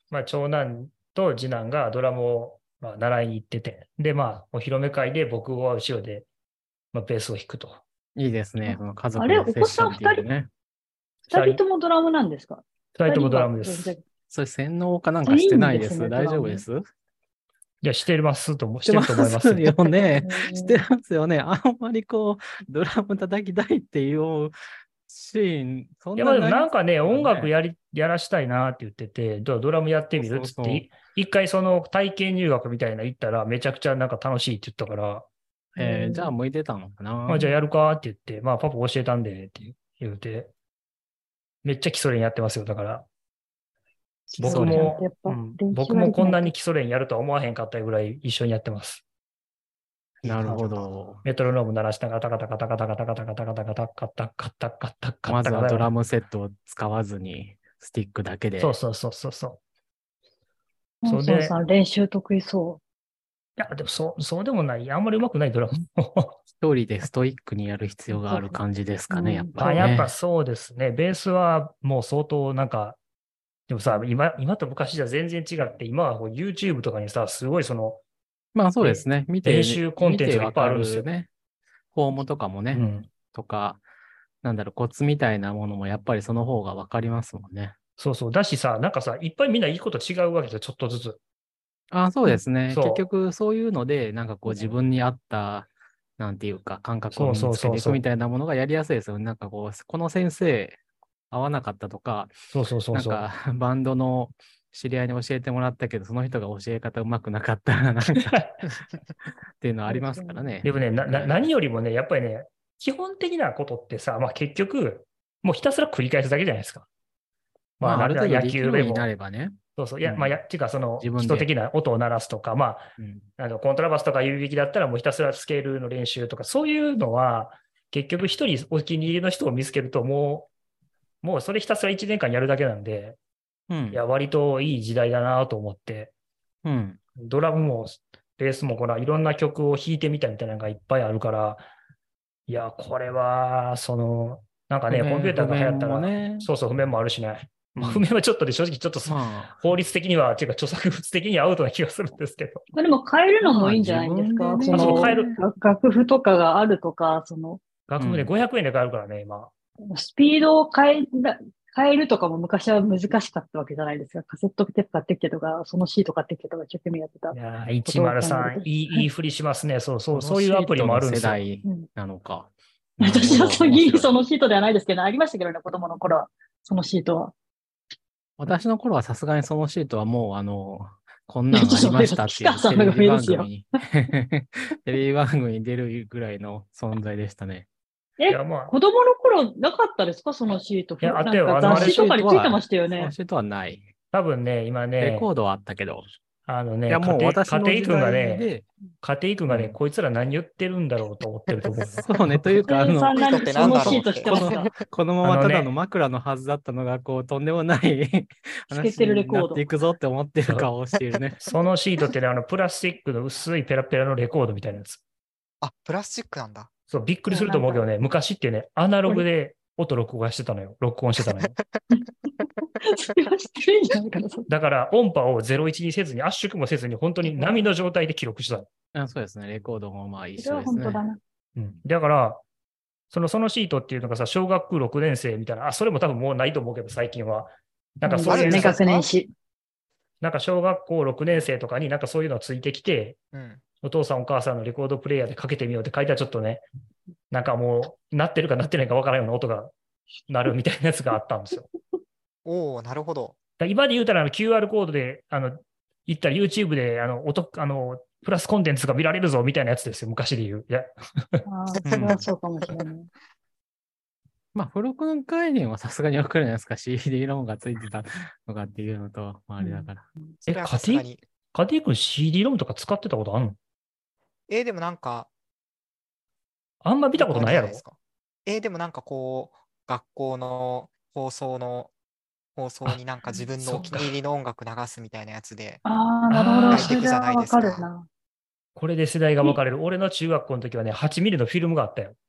まあ、長男と次男がドラムを、まあ、習いに行ってて、で、まあ、お披露目会で僕は後ろで、まあ、ベースを弾くと。 いいですね。その家あれ、 族でお子さんセッションっていうのね。 二人ともドラムなんですか？ 二人ともドラ二人はムです。 全然。 それ洗脳かなんかしてないです。 いいんですね、ド大ラム。 丈夫です？ いや、してますとも、してるしてまと思いますよ。 すよね。してへますよね。あんまりこう、ドラム叩きたいっていうシーン、そいや、まあでもんなになりなんかね、音楽ね。 やらしたいなって言ってて、ドラムやってそうみるっそうそう。 つって、一回その体験入学みたいなの行ったら、めちゃくちゃなんか楽しいって言ったから、 じゃあ向いてたのかまあな。 じゃあやるかって言って、まあパパ教えたんでって言うて、めっちゃ基礎練やってますよ。だから、 すごい。ちゃんとやっぱ練習僕もこんはできないと。 なに基礎練やるとは思わへんかったぐらい一緒にやってます。 なるほあのど。 メトロノーム鳴らしながらタカタカタカタカタカタカタカタカタカタカタカタカまずはタカタ。 ドラムセットを使わずに、スティックだけで。 そうそうそうそうそう。 モンそれで、 ソンさん練習得意そいや、でもそうでもない。あんまり上手くないドラムも。 一人でストイックにやる必要う。 がある感じですかね、やっまあ、やっぱぱりね。 そうですね。ベースはもう相当なんか、でもさ、今と昔じゃ全然違って、今はこう YouTube とかにさ、すごいその、 まあそうでえすね。 練習コンテンツがいっぱいあ見てわかるんですよ。 るね。フォームとかもね。 うん。 とか、なんだろう、コツみたいなものもやっぱりその方がわかりますもんね。 そうそう。だしさ、なんかさ、いっぱいみんないいこと違うわけですよ。ちょっとずつ。 あ、そうですね。結そ局そういうので、なんかこう自分に合った、なんていうか、感覚を身にそうそうつけていくみそうそう。 たいなものがやりやすいですよね。なんかこう、この先生合わなかったとか、 そうそうそうそなんかバンドの知り合いに教えてもらったけど、その人が教え方うまくなかったら、なんかっていうのはありますからう。でね。 もね、 うん。 何よりもね、やっぱりね、基本的なことってさ、まあ結局、もうひたすら繰り返すだけじゃないですか。まあ、 まあ、ある程度野できるようにな球でも、 ればね。 そうそう。いや、まあ、 うん。 ていうか、その基礎自分で。 的な音を鳴らすとか、まうん。 あ、コントラバスとか指弾きだったらもうひたすらスケールの練習とか、そういうのは、結局一人お気に入りの人を見つけると、もうそれひたすら1年間やるだけなんで、 うん。 いや、割といい時代だなと思って、 うん。 ドラムもベースもいろんな曲を弾いてみたみたいなのがいっぱいあるから、いや、これは、なんかね、コンピューターが流行っ譜面たら、 もね。 そうそう、譜面もあるしね。まあ、譜うん。 面はちょっとで正直ちょっとまあ、 法律的には、っていうか著作物的にはアウトな気がするんですけど。 まあでも変えるのもまあ、 いいんじゃ自ないんですか？ 分でね。 あ、そう、買える。 楽譜とかがあるとか、 楽譜でうん。 500円で買えるからね、今。 スピードを変えるとかも昔は難しかったわけじゃないですか。カセットテープ買ってきてとか、そのシート買ってきてとか、一生懸命やってたいやー、 ことを考える 103、 と。 いい振りしますね。 このそういうアプリもあシートのるんですよ。 世代うん、 なのか。なるほ私はど。面白い。 そのシートではないですけど、ありましたけどね、子供の頃は。そのシートは。 私の頃はさすがにそのシートはもう、こんなんありまちょっと待ってください。 したっていうピカさんのが上ですよ。 テレビ番組に出るぐらいの存在でしたね。 いや、まあ、 子供の頃なかったですか？そのシート。 いや、あったよ。 なんかその雑誌とかについてましたよね。 そのシートはない。 多分ね、今ね、 レコードはあったけど。いや、 家もう私の時庭君がね、 代で、 こいつら何言ってるんだろうと思ってると思うよ。 そうね、というか、 さんシートってそのなんだろうって。 シート知ってますか？ このままただの枕のはずだったのが、こう、とんでもない透けてるレ話になコード。 っていくぞって思ってそう。 る顔をしているね。 そのシートってね、プラスチックの薄いペラペラのレコードみたいなやつ。 あ、プラスチックなんだ。 そう、びっくりすそう、なんか、 ると思うけどね、昔ってね、アナログで音録音してたのよ。録音してたのよ。 それは知ってるんじゃないかな。 だから、音波を01にせずに、圧縮もせずに、本当に波の状態で記録してたの。 そうですね、レコードもまあ一それは緒ですね。 本当だな。 うん。だから、そのシートっていうのがさ、小学6年生みたいな、それも多分もうないと思うけど、最近は。なんかそういう、 年あるんじゃないですか？ 学年誌。 なんか小学校6年生とかになんかそういうのついてきて、 うん。 お父さんお母さんのレコードプレイヤーでかけてみようって書いたらちょっとね、なんかもう、なってるかなってないかわからんような音が鳴るみたいなやつがあったんですよ。 おお、なるほど。 今で言うたらQR コードで、言ったら YouTube で、プラスコンテンツが見られるぞみたいなやつですよ、昔で言う。いや、 ああ、それはそうかもしれない。 まあ、付録の概念はさすがにわかるじゃないですか。CD ローンがついてたのかっていうのと、まあ、あれだから。 それはさすがに。 家庭君 CD ロムとか使ってたことあんの？ でもなんか、 あんま見たことないやろ？ でもなんかこう、学校の放送になんか自分のお気に入りの音楽流すみたいなやつで、 ああ、なるほど。 あーそれはわかるな。 これで世代が分かれる。俺の中学校の時はね、8ミリのフィルムがあったよ。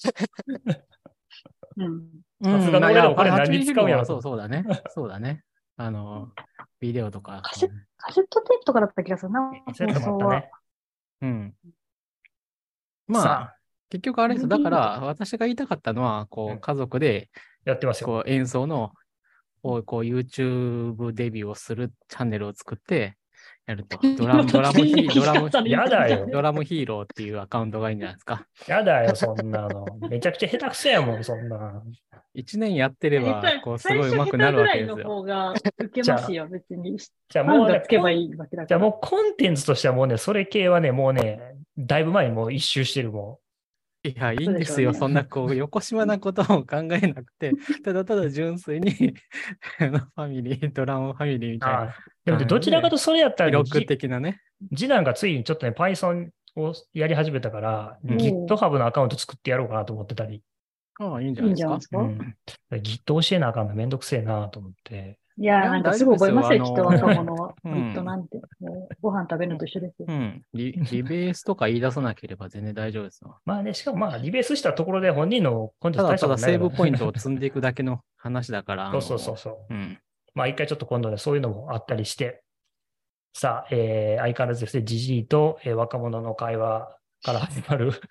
うん。 さすがの俺でもこれ 8 何に使うんやろと。 そうだね。そうだね。 ビデオとか。 カセットテープとかだった気がするな。 カセットもあったね。 うん。 さまあ、結局あれです。だ DVD から、私が言いたかったのは、こうんう、家族で、 やってますよ。 こう、演奏の、こう、YouTube デビューをするチャンネルを作って、やると。ドラムヒやだよーローっていうアカウントがいいんじゃないですか。 やだよ、そんなの。めちゃくちゃ下手くそやもん、そんな。 1年やってれば、こう、すごい上手くなるわけですよ。 最初下手ぐらいの方が受けますよ、別に。 じゃあもうねファンがつけばいいわけだから。 じゃあもうコンテンツとしてはもうね、それ系はね、もうね、だいぶ前にもう一周してるもいや、いいんですよ。 そうでしょうねそんな、こう、横島なことを考えなくて、ただただ純粋にドラムファミリーみん。 たいな、 ああでもね、どちらかとそれやったら、 記録的なね。 次男がついにちょっとね、Python をやり始めたから、 うん GitHub のアカウント作ってやろうかなと思ってたり。 ああ、いいんじゃないですか。 Git 教えなあかんのめんどくせえなと思って。 いや、なんかすぐ覚えますよ、きっと若者は。 うん Git なんて。もうご飯食べるのと一緒ですよ。 リベースとか言い出さなければ全然大丈夫ですよ。 まあね、しかもまあ、リベースしたところで本人のコンテンツただただ大したことないからセーブポイントを積んでいくだけの話だから。 そう。 うん。 まあ一回ちょっと今度ね、そういうのもあったりして、さあ、相変わらずですね、ジジイと、若者の会話から始まる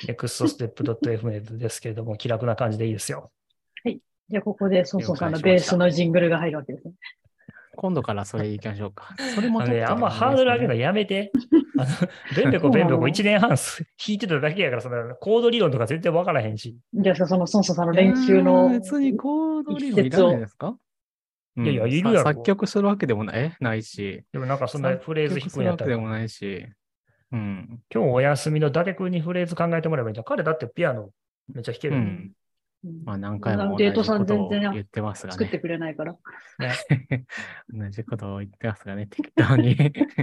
nextstep.fm ですけれども、気楽な感じでいいですよ。 じゃあ、ここで、そうそうさんのベースのジングルが入るわけですね。 今度からそれ行きましょうか。それもちょっと、 あんまハードル上げるのやめて。ベンベコ1年半弾いてただけやから、そのコード理論とか全然わからへんし。 じゃあ、そのソンソさんの練習の別にコード理論いらないですか？ いやいや、いるやろ。 作曲するわけでもないし。 でもなんかそんなフレーズ弾くんやったら。 作曲するわけでもないし。うん。 今日お休みの伊達君にフレーズ考えてもらえばいいじゃん。彼だってピアノめっちゃ弾ける。 まあ何回も同じことを言ってますがね。 作ってくれないから。 ね、同じことを言ってますがね、適当に。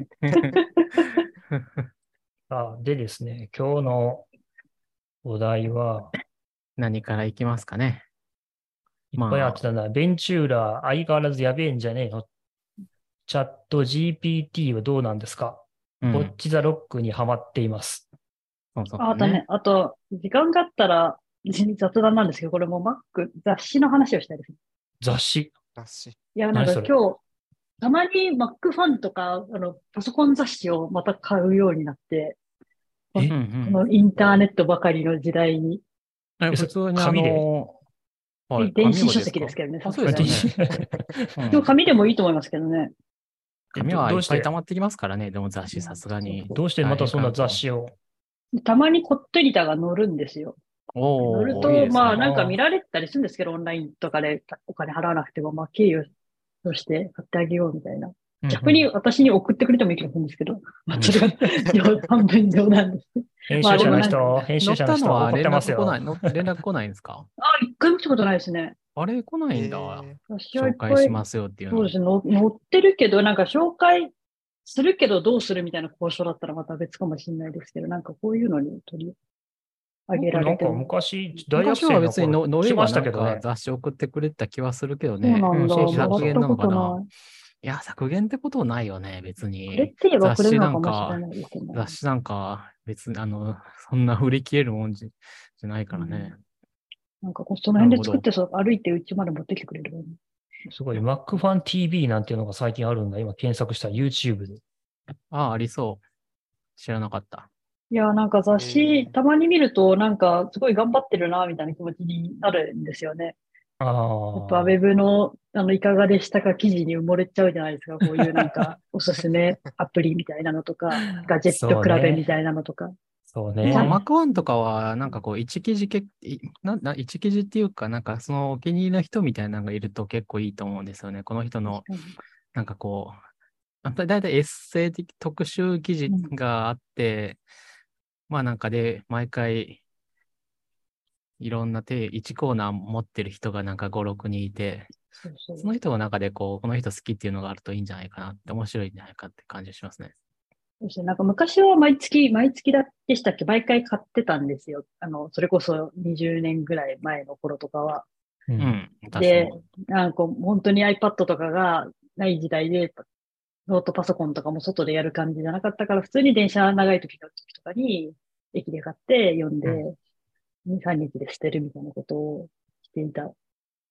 でですね、今日のお題は、 何からいきますかね。 いっぱいあってたな。ベンチューラ、相変わらずやべえんじゃねえの。チャット GPT はどうなんですか？ボッチザロックにはまっています。 あとね、あと、時間があったら、雑談なんですけど、これも Mac、雑誌の話をしたいです。 雑誌いや、なんか今日、たまに Mac ファンとか、パソコン雑誌をまた買うようになって、このインターネットばかりの時代に。 普通に紙で電子書籍ですけどね。 そうですね。 でも紙でもいいと思いますけどね。 紙はいっぱい溜まってきますからね、でも雑誌さすがに。 どうしてまたそんな雑誌を？ たまにコットリタが載るんですよ。載ると、まあなんか見られたりするんですけど、オンラインとかでお金払わなくても、まあ経由として買ってあげようみたいな。逆に私に送ってくれてもいい気がするんですけど、まあそれが半分冗談です。 編集者の人は怒ってますよ。 連絡来ないんですか？ 一回も来たことないですね。 あれ来ないんだ。 紹介しますよっていうの。 そうですね。載ってるけど、なんか紹介するけどどうするみたいな交渉だったらまた別かもしれないですけど、なんかこういうのに取り上げられても。 なんか昔、大学生は別に乗ればなんか雑誌送ってくれた気はするけどね。 そうなんだ。 削減なのかな。 いや、削減ってことないよね、別に。 くれって言えばくれるのかもしれないですね。 雑誌なんか、別に、そんな売り切れるもんじゃないからね。 なんか、その辺で作って歩いてうちまで持ってきてくれる、ね。 すごい、Mac ファン TV なんていうのが最近あるんだ。今検索したら YouTube で。 ありそう。知らなかった。 いや、なんか雑誌、たまに見ると、なんか、すごい頑張ってるな、みたいな気持ちになるんですよね。やっぱ、ウェブの、いかがでしたか記事に埋もれちゃうじゃないですか。こういうなんか、おすすめアプリみたいなのとか、ガジェット比べみたいなのとか。 そうね。 Mac1 とかは、なんかこう、一記事っていうか、なんかそのお気に入りの人みたいなのがいると結構いいと思うんですよね。この人の、なんかこう、だいたいエッセイ的特集記事があって、まあなんかで、毎回、いろんな1コーナー持ってる人がなんか5、6人いて、その人の中でこの人好きっていうのがあるといいんじゃないかなって、面白いんじゃないかって感じしますね。 そうですね。なんか昔は毎月でしたっけ？毎回買ってたんですよ。それこそ20年ぐらい前の頃とかは。で、なんか本当に iPad とかがない時代で、ノートパソコンとかも外でやる感じじゃなかったから、普通に電車長い時とかに駅で買って読んで、2、3日で捨てるみたいなことをしていた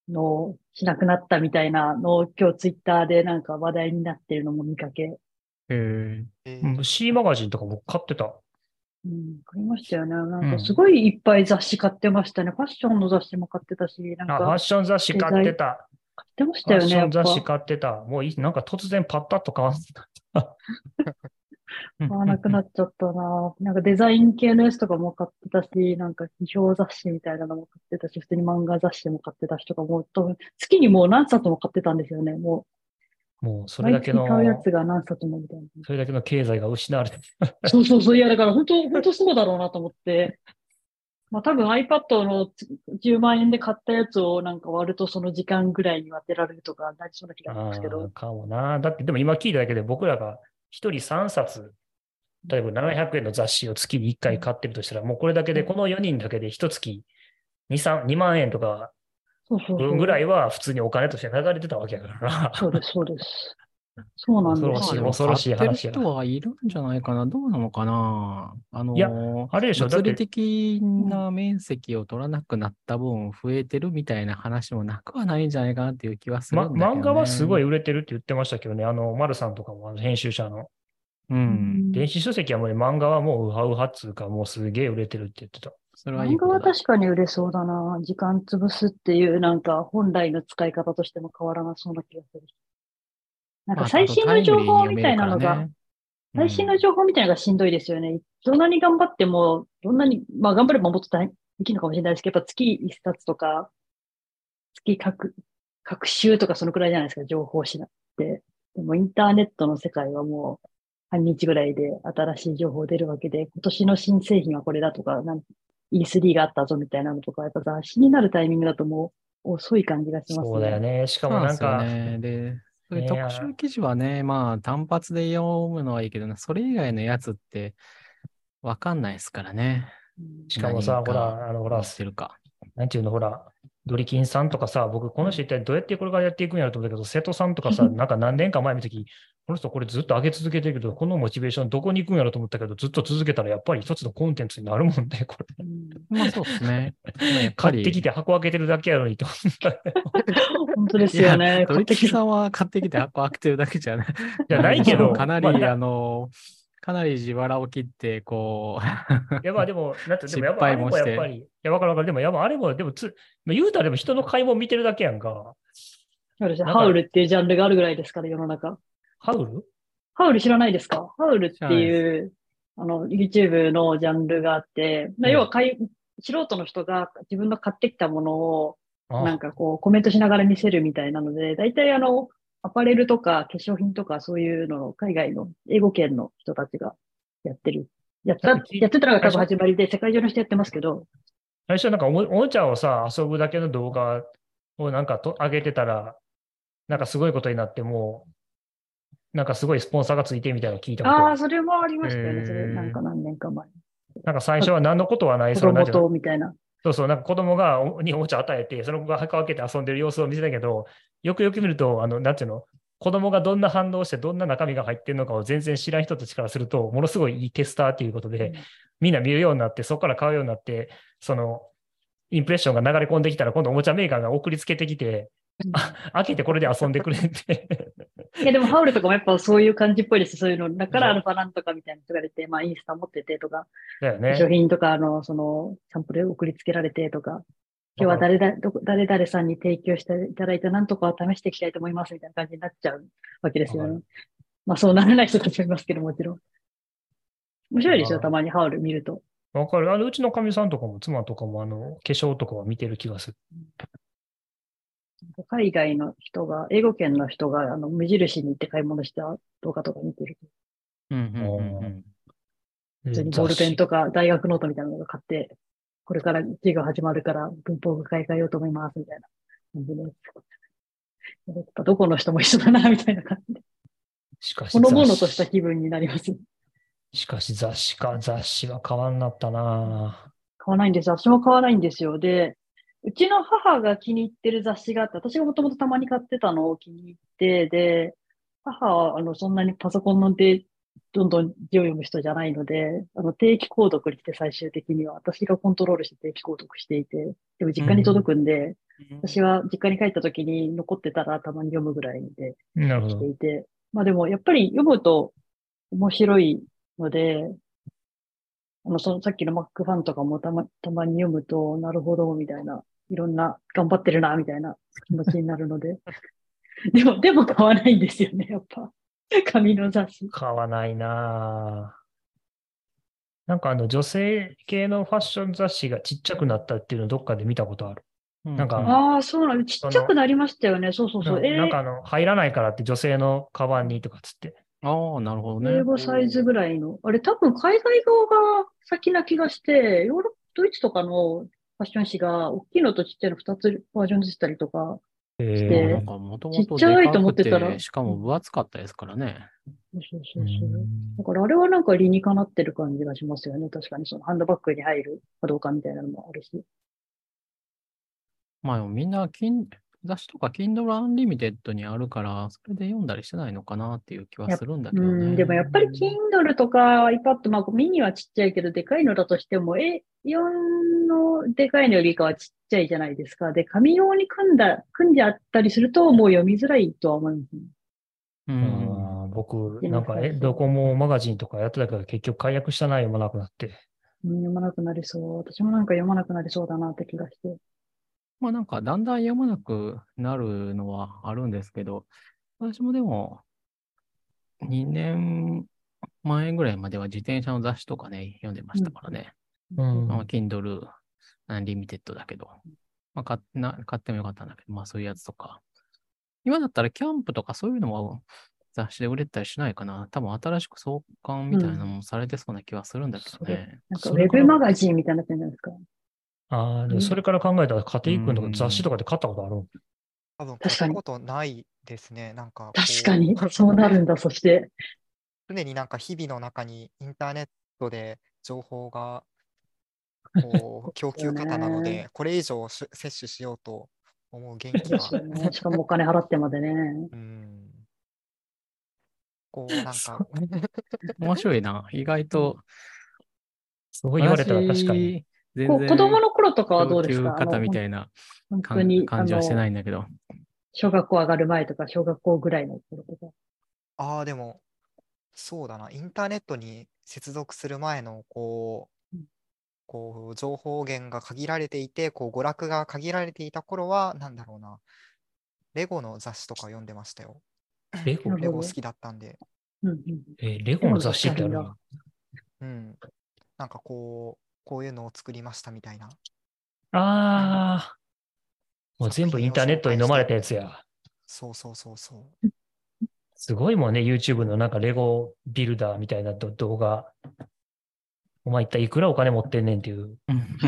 のをしなくなったみたいなのを今日ツイッターでなんか話題になってるのも見かけ。 へ C マガジンとか僕買ってた。 うん、買いましたよね。なんかすごいいっぱい雑誌買ってましたね。ファッションの雑誌も買ってたし、なんファかッション雑誌買ってた。 買ってましファッたよね、やション雑誌っぱ。 買ってた。もうなんか突然パッタッと変わってた。 買わなくなっちゃったな。なんかデザイン系のやつとかも買ってたし、なんか批評雑誌みたいなのも買ってたし、普通に漫画雑誌も買ってたしとかも、月にもう何冊も買ってたんですよね。ももうそう、 れだけ毎月買うやの、 つが何冊もみたいな。 それだけの経済が失われてそうそうそう。いや、だから本当そうだろうなと思って。まあ多分 iPad の10万円で買ったやつをなんか割るとその時間ぐらいに当てられるとかなりそうな気がしますけど。 ああ、かもな。だってでも今聞いただけで僕らが一人3冊、例えば700円の雑誌を月に1回買ってるとしたら、もうこれだけでこの4人だけで一月2万円とかそうそう分ぐらそう。 いは普通にお金として流れてたわけやからな。 そうです、そうです。そうなんで恐ろしい、 すよ。 恐ろしい買ってる話や。 人はいるんじゃないかな。どうなのかな。 いや、あれでしょ。だ物理って、 的な面積を取らなくなった分増えてるみたいな話もなくはないんじゃないかなっていう気はするんだけど漫画はすごいね。 売れてるって言ってましたけどね。丸さんとかも編集者の。 ううん。 ん、 電子書籍はもうね漫画はもうウハウハっつうか、もうすげえ売れてるって言ってた。 それはい漫画いことだ。 は確かに売れそうだな。時間潰すっていうなんか本来の使い方としても変わらなそうな気がする。なんかまあ、あと最新のタイム情報みたリーに読めるいなのが、 からね。う最新のん。 情報みたいなのがしんどいですよね。どんなに頑張っても、どんなに、まあ頑張ればもっとできるのかもしれないですけど、やっぱ月一冊とか、各週とかそのくらいじゃないですか、情報誌なって。でもインターネットの世界はもう半日ぐらいで新しい情報出るわけで、今年の新製品はこれだとか、E3 があったぞみたいなのとか、やっぱ雑誌になるタイミングだともう遅い感じがしますそうだよね。 ね。しかもそうなんですよなんか、 ね。で、そういうね、 特集記事はね、まあ単発で読むのはいいけどね、それ以外のやつってわかんないですからね。 うん、 しかもさ、ほ何がら、 載ってるか。 なんていうの、ほら、ドリキンさんとかさ、僕、この人一体どうやってこれからやっていくんやろと思ったけど、瀬戸さんとかさ、なんか何年か前の時、この人これずっと上げ続けてるけど、このモチベーションどこに行くんやろと思ったけど、ずっと続けたらやっぱり一つのコンテンツになるもんね、これ。 うん、 まあそうですね。まあやっぱ買ってきり、 て箱開けてるだけやのにと思ったよ。 本当でいや、 すよね。 ドリキンさんは買ってきて箱開けてるだけじゃない。 じゃないけかど、 なり、かなり自腹を切って、こいや、まあでも、なんて、でも失やっぱあれ敗もして、 もやっぱり、いや、わかるわかる。でも、やっぱあれも、でもまあ言うたらでも人の買い物見てるだけやんか。 そうですね。 なんか、 ハウルっていうジャンルがあるぐらいですから、世の中。 ハウルハウル知らないですか？ハウルって知らないです。 いう、YouTube のジャンルがあって、 うん。 要は素人の人が自分の買ってきたものを、なんあ、 かこう、コメントしながら見せるみたいなので、大体アパレルとか化粧品とかそういうのを海外の英語圏の人たちがやってる。 なんかやってたのが多分最初、 始まりで、世界中の人やってますけど、 最初なんかおもちゃをさ、遊ぶだけの動画をなんか上げてたら、なんかすごいことになってもう、なんかすごいスポンサーがついてみたいなの聞いたことあああ、 る。 それもありえましたよね。それ、なんー、 か何年か前。 なんか最初は何のことはない、その、なん子供ていうの、 とみたいな。 そうそう、なんか子供がにおもちゃ与えて、その子が箱開けて遊んでる様子を見せたけど、よくよく見ると、なんていうの、子供がどんな反応して、どんな中身が入ってるのかを全然知らん人たちからすると、ものすごいいいテスターということで、 うん、 みんな見るようになって、そこから買うようになって、その、インプレッションが流れ込んできたら、今度おもちゃメーカーが送りつけてきて、 うん。 開けてこれで遊んでくれっていや、でもハウルとかもやっぱそういう感じっぽいです。そういうの。だからアルでしょ。 ファなんとかみたいな人が出て、まあインスタ持っててとか、化粧だよね。 品とかサンプル送りつけられてとか、今日はわかる。 誰々さんに提供していただいたなんとかを試していきたいと思いますみたいな感じになっちゃうわけですよね。 わかる。 まあそうならない人たちもいますけど、もちろん。面白いですよ、たあまにハウル見ると。 あ、わかる。うちのかみさんとかも妻とかも、化粧とかは見てる気がする。 海外の人が、英語圏の人が、無印に行って買い物した動画とか見てると、 うん、うん、 あうん、うあ、 ん。 普通にボールペン雑誌。 とか大学ノートみたいなのが買って、これから授業始まるから文法が買い替えようと思います、みたいな感じで。やっぱどこの人も一緒だな、みたいな感じで。 しかしほのぼのとした雑誌。 気分になります。 しかし雑誌か。雑誌は買わんなったな。 買わないんです。私も買わないんですよ。で、うちの母が気に入ってる雑誌があって、私がもともとたまに買ってたのを気に入って、で、母は、そんなにパソコンでどんどん字を読む人じゃないので、定期購読にして最終的には私がコントロールして定期購読していて、でもう実家に届ん、 くんで、 う私は実家に帰った時に残ってたらたまに読むぐらいでなるほど。 していて、まあでもやっぱり読むと面白いので、そのさっきの Mac ファンとかもたまに読むと、なるほど、みたいな、いろんな、頑張ってるな、みたいな気持ちになるので。でも買わないんですよね、やっぱ。紙の雑誌。 買わないなぁ。なんか女性系のファッション雑誌がちっちゃくなったっていうのをどっかで見たことある。なんかああ、そうなの。ちっその、 ちゃくなりましたよね。そうそうそう。 なんか入らないからって女性のカバンにとかつって。 ああ、なるほどね。 英語サイズぐらいの。あれ多分海外側が先な気がして、ドイツとかのファッション誌が大きいのとちっちゃいの2つバージョン出てたりとかしまあなて、 んかもとちもとっちゃいと思でかくってたら、 て、しかも分厚かったですからね。 そうそううそう。 んだからあれはなんか理にかなってる感じがしますよね。確かにそのハンドバッグに入るかどうかみたいなのもあるし。 まあでもみんな雑誌とか Kindle Unlimited にあるから、それで読んだりしてないのかなっていう気はやっするんだうん、 けどね。 でもやっぱり Kindle とか iPad、まあミニはちっちゃいけど、でかいのだとしても、A4 のでかいのよりかはちっちゃいじゃないですか。で、紙用に組んじゃったりすると、もう読みづらいとは思いますね。 僕、 でなんか、ドコモマガジンとかやってたけど、結局解約したな、読まなくなって。 読まなくなりそう。私もなんか読まなくなりそうだなって気がして。 まあなんかだんだん読まなくなるのはあるんですけど、私もでも2年前ぐらいまでは自転車の雑誌とかね、読んでましたからね。まあ、Kindle Unlimited だけど、まあ、買ってもよかったんだけど、まあそういうやつとか。今だったらキャンプとかそういうのは雑誌で売れたりしないかな。多分新しく創刊みたいなのもされてそうな気はするんだけどね。 なんかウェブマガジンみたいになってるんじゃないですか。 でもそれから考えたら、家庭君とか雑誌とかで買ったことある。 多分買確かに。 ったことないですね。なんか確かに。そうなるんだ、そして。 常になんか日々の中にインターネットで情報が供ですよ給過多なのね。 で、これ以上摂取しようと思う元気は、 ですよね。しかもお金払ってまでね。 うん、なんか面白いな。意外と、 そう言われたら確かに。 私、全子供然の頃とかはど供うですか？ 給方みたいな本当に、 感じはしてないんだけど。 小学校上がる前とか、小学校ぐらいの頃とか。 ああ、でも、そうだな、インターネットに接続する前の、情報源が限られていて、娯楽が限られていた頃は、なんだろうな、レゴの雑誌とか読んでましたよ。 レゴなるほど。 レゴ好きだったんで。 レゴの雑誌ってあるんや。 うん。なんかこういうのを作りましたみたいなああ、もう全部インターネットに飲まれたやつや。 そうそうそうそう。 すごいもんね、YouTube のなんかレゴビルダーみたいな動画。お前一体いくらお金持ってんねんっていう。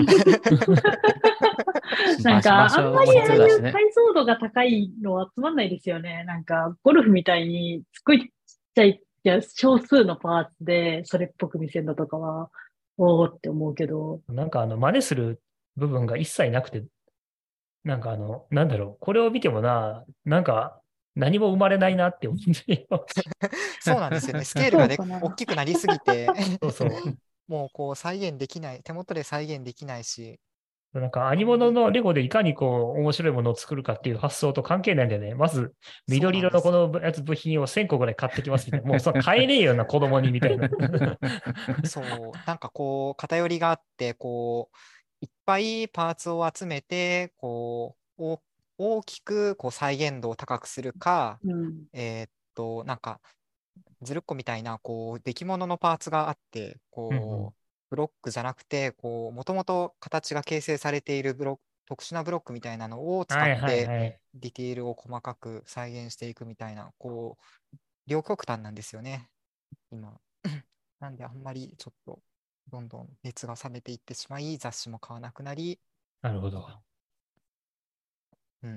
なんか、あんまりああいうだしね。 解像度が高いのはつまんないですよね。なんか、ゴルフみたいに、すっごいちっちゃい、少数のパーツで、それっぽく見せるのとかは、おーって思うけど。 なんか真似する部分が一切なくて、なんかなんだろう、これを見てもなんか何も生まれないなって思ってそうなんですよね。スケールがそうかな。 大きくなりすぎてそうそう。 もう再現できない、手元で再現できないし、 なんかアニモノあんまり、 のレゴでいかに面白いものを作るかっていう発想と関係ないんでね、まずそう緑色のこなんですよ。 の部品を1000個ぐらい買ってきますみたいな。もう買えねえよな、子供にみたいな。 そう、なんか偏りがあって、いっぱいパーツを集めて、大きく再現度を高くするか、 うん。 なんか、ずるっこみたいな、出来物のパーツがあって、 うんブロックじゃなくて、もともと形が形成されている特殊なブロックみたいなのを使はいはいってはい。 ディテールを細かく再現していくみたいな、両極端なんですよね、今。なんであんまりちょっとどんどん熱が冷めていってしまい、雑誌も買わなくなり、 なるほど。 うん、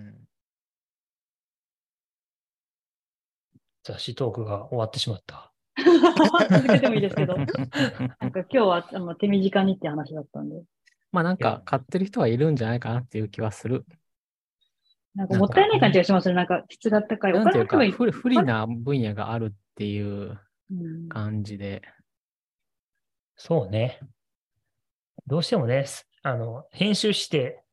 雑誌トークが終わってしまった。 続けてもいいですけど。なんか今日は手短にって話だったんで。 まあなんいや、 か買ってる人はいるんじゃないかなっていう気はする。 なんかもったいない感じがしますね。なんか質が高い。おなんていうか、 金持ってもいい。 不利な分野があるっていううん感じで。 そうね。どうしてもね、編集して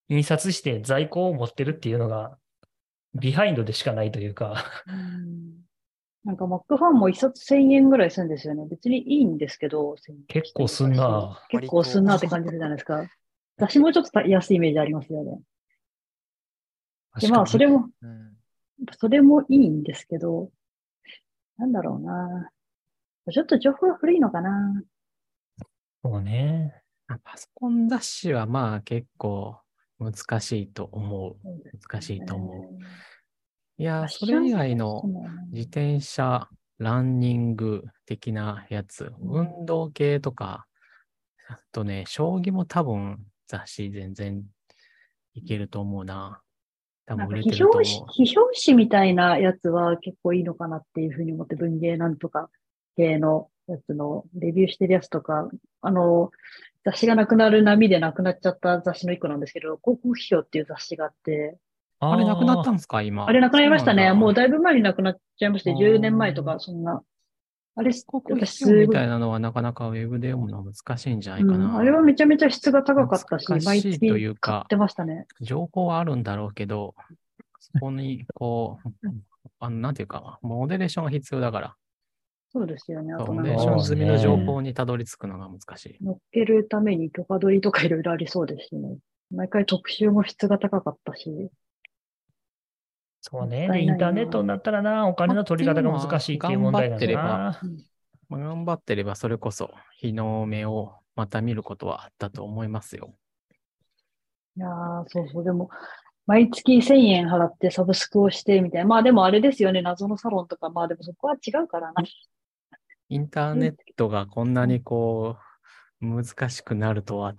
印刷して在庫を持ってるっていうのが、ビハインドでしかないというか。 なんか Mac ファンも一冊1000円ぐらいするんですよね。別にいいんですけど、 結構すんな。 結構すんなって感じするじゃないですか。雑誌もちょっと安いイメージありますよね。で、まあ、それもいいんですけど、なんだろうな。ちょっと情報が古いのかな。 そうね。 パソコン雑誌はまあ結構難しいと思う。難しいと思う。いや、それ以外の自転車、ランニング的なやつ、運動系とか、あとね、将棋も多分雑誌全然いけると思うな。多分売れてると思う。 批評誌みたいなやつは結構いいのかなっていうふうに思って、文芸なんとか系のやつのレビューしてるやつとか、雑誌がなくなる波でなくなっちゃった雑誌の一個なんですけど、広告批評っていう雑誌があって、 あれなくなったんですか、今。 あれなくなりましたね。もうだいぶ前になくなっちゃいまして、10年前とか、そんな。あれ、 広告批評みたいなのはなかなかウェブで読むのは難しいんじゃないかな。 あれはめちゃめちゃ質が高かったし、毎月買ってましたね。 情報はあるんだろうけど、そこに、こう、なんていうか、モデレーションが必要だから。 そうですよね。あとモデレーション済みの情報にたどり着くのが難しい。 乗っけるために許可取りとかいろいろありそうですしね。毎回特集も質が高かったし。 そうね。で、インターネットになったらな、お金の取り方が難しいっていう問題なんだな。 頑張ってれば、それこそ日の目をまた見ることはあったと思いますよ。 いやー、そうそう。でも、毎月1000円払ってサブスクをしてみたいな。まあでもあれですよね。謎のサロンとか。まあでもそこは違うからな。 インターネットがこんなにこう、難しくなるとは、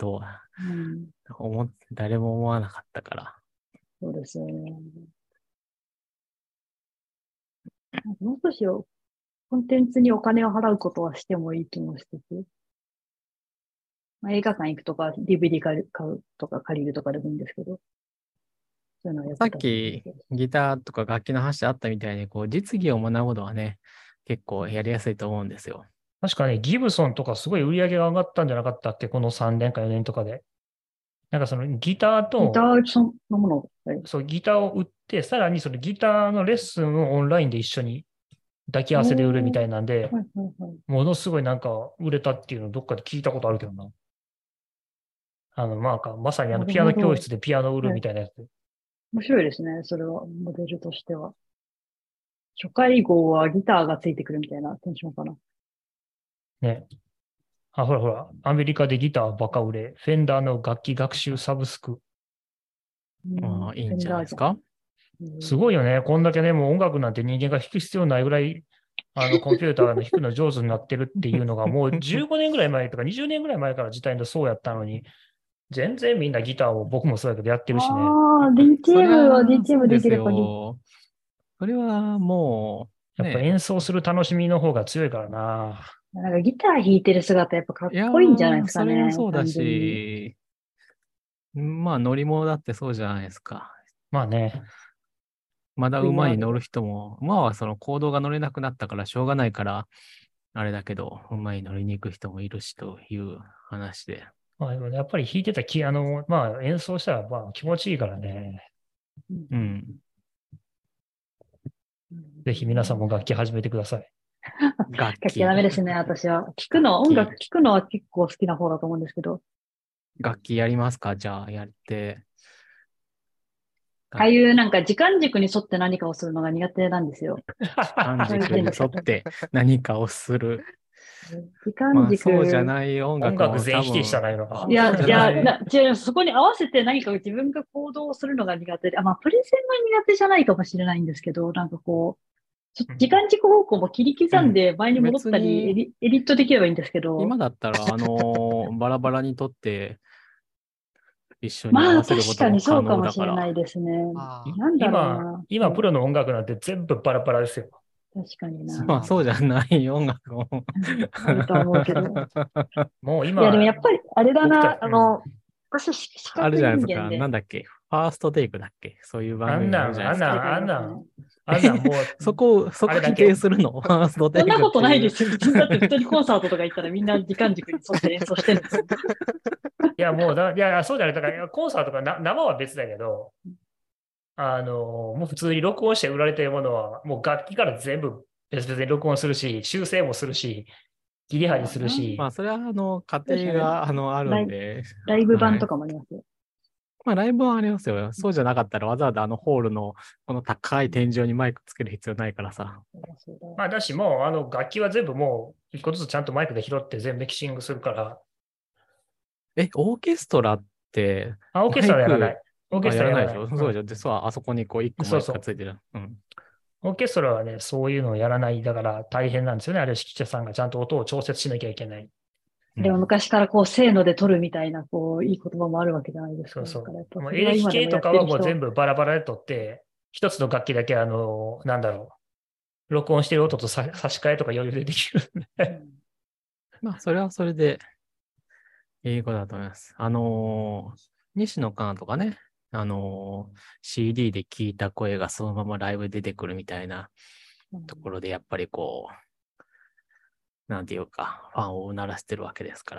誰も思わなかったから。 そうですよね。もう少しコンテンツにお金を払うことはしてもいい気もしてて。まあ、映画館行くとか、DVD 買うとか借りるとかでもいいんですけど。そういうのをやってさっきギターとか楽器の話あったみたいに、こう、実技を学ぶのはね、結構やりやすいと思うんですよ。 確かね、ギブソンとかすごい売り上げが上がったんじゃなかったっけ、この3年か4年とかで。なんかそのギターと、 そのもの、 そう、ギターを売って、さらにそのギターのレッスンをオンラインで一緒に抱き合わせで売るみたいなんで、ものすごいなんか売れたっていうのをどっかで聞いたことあるけどな。まさにピアノ教室でピアノを売るみたいなやつ。 面白いですね。それは、モデルとしては。初回号はギターがついてくるみたいなテンションかな。 ね。ほらほら、アメリカでギターバカ売れ、フェンダーの楽器学習サブスク。 いいんじゃないですか。 すごいよね。こんだけね、もう音楽なんて人間が弾く必要ないぐらい、コンピューターの弾くの上手になってるっていうのが、もう15年ぐらい前とか20年ぐらい前から時代でそうやったのに、全然みんなギターを僕もそうやけどやってるしね。 DTM は DTM できればいい。 それはもう、やっぱ演奏する楽しみの方が強いからな。 なんかギター弾いてる姿やっぱかっこいいんじゃないですかね。 それもそうだし、まあ乗り物だってそうじゃないですか。 まあね。 まだ馬に乗る人も、馬はその行動が乗れなくなったからしょうがないから、あれだけど、馬に乗りに行く人もいるしという話で。 まあ、やっぱり弾いてた演奏したら気持ちいいからね。 うん。 ぜひ皆さんも楽器始めてください。 楽器ダメですね、私は。音楽聴くのは結構好きな方だと思うんですけど。 楽器やりますか？じゃあ、やって。 ああいうなんか時間軸に沿って何かをするのが苦手なんですよ。 時間軸に沿って何かをする。 時間軸。 そうじゃない音楽全否定したないのか。 いや、そこに合わせて何か自分が行動するのが苦手で、プレゼンは苦手じゃないかもしれないんですけど、なんかこう、時間軸方向も切り刻んで前に戻ったり、エディットできればいいんですけど。 今だったら、バラバラにとって、一緒に合わせることも可能だから。 確かにそうかもしれないですね。なんだろうな。 今プロの音楽なんて全部バラバラですよ。 確かにな。 まあそうじゃない音楽も。 あると思うけど。 もう今。 いやでもやっぱりあれだな、私視覚人間で。あるじゃないですか。なんだっけ。ファーストテイクだっけ。そういう番組あるじゃないですか。 あんなんもう。 そこ否定するのファーストテイク。 そんなことないですよ。だって普通にコンサートとか行ったらみんな時間軸に沿って演奏してるんですよ。 いや、もういや、そうじゃない。だから、コンサートとか生は別だけど、もう普通に録音して売られてるものは、もう楽器から全部別々に録音するし、修正もするし、切り張りするまあ、 し、 それは、過そうですね。 程が、あるんで、 ライブはい。 版とかもありますよ。 まあ、ライブはありますよ。そうじゃなかったら、わざわざホールの、この高い天井にマイクつける必要ないからさ。 そうだ。 まあ、だし、もう、楽器は全部もう、一個ずつちゃんとマイクで拾って全部ミキシングするから、 オーケストラって、 オーケストラはやらなマイク、 い。オーケストやらないでしラはやらない。うん。 ょ。そうでしょ。で、そう、あそこにこう、一個マイクそうそう。 がついてる。うん。 オーケストラはね、そういうのをやらない。だから大変なんですよね。あれ、指揮者さんがちゃんと音を調節しなきゃいけない。 でも昔からこう、せーので撮るみたいな、こう、いい言葉もあるわけじゃないですか。だそうそからやっぱう。もうそれはエレキ今でもやっ系とかはもうてる人は。 全部バラバラで撮って、一つの楽器だけなんだろう。録音してる音と差し替えとか余裕でできるんで。 まあ、それはそれで、いいことだと思います。西野カナとかね、CD で聞いた声がそのままライブで出てくるみたいなところで、やっぱりこう、なんていうか、ファンをうならせてるわけですから。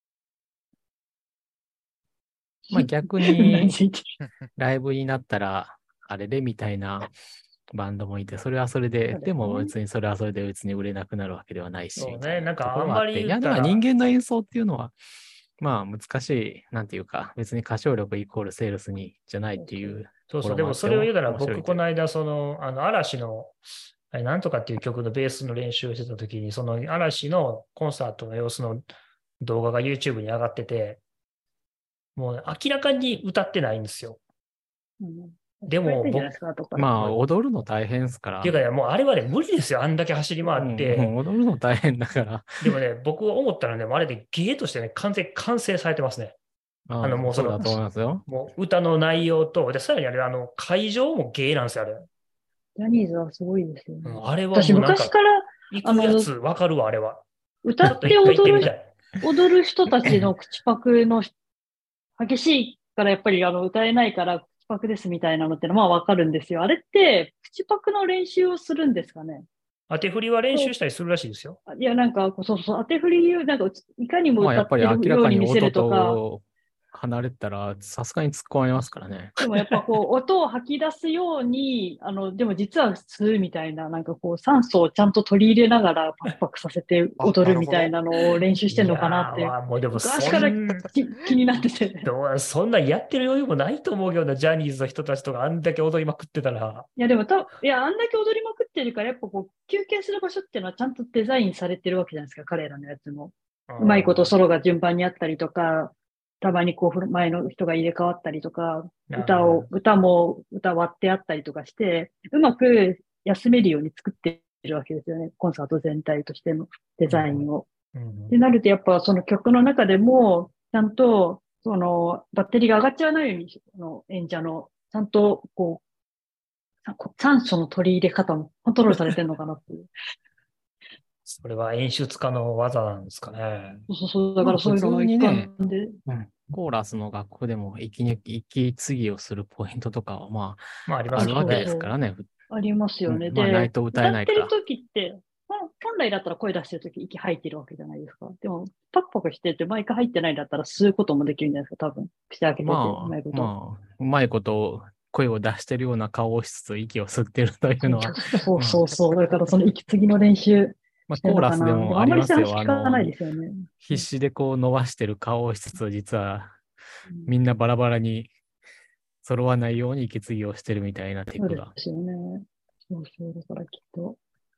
まあ逆に、ライブになったら、あれでみたいなバンドもいて、それはそれで、でも別にそれはそれで別に売れなくなるわけではないし、 そうね。 みたいなとなんかあんころはあって、いや、 まり言っただから人ら、 間の演奏っていうのは、まあ難しい、なんていうか、別に歌唱力イコールセールスにじゃないっていうそうそう。 ところでももあってもそれを言うなら面白いという。 僕この間、嵐の、あれなんとかっていう曲のベースの練習をしてた時に、その嵐のコンサートの様子の動画が YouTube に上がってて、もう明らかに歌ってないんですよ。でも僕、 まあ踊るの大変ですから。 っていうかね、もうあれはね、無理ですよ。あんだけ走り回って。 踊るの大変だから。 でもね、僕思ったらね、あれで芸としてね、完全に完成されてますね。もうそうだと思いますよ。 もう歌の内容と、で、さらにあれ、会場も芸なんですよ、あれ。 ジャニーズはすごいですよね。 あれは私もうなんか、 昔から、 行くやつわかるわ、あれは。 歌って踊る人たちの口パクの激しいからやっぱり歌えないから口パクですみたいなのってのはまあわかるんですよ。あれって口パクの練習をするんですかね？ 当て振りは練習したりするらしいですよ。 いや、なんか、そうそう、当て振り、なんか、いかにも歌ってるように見せるとか、 離れたら、さすがに突っ込まれますからね。 でもやっぱこう、音を吐き出すように、でも実は吸うみたいな、なんかこう、酸素をちゃんと取り入れながらパクパクさせて踊るみたいなのを練習してんのかなって、 もうでも昔から気になってて。 そんなやってる余裕もないと思うようなジャニーズの人たちとかあんだけ踊りまくってたら。 いやでもいや、あんだけ踊りまくってるから、やっぱこう、休憩する場所っていうのはちゃんとデザインされてるわけじゃないですか、彼らのやつも。うまいことソロが順番にあったりとか、たまにこう、前の人が入れ替わったりとか、歌も割ってあったりとかして、うまく休めるように作ってるわけですよね。コンサート全体としてのデザインを。ってなると、やっぱその曲の中でも、ちゃんと、バッテリーが上がっちゃわないように、演者の、ちゃんと、こう、酸素の取り入れ方もコントロールされてるのかなっていう。 それは演出家の技なんですかね。 そう、だからそういうのが一環で。 コーラスの楽譜でも息継ぎをするポイントとかは、まあ、 ありますあるわけですからね。 ありますよね。 まあ、ないと歌えないから。 歌ってる時って、本来だったら声出してる時息吐いてるわけじゃないですか。でも、パクパクしててマイク入ってないんだったら吸うこともできるんじゃないですか、多分。口開けてて、うまいこと。 うまいこと声を出してるような顔をしつつ息を吸ってるというのは。 そう。だからその息継ぎの練習。 まあ、コーラスでもありますよ。必死でこう伸ばしてる顔をしつつ、実はみんなバラバラに揃わないように息継ぎをしてるみたいなテクが。 そうですよね。そう、だからきっと。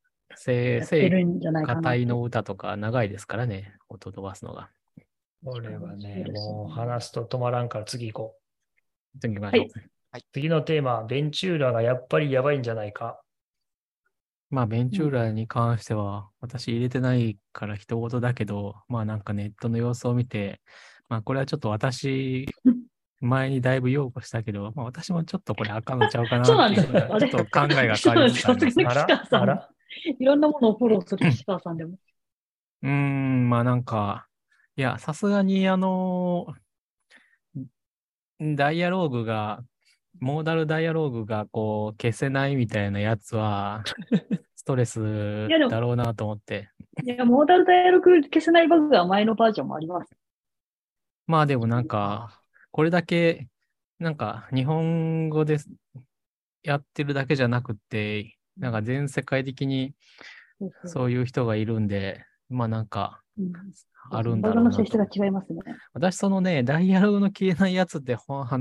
硬いの歌とか長いですからね、音飛ばすのが。 これはね、もう話すと止まらんから次行こう。次行きましょう。 次のテーマ、ベンチューラがやっぱりやばいんじゃないか。 まあ、ベンチューラに関しては、私入れてないから一言だけど、まあなんかネットの様子を見て、まあこれはちょっと私、前にだいぶ擁護したけど、まあ私もちょっとこれあかんのちゃうかなっていうのが、ちょっと考えが変わりつつありますね。 いろんなものをフォローする岸川さんでも。 まあなんか、いや、さすがにダイアローグが、モーダルダイアローグがこう消せないみたいなやつは、ストレスだろうなと思って。 いや、モーダルダイアログ消せないバグは前のバージョンもあります。 まあでもなんか、これだけ、なんか日本語でやってるだけじゃなくて、なんか全世界的にそうそうそういう人がいるんで、まあなんか、 うん。 あるん動だろうなと。 画の性質が違いますね。 私、そのね、ダイアログの消えないやつって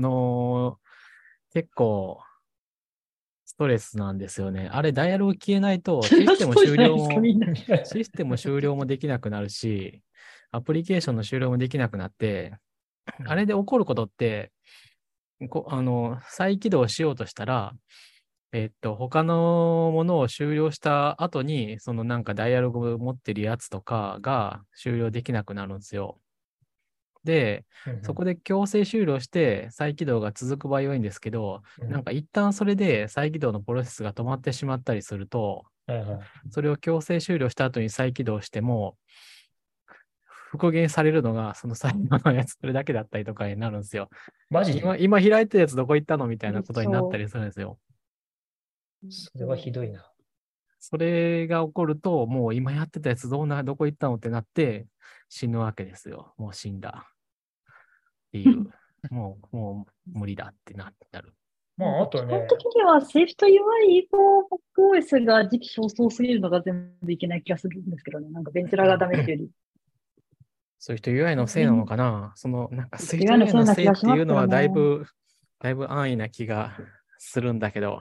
結構ストレスなんですよね。あれ、ダイアログ消えないと、 それはそうじゃないですか、みんな。 システム終了もできなくなるし、アプリケーションの終了もできなくなって、あれで起こることって、再起動しようとしたら、他のものを終了した後に、そのなんかダイアログを持ってるやつとかが終了できなくなるんですよ。で、そこで強制終了して再起動が続く場合はいいんですけど、なんか一旦それで再起動のプロセスが止まってしまったりすると、それを強制終了した後に再起動しても、復元されるのがその最後のやつ、それだけだったりとかになるんですよ。 マジで今開いてるやつどこ行ったのみたいなことになったそりするんですよ。 それはひどいな。 それが起こると、もう今やってたやつどこ行ったのってなって死ぬわけですよ。もう死んだっていう。もう無理だってなる。 まあ、あとね、 基本的には Swift UI 以降 MacOS が時期尚早すぎるのが全部いけない気がするんですけどね。なんかベンチュラがダメっていうより。 そういう人 UI のせいなのかな。なんか UI Swift の UI せいなのせいっ気がしますていうのはけどね。 だいぶ安易な気がするんだけど。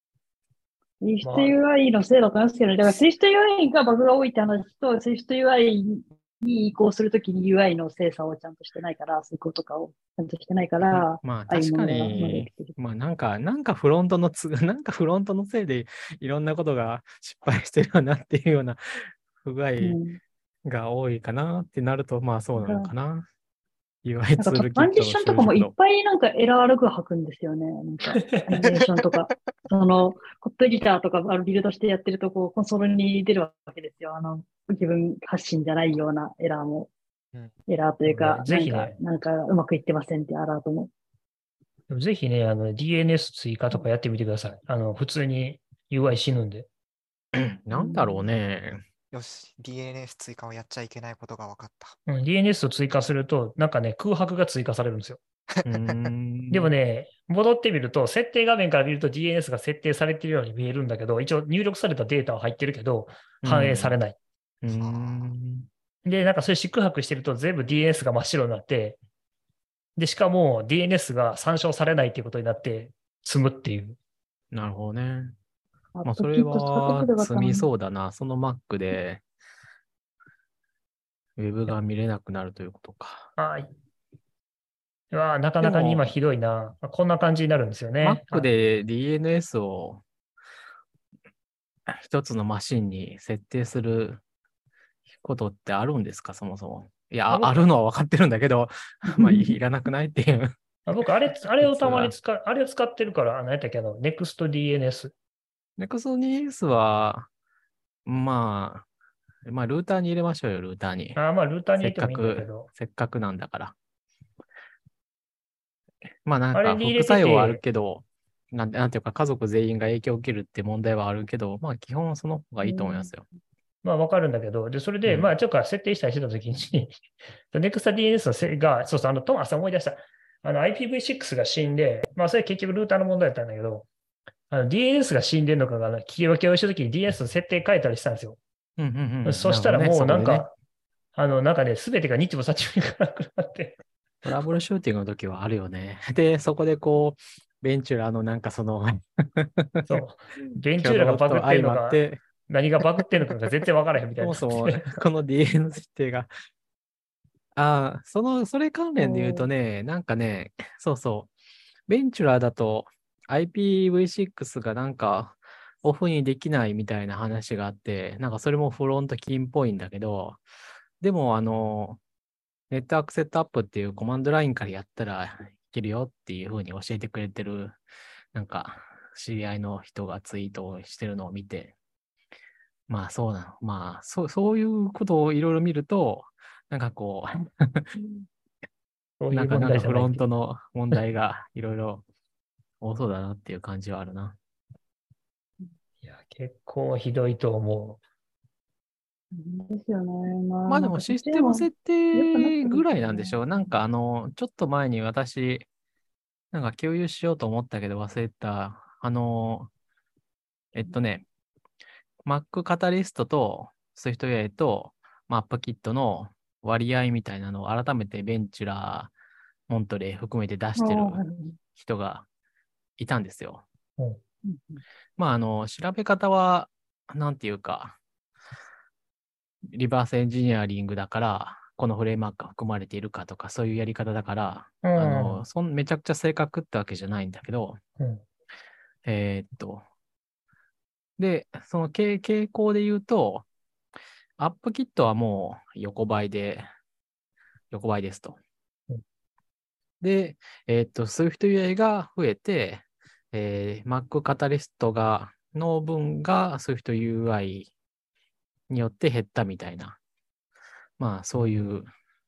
Swift まあ、 UI のせいだと思いますけどね。だから Swift UI がバグが多いって話と、Swift UI に移行するときに UI の精査をちゃんとしてないから、施工とかをちゃんとしてないから、あまああいう確かものが生まれに、 てくる。 まあなんかフロントのなんかフロントのせいでいろんなことが失敗してるよなっていうような不具合うん。 が多いかなってなると、まあそうなのかな。UI なんかトツールキットのランジッションとかもいっ習熟度。 ぱいなんかエラーログ吐くんですよね。なんかアニメーションとか。コッドエディターとかビルドしてやってると、コンソールに出るわけですよ。自分発信じゃないようなエラーも。 うん。 エラーというか、 ぜなんかうまくいってませんってアラートも。 ひね、DNS 追加とかやってみてください。普通に UI 死ぬんで。 なんだろうね。 よし、DNS 追加をやっちゃいけないことが分かった。 DNS を追加すると、なんかね、空白が追加されるんですよ。でもね、戻ってみると、設定画面から見ると DNS が設定されているように見えるんだけど、一応入力されたデータは入ってるけど、反映されない。で、なんかそれ四苦八苦してると全部 DNS が真っ白になって、で、しかも DNS が参照されないっていうことになって積むっていう。 なるほどね。 あまあそれときっと使ってくは積みればったのに。 そうだな。その Mac でウェブが見れなくなるということか。 はい。なかでなかに今も、 ひどいな。こんな感じになるんですよね。 Mac で DNS を一つのマシンに設定することってあるんですか、そもそも。いや、あるのは分かってるんだけど、まあ、いらなくないっていう。 僕、あれをたまに普通は。 あれを使ってるから、何やったっけ、NextDNS。 NextDNS は、まルーターに入れましょうよ、ルーターに。 まあ、ルーターに入せれてもいいんだけっかく、 ど、 せっかくなんだから。まあなんあれかに入れて副作用はあるて、 けど、なんていうか家族全員が影響を受けるって問題はあるけど、まあ基本はその方がいいと思いますよ。 まあ、わかるんだけど、で、それで、まうん。 あ、ちょっと設定したりしてたときにNextDNS のが、そうそう、トマス思い出した。IPv6 が死んで、まあ、それ結局ルーターの問題だったんだけど、DNS が死んでるのかが、切り分けをしたときに DNS の設定変えたりしたんですよ。 うんうんうん。 そしたらなるほどね、 もうそこでね。 なんかね、すべてがニッチもサッチもいかなくなって。 トラブルシューティングの時はあるよね。で、そこでこう、ベンチュラのなんかそのそう。ベンチューラが挙動バグってんと相のか、 まって、 何がバグってんのかが全然わからへんみたいになっそもそもて。 この DN 設定が、それ関連で言うとね、なんかね、そうそう、ベンチュラだと IPv6 がなんかオフにできないみたいな話があって、なんかそれもフロントキーっぽいんだけど、でもネットワークセットアップっていうコマンドラインからやったらいけるよっていう風に教えてくれてる、なんか知り合いの人がツイートをしてるのを見て、まあそうなの。まあそういうことをいろいろ見ると、なんかこそうう、 いう問なんかフロン題じゃないっていう。 トの問題がいろいろ多そうだなっていう感じはあるな。 いや、結構ひどいと思う。 ですよね。 まあでもシステム設定ぐらいなんでしょう。なんかちょっと前に私、なんか共有しようと思ったけど忘れた。Mac カタリストと SwiftUI と MapKit の割合みたいなのを改めてベンチュラー、モントレー含めて出してる人がいたんですよ。まあ調べ方は、なんていうか、リバースエンジニアリングだから、このフレームワークが含まれているかとか、そういうやり方だから、めちゃくちゃ正確ってわけじゃないんだけど、で、その傾向で言うと、アップキットはもう横ばいですと。で、SwiftUI が増えて、Mac カタリストの分が SwiftUI によって減ったみたいな、まあそういう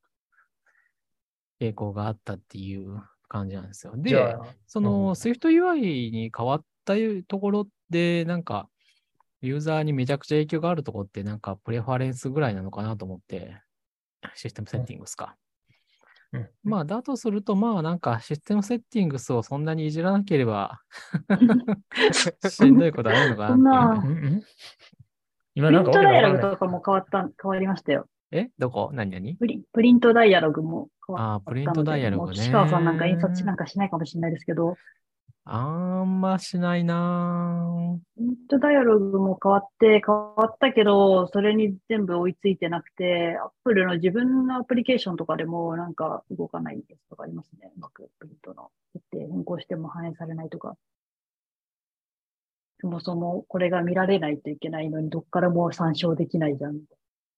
傾向があったっていう感じなんですよ。で、その SwiftUI に変わったところで、なんか、ユーザーにめちゃくちゃ影響があるところって、なんかプレファレンスぐらいなのかなと思って、システムセッティングスか。まあ、だとすると、まあ、なんかシステムセッティングスをそんなにいじらなければしんどいことはないのかなっていうね。 今なんかプリントダイアログとかも変わりましたよ。 どこ何プリントダイアログも変わったので、 プリントダイアログね。 岸川さんなんか印刷なんかしないかもしれないですけど。 あんましないなぁ。 プリントダイアログも変わったけど、それに全部追いついてなくて、Apple の自分のアプリケーションとかでもなんか動かないやつとかありますね。うまくプリントの設定変更しても反映されないとか。そもそもこれが見られないといけないのに、どっからも参照できないじゃん。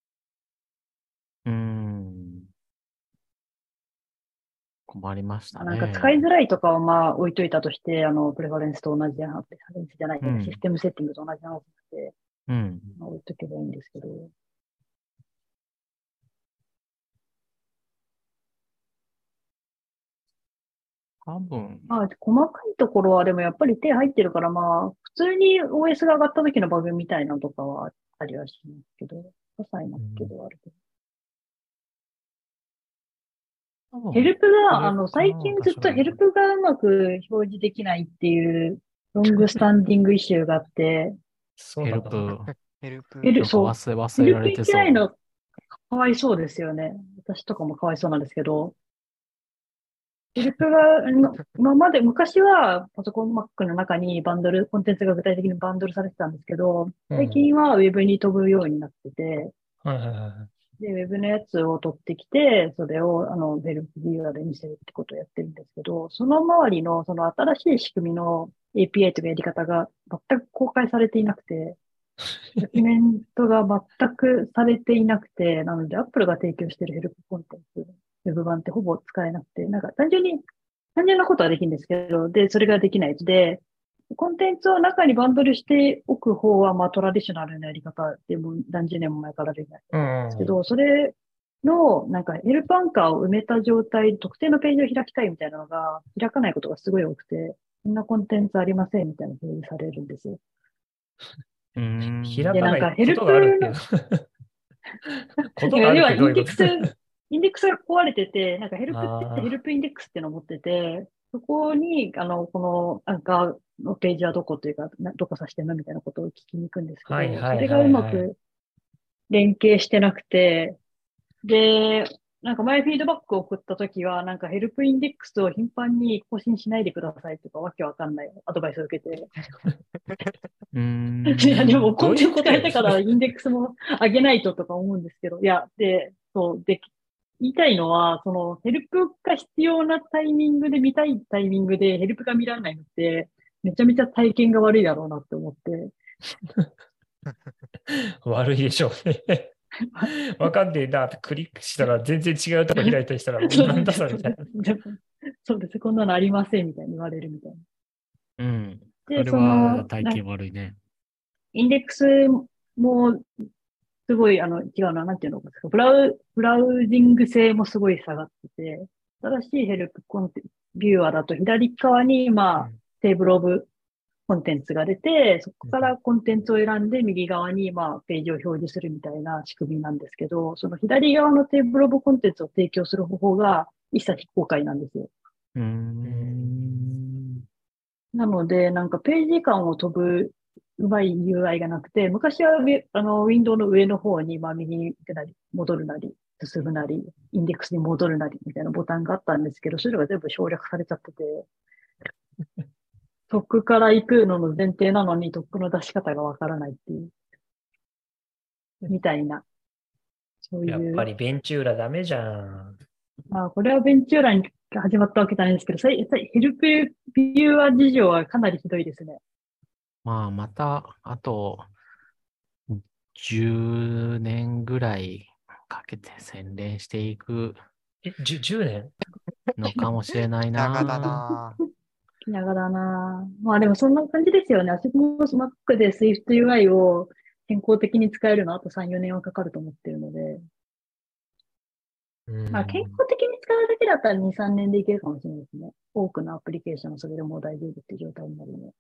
困りましたね。 なんか使いづらいとかはまあ置いといたとして、プレファレンスと同じプレファレンスじゃないけど、システムセッティングと同じなので、置いとけばいいんですけど。 多分。 まあ、細かいところはでもやっぱり手入ってるから、まあ、普通に OS が上がった時のバグみたいなのとかはあったりはしますけど、些細なけどあるけど。ヘルプが、最近ずっとヘルプがうまく表示できないっていうロングスタンディングイシューがあって、 ヘルプ。 そう。 忘れられてそう。 ヘルプいけないのかわいそうですよね。私とかもかわいそうなんですけど、ヘルプが、今まで、昔はパソコン Mac の中にコンテンツが具体的にバンドルされてたんですけど、最近は Web に飛ぶようになってて、で、Web のやつを取ってきて、それをヘルプビューアーで見せるってことをやってるんですけど、その周りのその新しい仕組みの API とかやり方が全く公開されていなくて、ドキュメントが全くされていなくて、なので Apple が提供しているヘルプコンテンツ、Web 版ってほぼ使えなくて、なんか単純なことはできるんですけど、で、それができないで、コンテンツを中にバンドルしておく方は、まあトラディショナルなやり方でも何十年も前からできないんですけど、それの、なんかヘルプアンカーを埋めた状態、特定のページを開きたいみたいなのが、開かないことがすごい多くて、そんなコンテンツありませんみたいな表示されるんですよ。 開かないことがあるけど。 ことがあるけど。インデックスが壊れてて、なんかヘルプってヘルプインデックスってのを持ってて、そこに、このアンカーのページはどこというか、どこ指してんのみたいなことを聞きに行くんですけど、それがうまく連携してなくて、で、なんか前フィードバックを送ったときは、なんかヘルプインデックスを頻繁に更新しないでくださいとかわけわかんないアドバイスを受けて。いや、でも根底答えたからインデックスも上げないととか思うんですけど、いや、言いたいのは、そのヘルプが必要なタイミングで見たいタイミングでヘルプが見られないのって、めちゃめちゃ体験が悪いだろうなって思って。 悪いでしょうね。わかんねえなってクリックしたら全然違うとこ開いたりしたら、なんだそれみたいな。 そうです。こんなのありませんみたいに言われるみたいな。で、その体験悪いね。 インデックスもすごい、違うな、なんていうのか、ブラウジング性もすごい下がってて、新しいヘルプビューアーだと左側に、まあ、テーブルオブコンテンツが出て、そこからコンテンツを選んで右側にページを表示するみたいな仕組みなんですけど、その左側のテーブルオブコンテンツを提供する方法が一切非公開なんですよ。なので、なんかページ間を飛ぶうまい UI がなくて、昔はウィンドウの上の方に右に行くなり、戻るなり、進むなり、インデックスに戻るなりみたいなボタンがあったんですけど、そういうのが全部省略されちゃってて、トックから行くのの前提なのに、トックの出し方がわからないっていう、みたいな。そういう。 やっぱりベンチューラダメじゃん。 これはベンチューラに始まったわけじゃないんですけど、ヘルプビューアー事情はかなりひどいですね。 また、あと、10年ぐらいかけて洗練していく 10年のかもしれないな。 長だな。 長だな。でもそんな感じですよね。私も Mac で SwiftUI を健康的に使えるのあと3、4年はかかると思ってるので。健康的に使うだけだったら2、3年でいけるかもしれないですね。多くのアプリケーションはそれでもう大丈夫っていう状態になるので。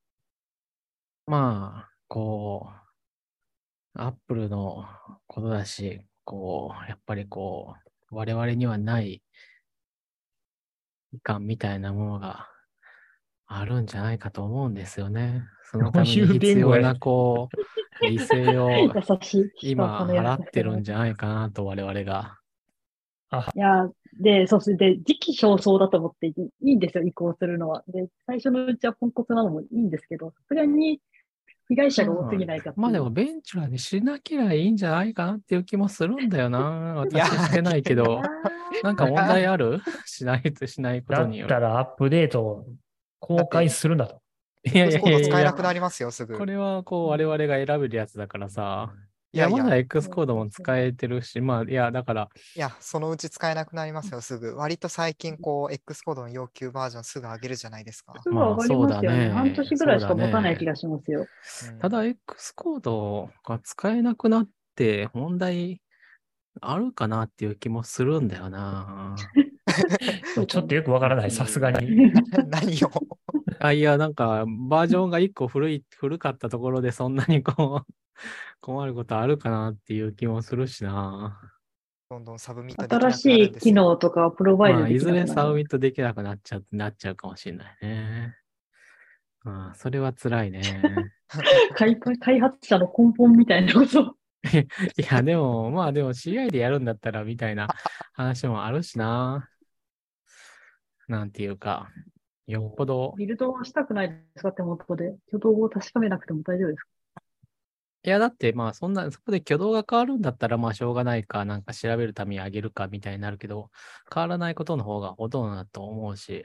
Apple のことだし、やっぱり我々にはない遺憾みたいなものがあるんじゃないかと思うんですよね。そのために必要な犠牲を今払ってるんじゃないかなと我々が。 いや、で、時期尚早だと思っていいんですよ、移行するのは。で、最初のうちはポンコツなのもいいんですけど、さすがに被害者が多すぎないかっていう。 でもベンチュラーにしなきゃいいんじゃないかなっていう気もするんだよな。私してないけど。なんか問題あるしないことによる。 だったらアップデートを公開するなと。 コード使えなくなりますよ、すぐ。 これは我々が選べるやつだからさ。まだ X コードも使えてるし、だから。 いや、そのうち使えなくなりますよ、すぐ。割と最近、X コードの要求バージョンすぐ上げるじゃないですか。 すぐ上がりますよね。半年ぐらいしか持たない気がしますよ。 ただ、X コードが使えなくなって問題あるかなっていう気もするんだよな。 ちょっとよくわからない、さすがに。 何をいや、なんか、バージョンが1個古かったところでそんなに困ることあるかなっていう気もするしな。 どんどんサブミットできなくなるん新しい機能とかプロバイドできなくなる。 いずれサブミットできなくなっちゃうかもしれないね。それは辛いね。 開発者の根本みたいなこと。 いや、でも CI でやるんだったらみたいな話もあるしな。なんていうか、よっぽど。 ビルドはしたくないですか手元で。挙動を確かめなくても大丈夫ですか？ いや、だって、そこで挙動が変わるんだったら、しょうがないか、なんか調べるためにあげるかみたいになるけど、変わらないことの方がほとんどだと思うし。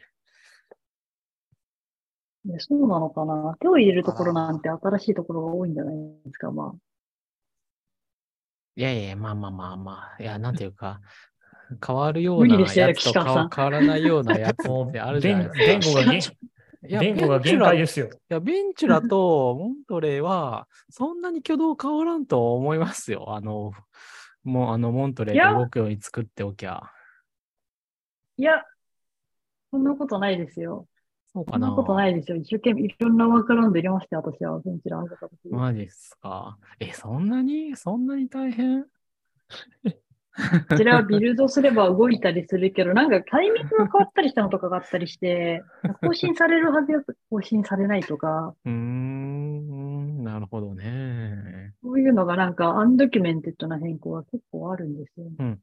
そうなのかな。手を入れるところなんて新しいところが多いんじゃないですか、 いや、いや、なんていうか、変わるようなやつと変わらないようなやつってあるじゃないですか。 弁護が限界ですよ。 いや、ベンチュラとモントレーは、そんなに挙動変わらんと思いますよ。モントレーで動くように作っておきゃ。 いや、そんなことないですよ。 そうかな。 そんなことないですよ。一生懸命いろんなワークアラウンド入れましたよ、私は。ベンチュラ上げた時。 マジっすか。そんなに大変こちらはビルドすれば動いたりするけど、なんかタイミングが変わったりしたのとかがあったりして、更新されるはずや更新されないとか。 なるほどね。 そういうのがなんかアンドキュメンテッドな変更が結構あるんですよね。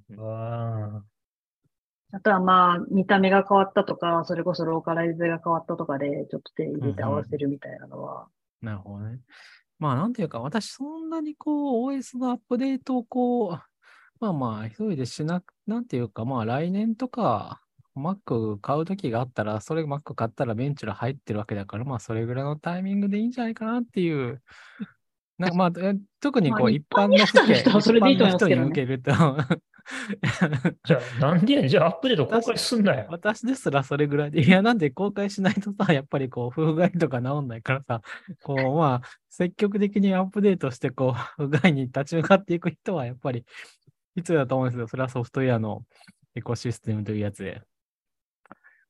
あとは見た目が変わったとか、それこそローカライズが変わったとかで、ちょっと手入れて合わせるみたいなのは。 なるほどね。なんていうか、私そんなにOS のアップデートを急いでなんていうか、来年とか、Mac 買うときがあったら、それ Mac 買ったらベンチュラ入ってるわけだから、それぐらいのタイミングでいいんじゃないかなっていう。特に一般の人に向けると。 じゃあ、なんでじゃあアップデート公開すんなよ。 私ですらそれぐらいで、いや、なんで公開しないとさ、やっぱり不具合とか治んないからさ、積極的にアップデートして、不具合に立ち向かっていく人は、やっぱり、必要だと思うんですよ。それはソフトウェアのエコシステムというやつで。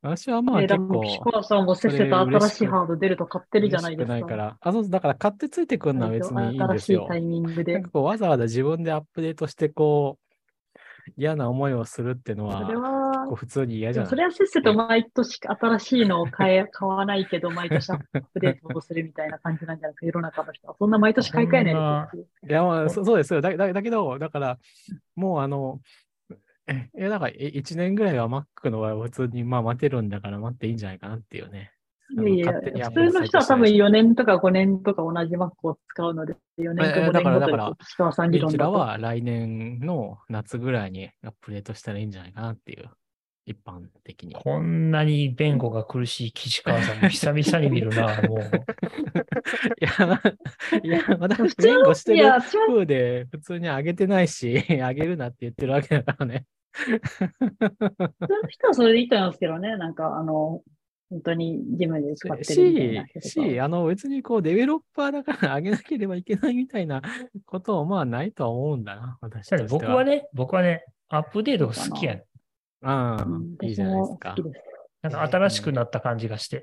私はまあで結も岸構、 川さんもせっせと新しいハード出ると買ってるじゃ嬉しくないですか。 ないから。あ、そう、だから買ってついてくるのは割と別にいいんで新すよ。 しいタイミングで。 なんかこう、わざわざ自分でアップデートして、こう、嫌な思いをするっていうのそれは、結構は、 普通に嫌じでもそゃない？ れはせっせと毎年新しいのを買わないけど、毎年アップデートをするみたいな感じなんじゃないですか、世の中の人は。そんな毎年買い替えないですよ。 いや、まあ、 こそうですよ。だけど、だから、もうだから、1年ぐらいは Mac のは普通に、まあ、待てるんだから待っていいんじゃないかなっていうね。 いやいや、 勝手にアップデートさ普通の人はれたりしないし。 多分4年とか5年とか同じ Mac を使うので、4年か5 だから、 年後とですよ、岸川さん理ベンチ論だと。 ラは来年の夏ぐらいにアップデートしたらいいんじゃないかなっていう、一般的に。 こんなに弁護が苦しい岸川さんも久々に見るな、もいや、いや、まだ普通弁護してるいや、私は風で普通に上げてないし、上げるなって言ってるわけだからね。 普通の人はそれでいいと思いますけどね。本当にジムで使ってるみたいな人とかは。 別にこう、デベロッパーだから上げなければいけないみたいなことを、まあ、ないとは思うんだな、私う。 としては。 僕はね、アップデートが好きやねん。 ああ、いいじゃないです私も好か。 きです。 なんか新しくなった感じがして。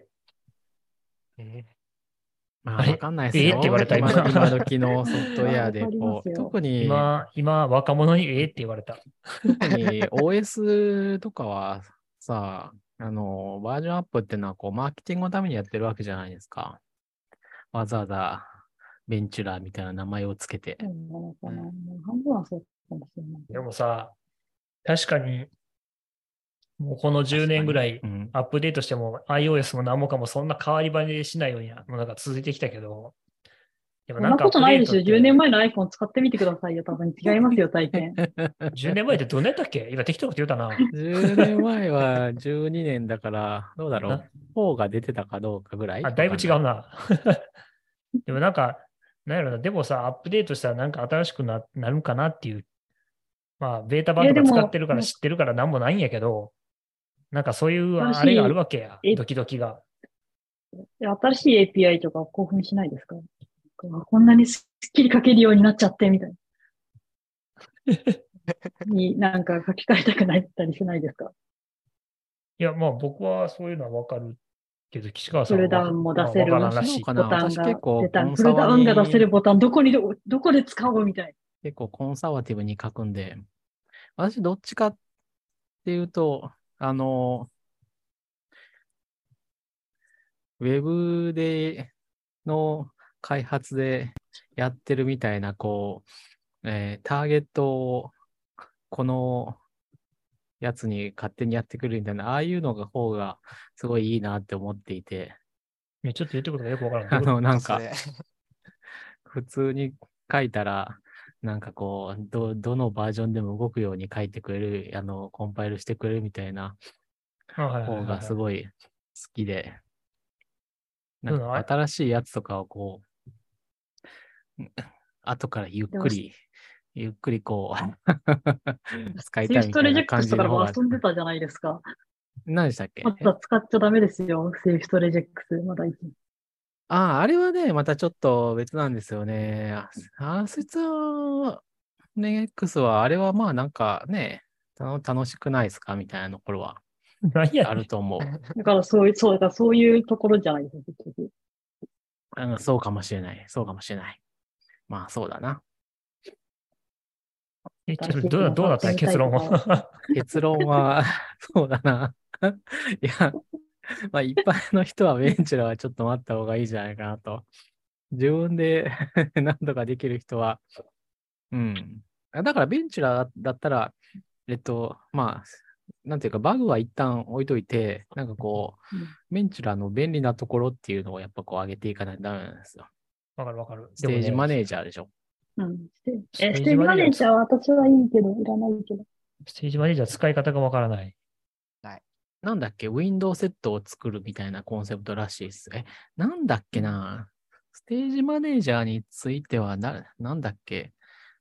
まあ、 あれわかんないですって言わよ。 れた、今。 今時のソフトウェアで、 わかりまこう、 すよ。 今、若者にって言われた。 特に OS とかはさ、バージョンアップっていうのは、こう、マーケティングのためにやってるわけじゃないですか。わざわざ、ベンチュラーみたいな名前をつけて。 もう半分はそうかもしれない。 でもさ、確かに、もうこの10年ぐらいうん。 アップデートしても iOS も何もかもそんな変わり映えしないようにもうなんか続いてきたけど、でもそんなこなんかアップとないですよ。 デートって 10年前の iPhone 使ってみてくださいよ。多分違いますよ、体験。 10年前ってどんなやったっけ今適当なこと言うたな。 10年前は12年だから、どうだろなう。4が出てたかどうかぐらいだいぶ違うわな。でもなんか、なんやろな、でもさ、アップデートしたらなんか新しくなるんかなっていう、まあ、ベータ版とか使ってるから知ってるからなんもないんやけど、なんかそういう新しあれがあるい、 わけや、 え、 ドキドキが。 新しい API とか興奮しないですか？こんなにスッキリ書けるようになっちゃって、みたいな。になんか書き換えたくなったりしないですか？ いや、まあ僕はそういうのはわかるけど、岸川さんはプルダウンも出せるわからんらしい。 ボそうかな。私タンが結構出た。 コンプルダサバに、 ウンが出せるボタン、どこで使おうみたい結構コンサバティブに書くんで、私どっちかっていうと、ウェブの開発でやってるみたいな、こう、ターゲットをこのやつに勝手にやってくるみたいな、ああいうのが方がすごいいいなって思っていて、 いやちょっと言ってることがよくわからん。どういうことなんか、 それ普通に書いたら、なんかこう、どのバージョンでも動くように書いてくれる、コンパイルしてくれるみたいな方がすごい好きで、なんか新しいやつとかをこう、後からゆっくりこう、使いな。セーたいみたいなフトレジェクトしたからもう感じの方が、 遊んでたじゃないですか。 何でしたっけ？ まだ使っちゃダメですよ。セーフトレジェクト。まだあれはね、またちょっと別なんですよね。そいつは、ね、X は、あれはまあなんかね、楽しくないですかみたいなところは何やあると思う。 だからそういうところじゃないですか、結局。 そうかもしれない。そうかもしれない。まあそうだな。 どうなった結論は。 結論は、そうだな。いや、まあ一般の人はベンチュラはちょっと待った方がいいんじゃないかなと。自分で何とかできる人は、うん。だからベンチュラだったら、まあ、なんていうか、バグは一旦置いといて、なんかこう、ベンチュラの便利なところっていうのをやっぱこう上げていかないとダメなんですよ。 わかるわかる。 ステージマネージャーでしょ。 ステージマネージャーは私はいいけど、いらないけど。 ステージマネージャー使い方がわからない。 なんだっけ、ウィンドウセットを作るみたいなコンセプトらしいです。なんだっけな、ステージマネージャーについてはなんだっけ、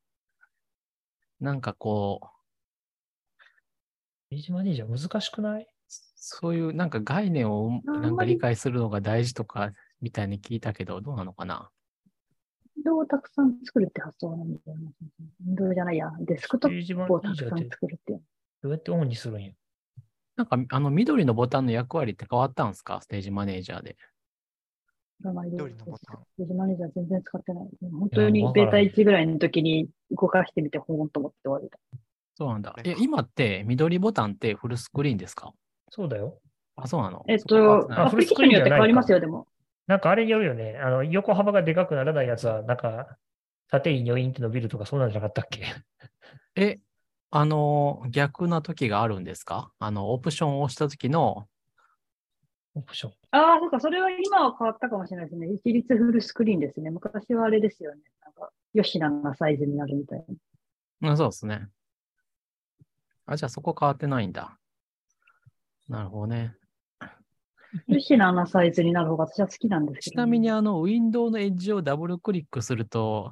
なんかこう、 ステージマネージャー難しくない？ そういうなんか概念をなんか理解するのが大事とかみたいに聞いたけど、どうなのかな。 ウィンドウをたくさん作るって発想なんだよね。ウィンドウじゃないや。デスクトップをたくさん作るっていう。 どうやってオンにするんや？ なんか、緑のボタンの役割って変わったんですか？ステージマネージャーで。 知らないです。 緑のボタン。 ステージマネージャー全然使ってない。本いや、 当にベータわからん。 1ぐらいの時に動かしてみて、ほーんと思って終わりだ。 そうなんだ。 これか今って緑ボタンってフルスクリーンですか？ そうだよ。 あ、そうなの？そこ変わってないあアプリ機種によって変わりますよ、でも。 なんかあれによるよね。横幅がでかくならないやつは、なんか、縦にニョインって伸びるとか、そうなんじゃなかったっけ？ え、逆な時があるんですか？オプションを押した時の、 オプション。 ああ、そうか、それは今は変わったかもしれないですね。一律フルスクリーンですね。昔はあれですよね。なんか、ヨシナなサイズになるみたいな。 そうですね。じゃあそこ変わってないんだ。なるほどね。 ヨシナなサイズになる方が私は好きなんですけど、 ちなみに、ウィンドウのエッジをダブルクリックすると、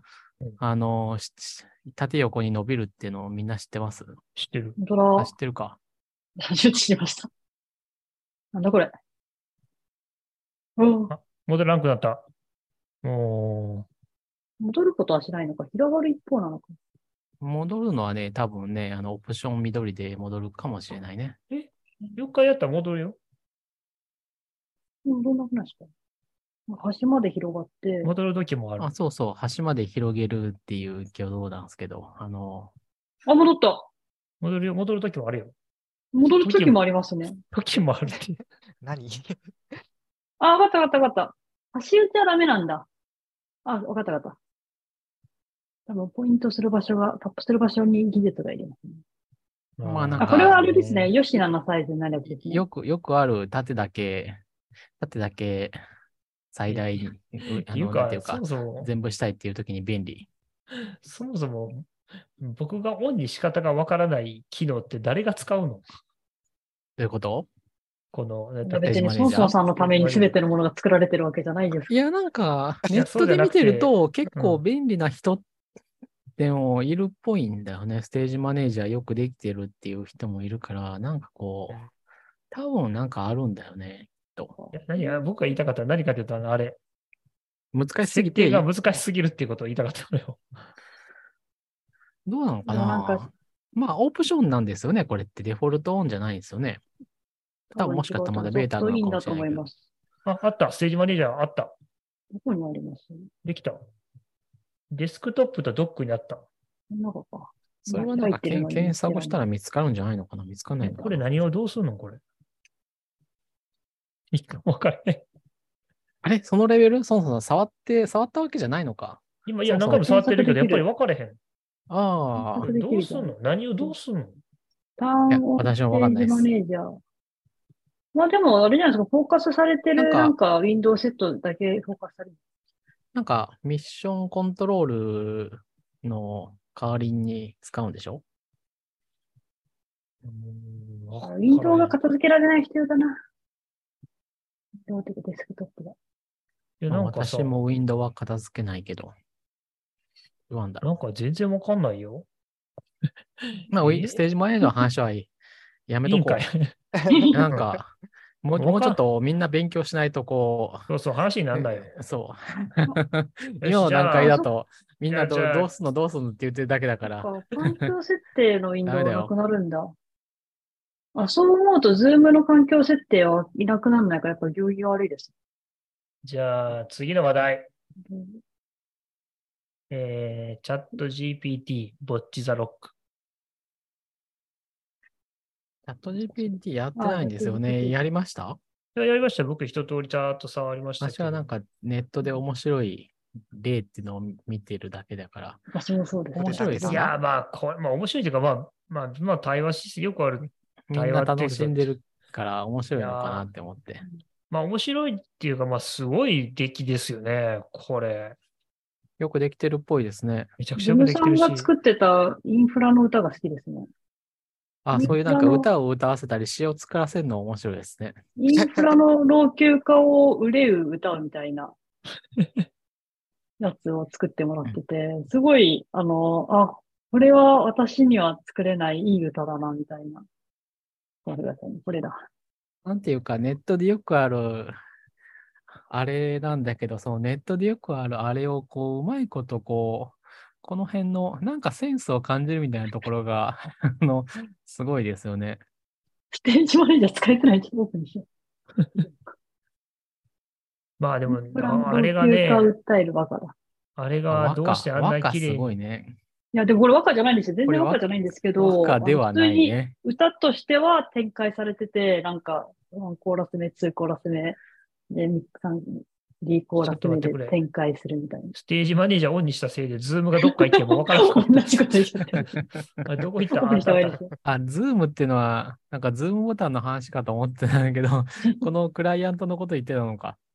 縦横に伸びるっていうのをみんな知ってます？ 知ってる。 本当だ。 知ってるか。 初めて知りました。なんだこれ。うん。 モデルランクだった。も戻ることはしないのか。広がる一方なのか。 戻るのはね、多分ね、オプション緑で戻るかもしれないね。 4回やったら戻るよ。 どんな話か。端まで広がって。 戻る時もある。 そうそう、端まで広げるっていう挙動なんですけど、 戻った。 戻るよ。戻る時もあるよ。 戻る時もありますね。 時もあるって。 何わかったわかったわかった。端打ちはダメなんだ。わかったわかった。多分、ポイントする場所が、タップする場所に技術がいりますね。 まあなんかこれはあれですね。ヨシナのサイズになるやつですね。 よくある縦だけ最大に、なんていうか、 そもそも、 全部したいっていう時に便利。 そもそも、僕がオンに仕方がわからない機能って誰が使うの？ どういうこと？ この、 別にソンソンさんのために全てのものが作られてるわけじゃないです。 いや、なんか、 いやネットで見てると、結構うん便利な人でもいるっぽいんだよね。ステージマネージャーよくできてるっていう人もいるから、なんかこう、多分なんかあるんだよね、と。 僕が言いたかったのは何かというと、あれ、 難しすぎ設定て、 が難しすぎるっていうことを言いたかったのよ。 どうなのかでもなんかな。まあ、オプションなんですよね。これってデフォルトオンじゃないんですよね。多分もしかしたらまだベータなのかもしれないけど。 あった。ステージマネージャーあった。 どこにあります？ できた。デスクトップとドックにあった。 中か。 それはなんか検索したら見つかるんじゃないのかな？見つかんないのかな？ これ何をどうするのこれ。わかんない。 あれそのレベルそもそも触ったわけじゃないのか。 今、いや、何回も触ってるけど、やっぱり分かれへん。 ああ。 どうすんの？何をどうすんの？ ターンオンステージマネージャー。まあでも、あれじゃないですか、フォーカスされてる、なんか、ウィンドウセットだけフォーカスされる。 なんか、ミッションコントロールの代わりに使うんでしょ？ ウィンドウが片付けられない必要だな。ウィンドウ的デスクトップが。 私もウィンドウは片付けないけど。どうなんだろう。 なんか全然わかんないよ。 まあ、ステージマネージャーの話はやめとこう。なんか、もうちょっとみんな勉強しないとこう。そう、話になんないよ。 そう。今の段階だと、みんなどうすんのって言ってるだけだから。 環境設定のウィンドウがなくなるんだ。そう思うと、ズームの環境設定はいなくならないから、やっぱ行儀悪いです。 じゃあ、次の話題。チャット GPT、ボッチザロック。 チャット GPT やってないんですよね。やりました？ やりました。僕一通りチャット触りましたけど。 私はなんかネットで面白い例っていうのを見てるだけだから。 私もそうです。 面白いですね。 いや、まあ、面白いというか、まあ、対話し、よくある。 みんな楽しんでるから面白いのかなって思って。 まあ、面白いっていうか、まあ、すごい出来ですよね、これ。 よくできてるっぽいですね。 めちゃくちゃよくできてるし。 さんが作ってたインフラの歌が好きですね。 そういうなんか歌を歌わせたり詩を作らせるの面白いですね。 インフラの老朽化を憂う歌みたいなやつを作ってもらってて、すごい、これは私には作れないいい歌だな、みたいな。これだ。 なんていうか、ネットでよくある、あれなんだけど、そのネットでよくあるあれをうまいことこの辺のなんかセンスを感じるみたいなところがすごいですよね。 ステージマネージャー使えてない中国にしよまあでも、 う。ブランあれがド級かね、 訴えるバカだ。 あれがどうしてあんな和歌す綺麗に、 ごいね。 いや、でもこれ若じゃないんですよ。全然これ若じゃないんですけ和ど、普歌では通にないね。 歌としては展開されてて、なんか、ワンコーラス目、ツーコーラス目、で、3、3コーちょっラス目でと待ってくれ。 展開するみたいな。 ステージマネージャーオンにしたせいで、ズームがどっか行ってもわからなかっ同じこと言っちゃってる。 た。あ、どこ行ったオフあったあった。 にした方がいいですよ。 あ、ズームっていうのは、なんかズームボタンの話かと思ってたんだけど、このクライアントのこと言ってたのか。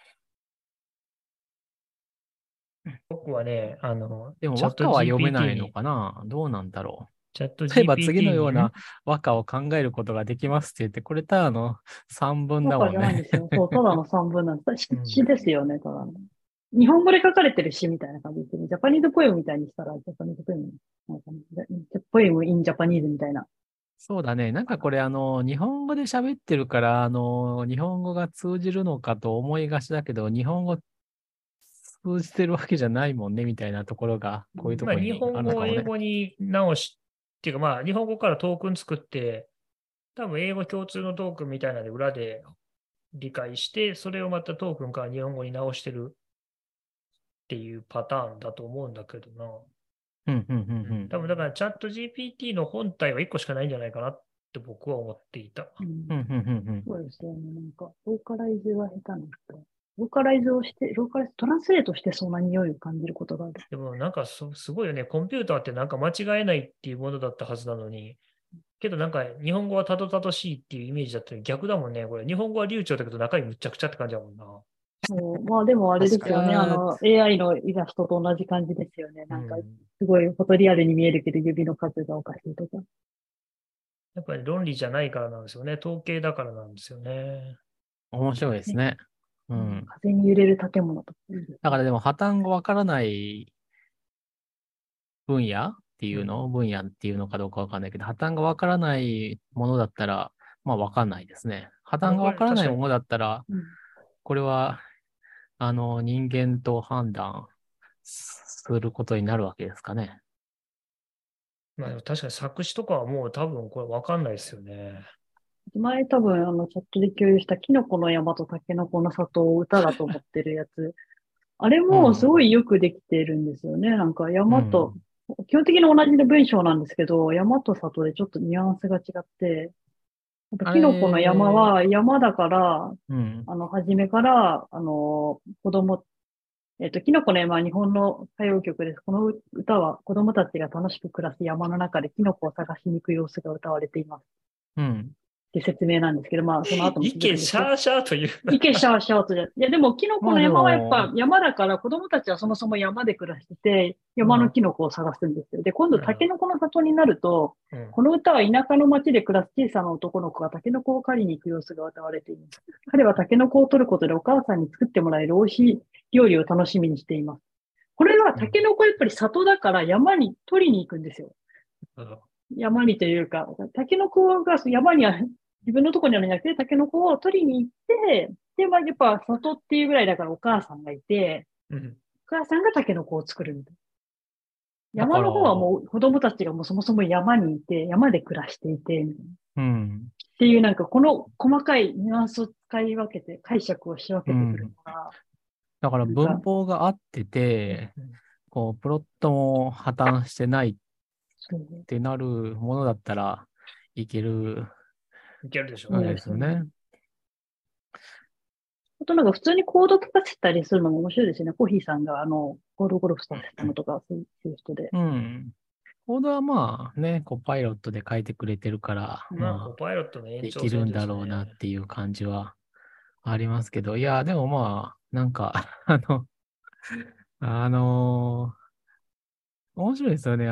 僕はね、 でもチャット和歌は読めない GPT のに、 かな。どうなんだろチャットう。例えば次の GPT に、 ような和歌を考えることができますって言って、これただの散文だバカじもんね。 ゃないんですよ。そう、ただの三文なんです。 うん詩ですよね、ただの。日本語で書かれてる詩みたいな感じですよね。ジャパニーズポエムみたいにしたら、ジャパニーズポエムなんかね、ポエムインジャパニーズみたいな。 そうだね。なんかこれ日本語で喋ってるから、日本語が通じるのかと思いがちだけど、日本語通じてるわけじゃないもんね、みたいなところが、こういうとまあ、 ころにあ日本語を英るのかもね。 語に直し、っていうかまあ、日本語からトークン作って、多分英語共通のトークンみたいなので裏で理解して、それをまたトークンから日本語に直してるっていうパターンだと思うんだけどな。 うん、うん、うん、うん。 多分だからチャット GPT の本体は1個しかないんじゃないかなって僕は思っていた。 うん。 うん、うん、うん、うん。 そうですよね。なんか、ローカライズは下手な人。ローカライズをして、ローカライズ、トランスレートしてそんな匂いを感じることがある。 でもなんかすごいよね。コンピューターってなんか間違えないっていうものだったはずなのに、けどなんか日本語はたどたどしいっていうイメージだったのに逆だもんね。これ日本語は流暢だけど中身むっちゃくちゃって感じだもんな。 そうまあでもあれで確かに。 すよね。 いやー、 AI のイラストと同じ感じですよね。なんか、 うん。 すごいフォトリアルに見えるけど指の数がおかしいとか。 やっぱり論理じゃないからなんですよね。統計だからなんですよね。 面白いですね。 ね。うん。 風に揺れる建物とかいいですね。 だからでも破綻がわからない分野っていううんの分野っていうのかどうかわかんないけど、破綻がわからないものだったら、まあわかんないですね。破綻がこわれ確かに、 からないものだったら、 うん。 これは、人間と判断することになるわけですかね。 まあ、確かに作詞とかはもう多分これわかんないですよね。 前多分チャットで共有したキノコの山とタケノコの里を歌だと思ってるやつ。あれもすごいよくできてるんですよね。なんか山と、基本的に同じ文章なんですけど、山と里でちょっとニュアンスが違って、なんかあキノコの山れ、 は山だから、 うん、 初めから、子供、キノコの山は日本の歌謡曲です。この歌は子供たちが楽しく暮らす山の中でキノコを探しに行く様子が歌われています。 うん。 って説明なんですけど、まあ、その後も意続くんですけど、 見シャーシャーというな。 いけしゃーしゃーとじゃ、いやでも、キノコまあでの山はやっぱも、 山だから子供たちはそもそも山で暮らしてて、 うん。 山のキノコを探すんですよ。で、今度タケうん。 ノコの里になると、 うん。 この歌は田舎の町で暮らす小さな男の子がタケノコを狩りに行く様子が歌われています。彼はタケノコを取ることでお母さんに作ってもらえる美味しい料理を楽しみにしています。これはタケノコやっぱり里だから山に取りに行くんですよ。山にというか、タケノコが山には自分のところにあるんじゃなくて、タケノコを取りに行って、で、まあ、やっぱ里っていうぐらいだからお母さんがいて、 うん。 お母さんがタケノコを作るみたいな。 だから、 山の方はもう子供たちがもうそもそも山にいて、山で暮らしていて、みたいな。っうん、 ていうなんかこの細かいニュアンスを使い分けて、解釈をし分うけてくるん。 のが、 だからなんか、 文法が合ってて、こう、プロットも破綻してないっそうね。 てなるものだったらいけるいけるでしょうわけそうね。 ですよね。 あとなんか普通にコード書かせたりするのも面白いですよね。コーヒーさんがコードゴルフさせたのとか、そういう人で。 うん。コードはまあね、こうパイロットで書いてくれてるから、 まあ、コまあ、 パイロットの延で長きるんだ線ですね。 ろうなっていう感じはありますけど、いや、でもまあ、なんかあの面白いですよね。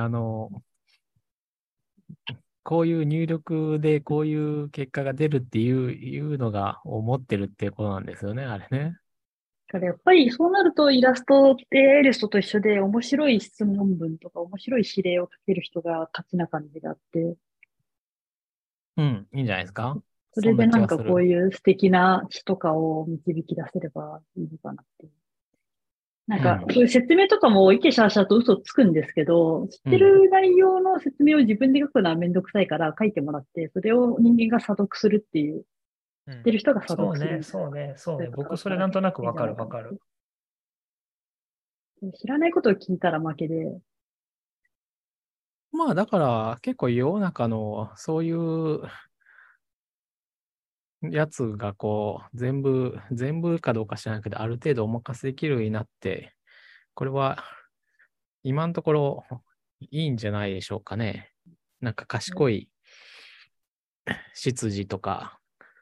こういう入力でこういう結果が出るっていうのが思ってるっていうことなんですよね、あれね。 だからやっぱりそうなるとイラストってイラストと一緒で面白い質問文とか面白い指令を書ける人が勝ちな感じがあって、 うん、いいんじゃないですか。 それそんなでなんか気がする。 こういう素敵な詩とかを導き出せればいいのかなっていう。 なんか、そういう説明とかも、イケシャーシャーと嘘つくんですけど、知ってる内容の説明を自分で書くのはめんどくさいから書いてもらって、それを人間が査読するっていう、知ってる人が査読するみたいな。 そうね。僕それなんとなくわかる。 知らないことを聞いたら負けで。 まあ、だから結構世の中のそういうやつがこう、全部かどうか知らないけど、ある程度お任せできるようになって、これは今のところいいんじゃないでしょうかね。なんか賢い執事とか、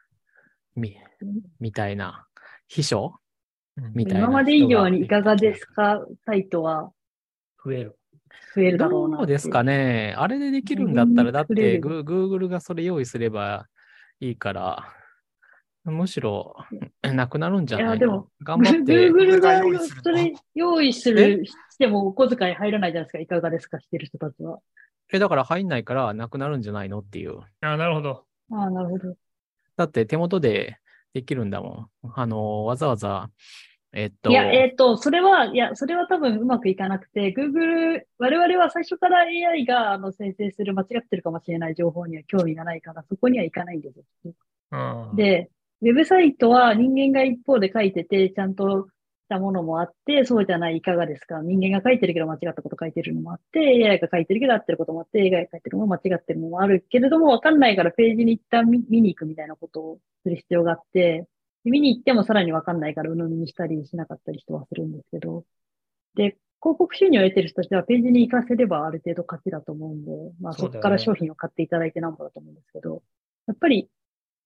みたいな、秘書みたいな。 今まで以上にいかがですかサイトは増えるだろうな。 どうですかね。あれでできるんだったら、だって Google がそれ用意すればいいから、むしろなくなるんじゃないの？ いや、でも、 頑張って。 Google がそれ用意してもお小遣い入らないじゃないですか。いかがですかしてる人たちは。 だから入んないからなくなるんじゃないのっていう。 なるほど。 なるほど。 だって手元でできるんだもん。わざわざ、 いや、それは多分うまくいかなくて、我々は最初から AI が生成する間違ってるかもしれない情報には興味がないから、そこにはいかないんですよ。で、ウェブサイトは人間が一方で書いてて、ちゃんとしたものもあって、そうじゃないいかがですか？人間が書いてるけど間違ったこと書いてるのもあって、AI が書いてるけど合ってることもあって、AI が書いてるのも間違ってるのもあるけれども、わかんないからページに一旦見に行くみたいなことをする必要があって、見に行ってもさらにわかんないから鵜呑みにしたりしなかったり人はするんですけど、で、広告収入を得てる人たちはページに行かせればある程度勝ちだと思うんで、まあそこから商品を買っていただいてなんぼだと思うんですけど、やっぱり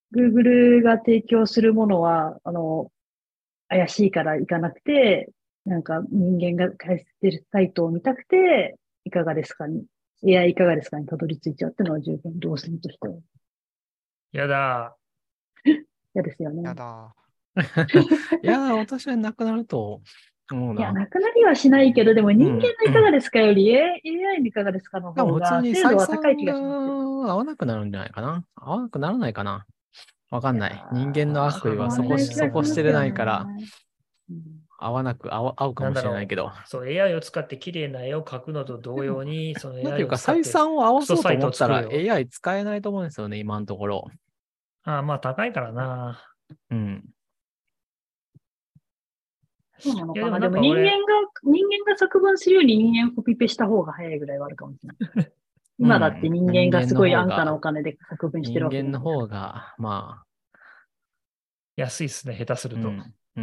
Google が提供するものは、怪しいから行かなくて、なんか人間が返してるサイトを見たくて、いかがですかに、AI いかがですかにたどり着いちゃうっていうのは十分動線としては。 やだ。 嫌ですよね。 やだ。 いや、私はなくなると思うな。 いや、なくなりはしないけど、でも人間のいかがですかより、AI のいかがですかの方が精度は高い気がします。 合わなくなるんじゃないかな。合わなくならないかな。わかんない。人間の悪意はそこしてれないから、合うかもしれないけど。 そう、AI を使って綺麗な絵を描くのと同様に、その AI を使って。 なんていうか、採算を合わそうと思ったら AI 使えないと思うんですよね、今のところ。 まあ、高いからな。 うん。 そうなのかな。でも人間が作文するより人間コピペした方が早いぐらいはあるかもしれない。今だって人間がすごい安価なお金で作文してるわけ人間の方が、まあ。 安いっすね、下手すると。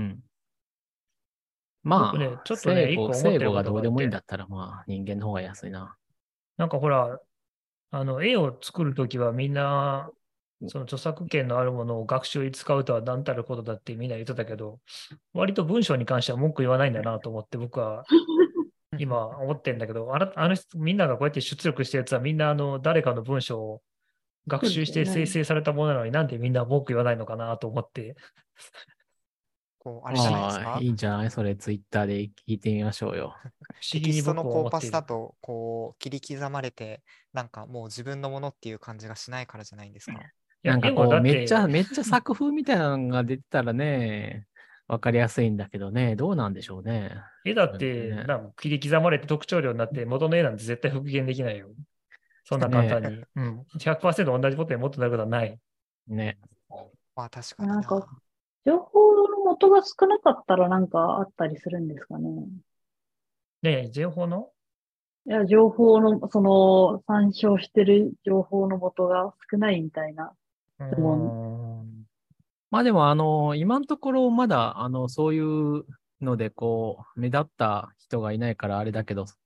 まあ、ちょっとね、正誤がどうでもいいんだったら、まあ、人間の方が安いな。 なんかほら、絵を作るときはみんな、その著作権のあるものを学習に使うとは何たることだってみんな言ってたけど、割と文章に関しては文句言わないんだなと思って僕は今思ってんだけど、みんながこうやって出力したやつはみんな誰かの文章を学習して生成されたものなのになんでみんな文句言わないのかなと思って。 あれじゃないですか。 いいんじゃない？それツイッターで聞いてみましょうよ。 テキストのコーパスだと切り刻まれて、なんかもう自分のものっていう感じがしないからじゃないんですか。 なんかめっちゃ作風みたいなのが出てたらね、わかりやすいんだけどね、どうなんでしょうね。 絵だって、切り刻まれて特徴量になって元の絵なんて絶対復元できないよ。そんな簡単に。100% 同じことにもっとなることはない。 ね。 まあ確かになんか、情報の元が少なかったらなんかあったりするんですかね。 ねえ、情報の？ いや、情報の、参照してる情報の元が少ないみたいな質問。 まあでも、今のところまだ、そういうので、目立った人がいないからあれだけど、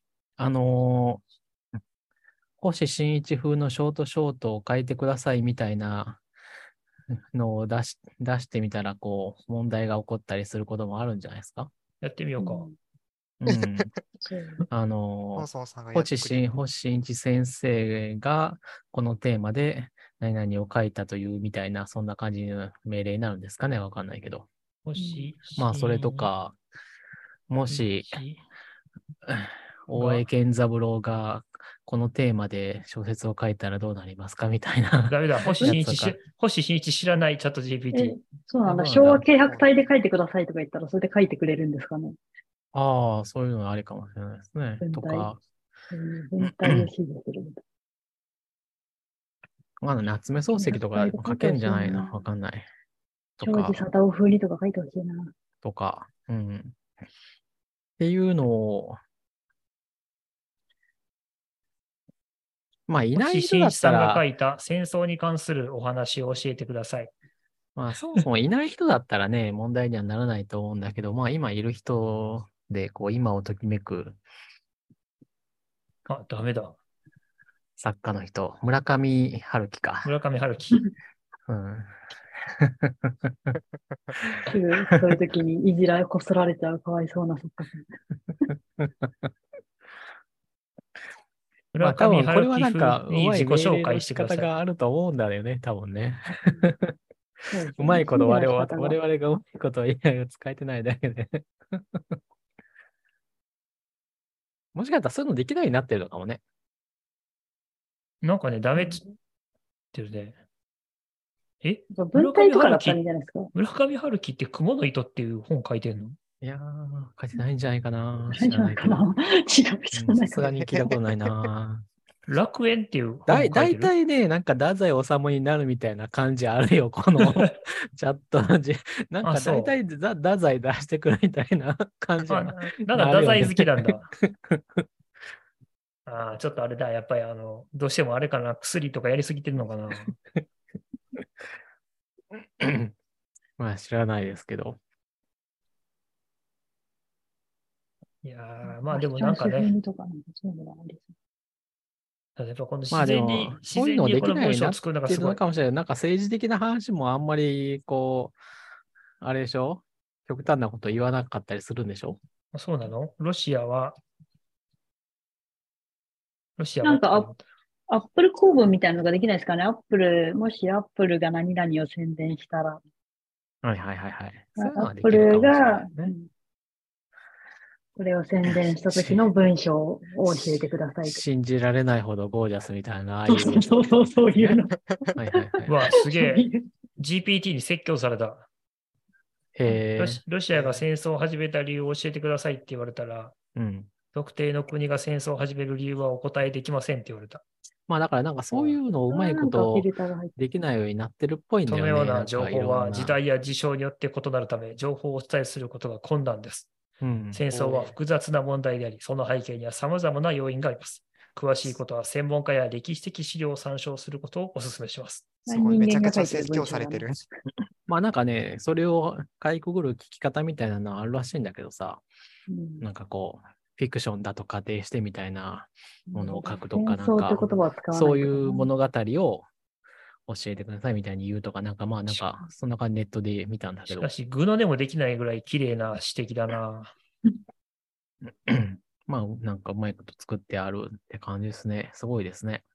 星新一風のショートを書いてくださいみたいなのを出してみたら、問題が起こったりすることもあるんじゃないですか？ やってみようか。 星新一先生がこのテーマで何々を書いたというみたいな、そんな感じの命令になるんですかね？わかんないけど。まあ、それとか、もし、大江健三郎がこのテーマで小説を書いたらどうなりますかみたいな。 ダメだ。星新一知らないチャット GPT。 そうなんだ。昭和軽薄体で書いてくださいとか言ったら、それで書いてくれるんですかね。 ああ、そういうのはありかもしれないですね。 文体、 とか、 文体を指示するみたいまだ夏目漱石とかイラストで書書けいてほしいんじゃないのな。 わかんない。と庄司か、 貞夫風にとか書いてほしいな。 うん。っていうのを、まあ、いない星人だっ新一さんが書たら、 いた戦争に関するお話を教えてください。 まあ、そもそもいない人だったらね、問題にはならないと思うんだけど、まあ、今いる人で、こう、今をときめくあ、ダメだ。 作家の人、村上春樹か。 村上春樹。 うん。 すぐそういう時にいじらこすられちゃうかわいそうな作家さん。 まあ、 村多分これは上春樹なんか、 風にうまい自己紹命令の介してください。 仕方があると思うんだよね、多分ね。 そうですよね。 うまいこと指示の仕方が。 我々がうまいこと AI を使えてないだけでもしかしたらそういうのできないようになってるのかもね。 なんかね、ダメっつってるね。え文体とかだったらいいんじゃないですか。 村上春樹って蜘蛛の糸っていう本書いてんの？ いやー、書いてないんじゃないかな。知大丈らないけど。 夫かな。違う人さないかな。 すがに聞いたことないな。 楽園っていう本も書いだいてる。 たいね、なんか太宰治になるみたいな感じあるよ、このチャットのなんあ、 か大そう。 体太宰出してくるみたいな感じあ、 がなんか太宰あるよね。 好きなんだ。あ、ちょっとあれだ。やっぱりどうしてもあれかな。薬とかやりすぎてるのかな。 まあ知らないですけど。 いやー、まあファッでもションス風なんかね、 にとかなんかそういうのがありそ例えばこのまあでも、 自そういうので然にこのきないようになっ文章を作るのがてすごい。 るのかもしれない。なんか政治的な話もあんまり、こう、あれでしょ極端なこと言わなかったりするんでしょそうなの？ロシアはう。なんかとか言うアップル公文みたいなのができないですかね。アップル、もしアップルが何々を宣伝したら、 はいはいはいはい。そういうアッのはでプルきるかもしれなが、 いね。 これを宣伝した時の文章を教えてくださいと。 信じられないほどゴージャスみたいな、ああそういうそうそう、そういうね。 の。 はいはいはいはい。 うわ、すげえ。 そういう。 GPT に説教された。 へロシアが戦争を始めた理由を教えてくださいって言われたら、 うん。 特定の国が戦争を始める理由はお答えできませんって言われた。 まあだからなんかそういうのをうまいなんかフィことルターが入ってできないようになってるっぽいんそだよね。なのようなんかい情報は時ろんな。 代や事象によって異なるため、情報をお伝えすることが困難です。 うん。 戦争は複雑な問題であり、その背景には様々な要因があります。詳しいことは専門家や歴史的資料を参照することをお勧めします。 すごい、めちゃ人間が書いてくちゃ説教る文章だな。 されてる。 まあなんかね、それをかいくぐる聞き方みたいなのはあるらしいんだけどさ、 うんなんかこう、フィクションだと仮定してみたいなものを書くと戦か、なん争ってか、 言葉を使わそういないとかな。 う物語を教えてくださいみたいに言うとか、なんかまあなんか、そんな感じネットで見たんだけど。 しかし、具の根もできないぐらい綺麗な指摘だな。 まあなんかうまいこと作ってあるって感じですね。すごいですね。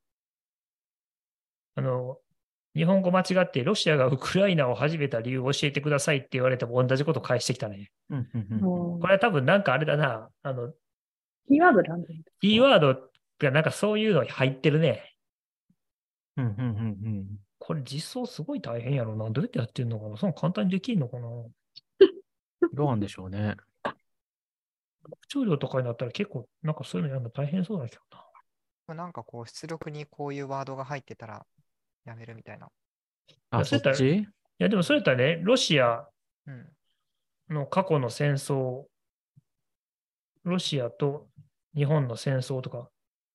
日本語間違ってロシアがウクライナを始めた理由を教えてくださいって言われても同じこと返してきたね。 うんうんうんこれは多分なんかあれだな。 キーワードなんだよ。 キーワードがなんかそういうのに入ってるね。 うんうんうんうんこれ実装すごい大変やろな。どうやってやってんのかな。その簡単にできんのかな。 どうなんでしょうね。 拡張量とかになったら結構なんかそういうのやるの大変そうだけどな。 なんかこう、出力にこういうワードが入ってたらやめるみたいな。 あ、 そやったら、いそうっちやでもそれやったらね、ロシアうん。 の過去の戦争、ロシアと日本の戦争とか、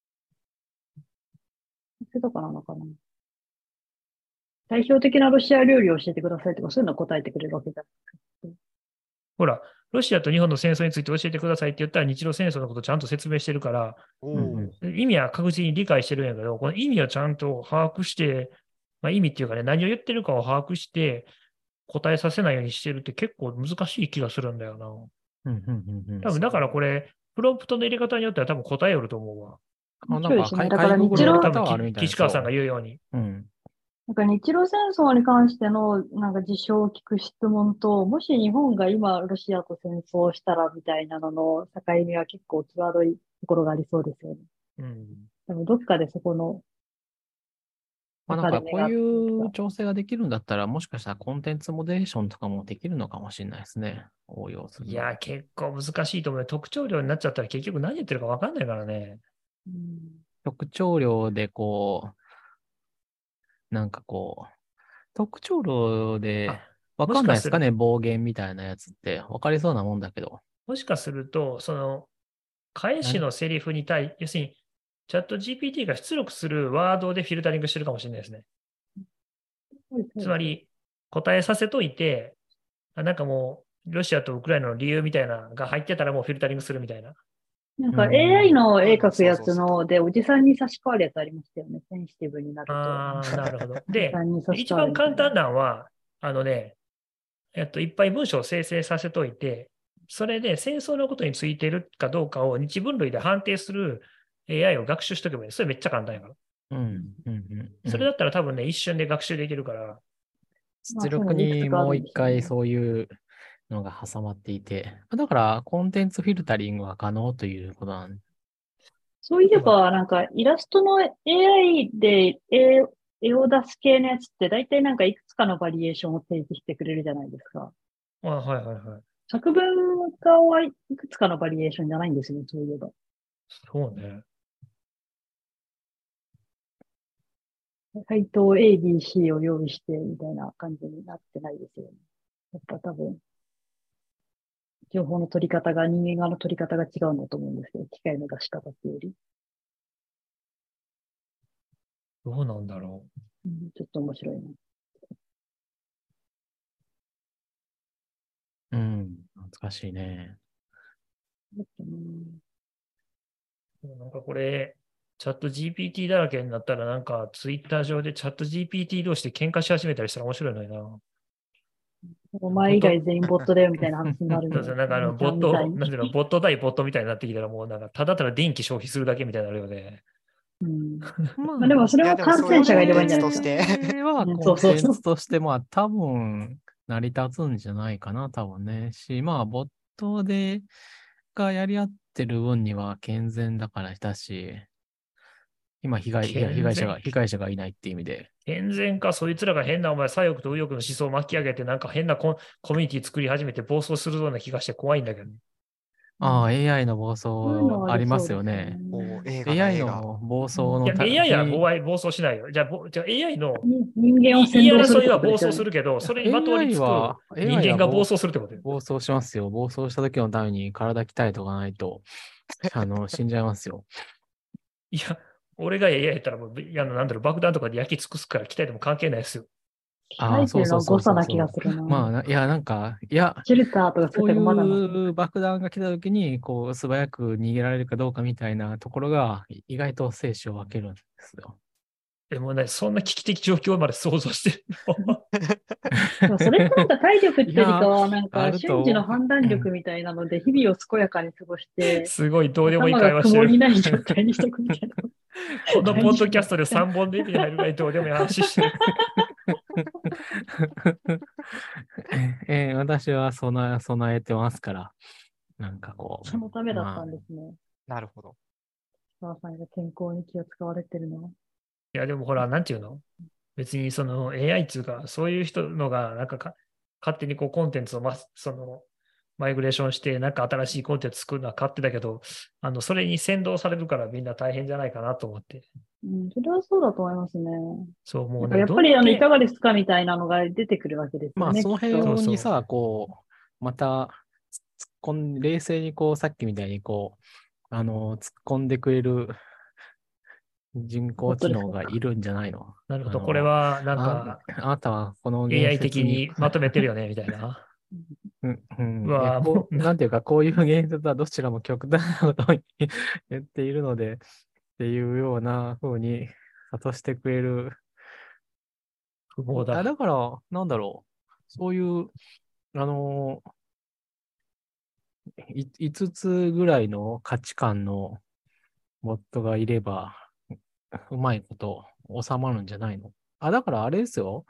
それとかなのかな。代表的なロシア料理を教えてくださいとか、そういうのを答えてくれるわけじゃない。 ほら、ロシアと日本の戦争について教えてくださいって言ったら日露戦争のことちゃんと説明してるから、 おうんお。 意味は確実に理解してるんやけど、この意味をちゃんと把握して、まあ、意味っていうかね、何を言ってるかを把握して答えさせないようにしてるって結構難しい気がするんだよな。 うんうんうんうん。 多分だからこれ、プロンプトの入れ方によっては多分答えよると思うわ。 あ、なんか、 そうですね。だから外国日露、 の方はあるみたいですよ。 岸川さんが言うように。 うん。 なんか日露戦争に関してのなんか事象を聞く質問と、もし日本が今ロシアと戦争したらみたいなのの境目は結構際どいところがありそうですよね。 うん。 でもどっかでそこのまあなんかこういう調整ができるんだったら、もしかしたらコンテンツモデレーションとかもできるのかもしれないですね。応用するの。 いや、結構難しいと思う。特徴量になっちゃったら結局何言ってるか分かんないからね。 特徴量でなんか特徴量でわかんないですかね、暴言みたいなやつって。わかりそうなもんだけど。 もしかすると、返しのセリフに要するに、チャット GPT が出力するワードでフィルタリングしてるかもしれないですね。つまり、答えさせといて、なんかもう、ロシアとウクライナの理由みたいなのが入ってたらもうフィルタリングするみたいな。 なんか AI の絵描くやつので、おじさんに差し替わるやつありましたよね。センシティブになると。 ああ、なるほど。で、一一番簡単なのは、いっぱい文章を生成させといて、それで戦争のことについているかどうかを日分類で判定する AI を学習しとけばいい。それめっちゃ簡単やから。それだったら多分ね、一瞬で学習できるから。 出力にもう一回そういうのが挟まっていて、だからコンテンツフィルタリングは可能ということなんで。 そういえば、なんかイラストの AI で絵を出す系のやつって大体なんかいくつかのバリエーションを提示してくれるじゃないですか。 はいはいはい。 作文化はいくつかのバリエーションじゃないんですよ、そういえば。 そうね。 回答 A、B、C を用意してみたいな感じになってないですよね。やっぱ多分、情報の取り方が、人間側の取り方が違うんだと思うんですけど、機械の出し方っていうより。 どうなんだろう。ちょっと面白いな。 懐かしいね。 なんかこれ、チャット GPT だらけになったら、なんかツイッター上でチャット GPT 同士で喧嘩し始めたりしたら面白いのにな。 お前以外全員ボットだよみたいな話になるんですなんかボット対ボットみたいになってきたら、もうなんかただただ電気消費するだけみたいになるよね。 まあでもそれは感染者がいればいいんじゃないですか。 それはコンテンツとして、まあ多分成り立つんじゃないかな、多分ね。まあボットがやり合ってる分には健全だからだし、今被害者がいないっていう意味で。 健全か、そいつらが変なお前、左翼と右翼の思想を巻き上げて、なんか変なコミュニティ作り始めて暴走するような気がして怖いんだけどね。 AI の暴走ありますよね。AI の暴走の。 いや、AI は暴走しないよ。じゃあ AI の人間を言い争いは暴走するけど、それにまとわりつく人間が暴走するってことよ。 暴走しますよ。暴走した時のために体鍛えとかないと、死んじゃいますよ。 いや、俺が AI やったらもう、なんだろう、爆弾とかで焼き尽くすから鍛えても関係ないですよ。 そうそう誤差な気がするな。 まあ、いや、 シェルターとかそういう爆弾が来た時に、素早く逃げられるかどうかみたいなところが、意外と生死を分けるんですよ。 でもね、そんな危機的状況まで想像してるのそれってなんか体力っていうよりかは、なんか瞬時の判断力みたいなので、日々を健やかに過ごして、 すごいどうでもいい会話してる。 頭が曇りない状態にしとくみたいな。 このポッドキャストで3本で意味に入るぐらいどうでもいい話してる。 私は備えてますから、なんかそのためだったんですね。 なるほど。 川さんが健康に気を使われてるのは。 いや、でもほら、なんていうの別にその AI っていうか、そういう人のが、なんか勝手にコンテンツをマイグレーションして、なんか新しいコンテンツ作るのは勝手だけど、それに先導されるからみんな大変じゃないかなと思って。 それはそうだと思いますね。 そう、もうね。 やっぱりいかがですかみたいなのが出てくるわけですよね。 まあ、その辺にさ、また、冷静にさっきみたいに突っ込んでくれる人工知能がいるんじゃないの？ なるほど。これは、なんか、 あなたはこの AI 的にまとめてるよね、みたいな。 なんていうか、こういう言説はどちらも極端なことを言っているので、っていうような風に諭してくれる。だから、なんだろう。そういう、5つぐらいの価値観のボットがいれば、うまいこと収まるんじゃないの？だからあれですよ。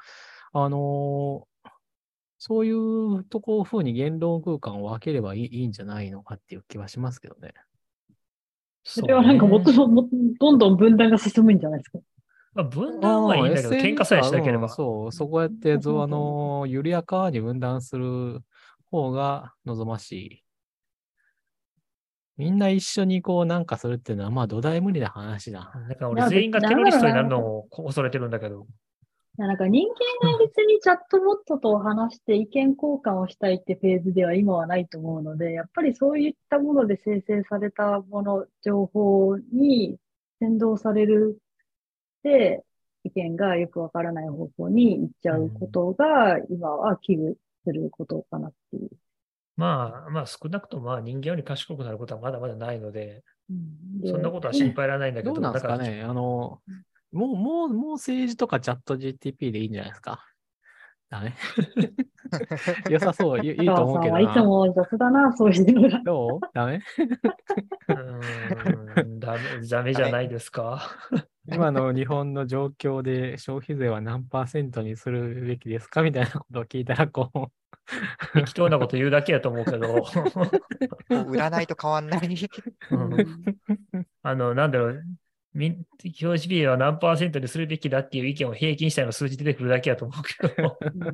そういう風に言論空間を分ければいいんじゃないのかっていう気はしますけどね。 それはなんかどんどん分断が進むんじゃないですか。 まあ、分断はいいんだけど、喧嘩さえしなければ。 そう、そこやって緩やかに分断する方が望ましい。みんな一緒になんかするっていうのは、まあ土台無理な話だ。 だから俺全員がテロリストになるのを恐れてるんだけど。 なんか人間が別にチャットボットと話して意見交換をしたいってフェーズでは今はないと思うので、やっぱりそういったもので生成されたもの、情報に先導されるで、意見がよくわからない方向に行っちゃうことが、今は危惧することかなっていう。 まあ少なくともまあ人間より賢くなることはまだまだないので、そんなことはで心配いらないんだけど、 どうなんですかね。もう政治とかチャット GTP でいいんじゃないですか。ダメ良さそう、いいと思うけどな。 さんはいつも雑だな、そういうのが。 どうダメダメじゃないですか。 今の日本の状況で消費税は何%にするべきですかみたいなことを聞いたら、 適当なこと言うだけやと思うけど。 もう占いと変わんない。 なんだろう、表示日は何%にするべきだっていう意見を平均したの数字出てくるだけやと思うけど。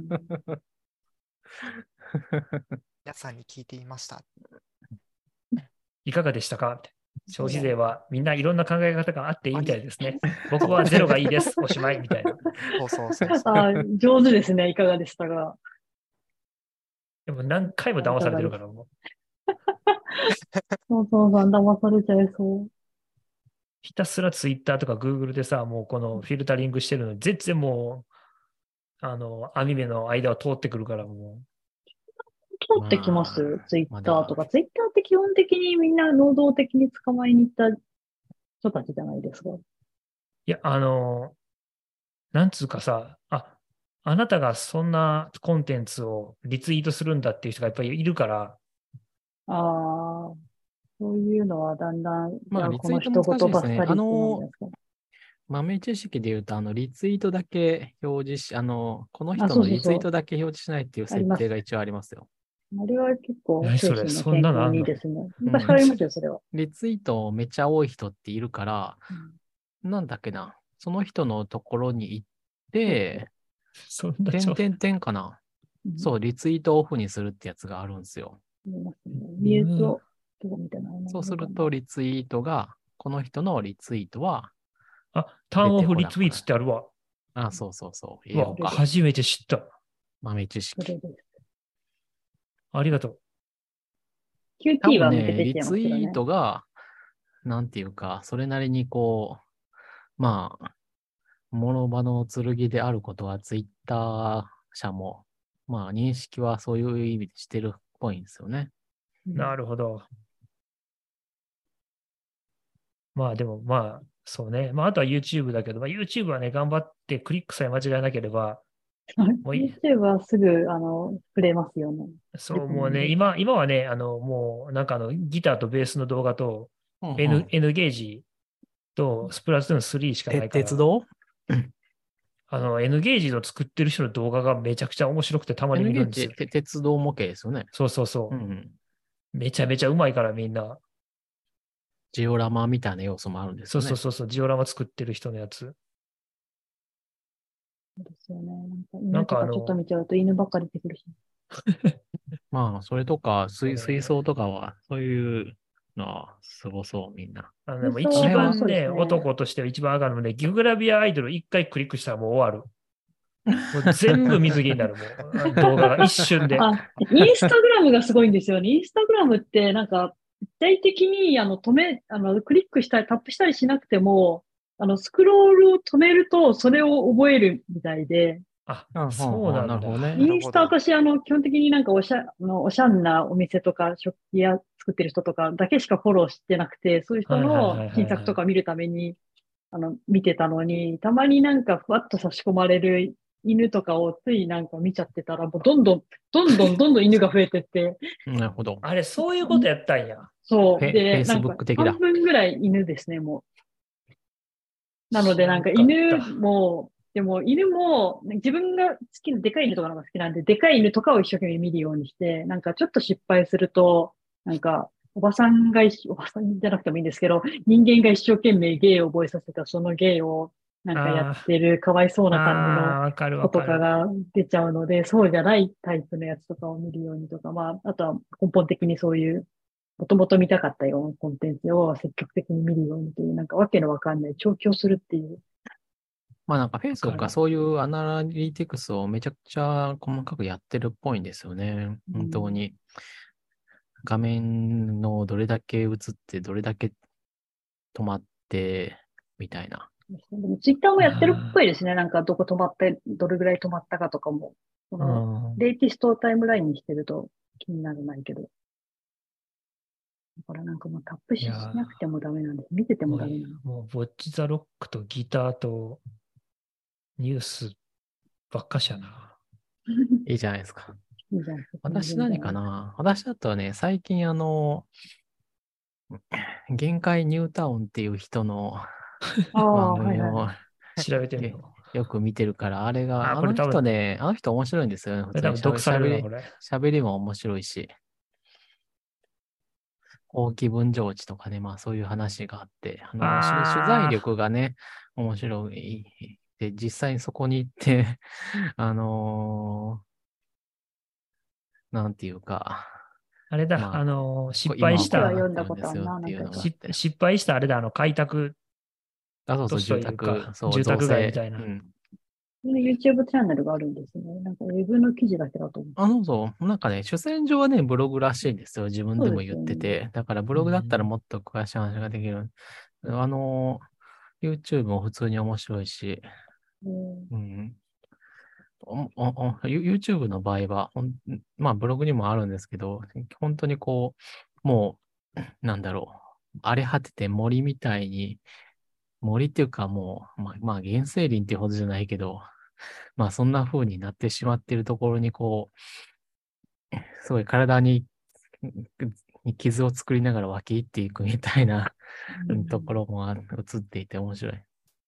皆さんに聞いていました。 いかがでしたか？消費税はみんないろんな考え方があっていいみたいですね。僕はゼロがいいです。おしまいみたいな。 そう。 上手ですね。いかがでしたが。 でも何回も騙されてるからもう。 そう、騙されちゃいそう。 ひたすらツイッターとかグーグルでさ、もうこのフィルタリングしてるのに、全然もう、網目の間を通ってくるからも通ってきます、ツイッターとか。ツイッターって基本的にみんな能動的に捕まえに行った人たちじゃないですか。 いや、なんつうかさ、あなたがそんなコンテンツをリツイートするんだっていう人がやっぱりいるから。 そういうのはだんだん、 リツイート難しいですね。豆知識で言うと、リツイートだけ表示し、この人のリツイートだけ表示しないっていう設定が一応ありますよ。 あれは結構、精神の健康にいいですね。昔からありますよ、それは。 リツイートめっちゃ多い人っているから、なんだっけな、その人のところに行って、点かな。そう、リツイートオフにするってやつがあるんですよ。 ミュートみたいな。 そうすると、リツイートが、この人のリツイートは、 ターンオフリツイートってあるわ。 そう。 初めて知った。 豆知識。 ありがとう。 QT はね、 リツイートが、なんていうか、それなりに諸刃の剣であることは、ツイッター社も、認識はそういう意味でしてるっぽいんですよね。 なるほど。でもそうね。あとは YouTube だけど、YouTube はね、頑張ってクリックさえ間違えなければ。 YouTube はすぐ、触れますよね。 そう、もうね、今はね、もう、なんかギターとベースの動画と、N ゲージとスプラトゥーン3しかないから。 鉄道 N ゲージの作ってる人の動画がめちゃくちゃ面白くてたまに見るんですよ。 鉄道模型ですよね。 そう。めちゃめちゃうまいからみんな。 ジオラマみたいな要素もあるんですよね。 そう。ジオラマ作ってる人のやつ。 そうですよね。なんかちょっと見ちゃうと犬ばっかり出てくるし。 それとか、水槽とかは、そういうのはすごそう、みんな。 でも一番ね、男としては一番上がるので、ギュグラビアアイドル一回クリックしたらもう終わる。もう全部水着になる、もう。動画が一瞬で。 インスタグラムがすごいんですよね。インスタグラムってなんか、具体的にクリックしたり、タップしたりしなくても、スクロールを止めると、それを覚えるみたいで。 そうなんだ。 インスタ私、基本的になんかおしゃんなお店とか、食器屋作ってる人とかだけしかフォローしてなくて、そういう人の新作とか見るために、見てたのに、たまになんかふわっと差し込まれる犬とかをついなんか見ちゃってたら、もうどんどん犬が増えてって。 なるほど。 あれ、そういうことやったんや。 そう。で、 なんか半分ぐらい犬ですね、もう。なので、なんか犬も、でも犬も自分が好きなでかい犬とかのが好きなんで、でかい犬とかを一生懸命見るようにして、なんかちょっと失敗すると、なんかおばさんじゃなくてもいいんですけど、人間が一生懸命芸を覚えさせたその芸を、 なんかやってるかわいそうな感じのわかる子とわかる。 かが出ちゃうので、そうじゃないタイプのやつとかを見るようにとか、まあ、あとは根本的にそういう、もともと見たかったようなコンテンツを積極的に見るようにという、なんかわけのわかんない調教するっていう。 まあなんかわか Facebook がる。 そういうアナリティクスをめちゃくちゃ細かくやってるっぽいんですよね。本当に。画面のどれだけ映って、どれだけ止まって、みたいな。 でもツイッターもやってるっぽいですね。なんかどこ止まって、どれぐらい止まったかとかも。こうのん。 レイティストをタイムラインにしてると気にならないけど。だからなんかもうタップしいやなくてもダメなんです。見ててもダメなんです。 もうボッチザロックとギターとニュースばっかしやな。 いいじゃないですか。 いいじゃん。 私何かな私だとね、最近限界ニュータウンっていう人のああ、 番はいはい。 組を調べてみよう。 よく見てるから、あれが、 あ、 あのこれ多分、 人ね、あの人面白いんですよね。普通にこれ多分読されるな、これ。 喋りも面白いし、大木分譲地とかね、まあそういう話があって、取材あ力がね、面白い。で、実際にそこに行ってなんていうか、 あれだ、 まあ、 失敗今はこうはした、 なってるん読んだこですよってとあるな、なんかでも。 いうのがあって。 失敗したあれだ、開拓あ、そうそう、 都市というか、 そう、 住宅街み造成。 たいな。 うん。 YouTube チャンネルがあるんですね。なんかウェブの記事だけだと思う。 そう、なんかね、主戦場はね、ブログらしいんですよ。自分そうでも言っですよね。 てて。だからブうログだったらん。 もっと詳しい話ができる。YouTube も普通に面白いし、 うん、 うん。YouTube の場合は、まあブログにもあるんですけど、本当にこう、もう、なんだろう。荒れ果てて森みたいに、森っていうかもう、まあ原生林っていうほどじゃないけど、まあそんな風になってしまっているところにこう、すごい体に傷を作りながら分け入っていくみたいなところも映っていて面白い。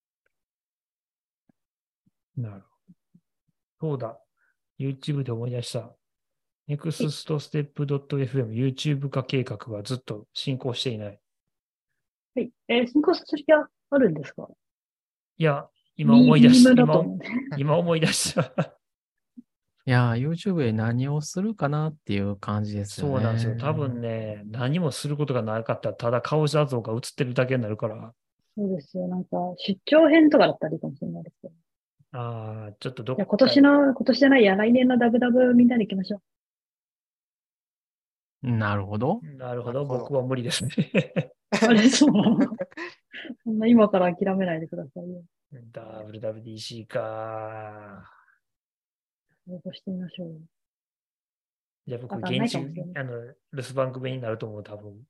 なるほど。そうだ。YouTube で思い出した。nextstep.fm YouTube 化計画がずっと進行していない。 はい。進行させる気はあるんですか？ いや、今思い出しミームだと今、 思うね。 今思い出した。 いやー、YouTube で何をするかなっていう感じですよそうなんですよ。多ね。 分ね、何もすることがなかったら、ただ顔画像が映ってるだけになるから、 そうですよ。なんか、出張編とかだったらいいかもしれないですけど。 ちょっとどじゃあっか、 今年じゃないや、来年のダブダブみんなで行きましょなるほど。 なるほど、 なるほど。 僕は無理ですね。 う。あれ、そうなの？そんな今から諦めないでくださいよ。 WWDC か。 応募してみましょう。 じゃあ僕、 わかんな現地、 いかもしれない。 留守番組になると思う、多分。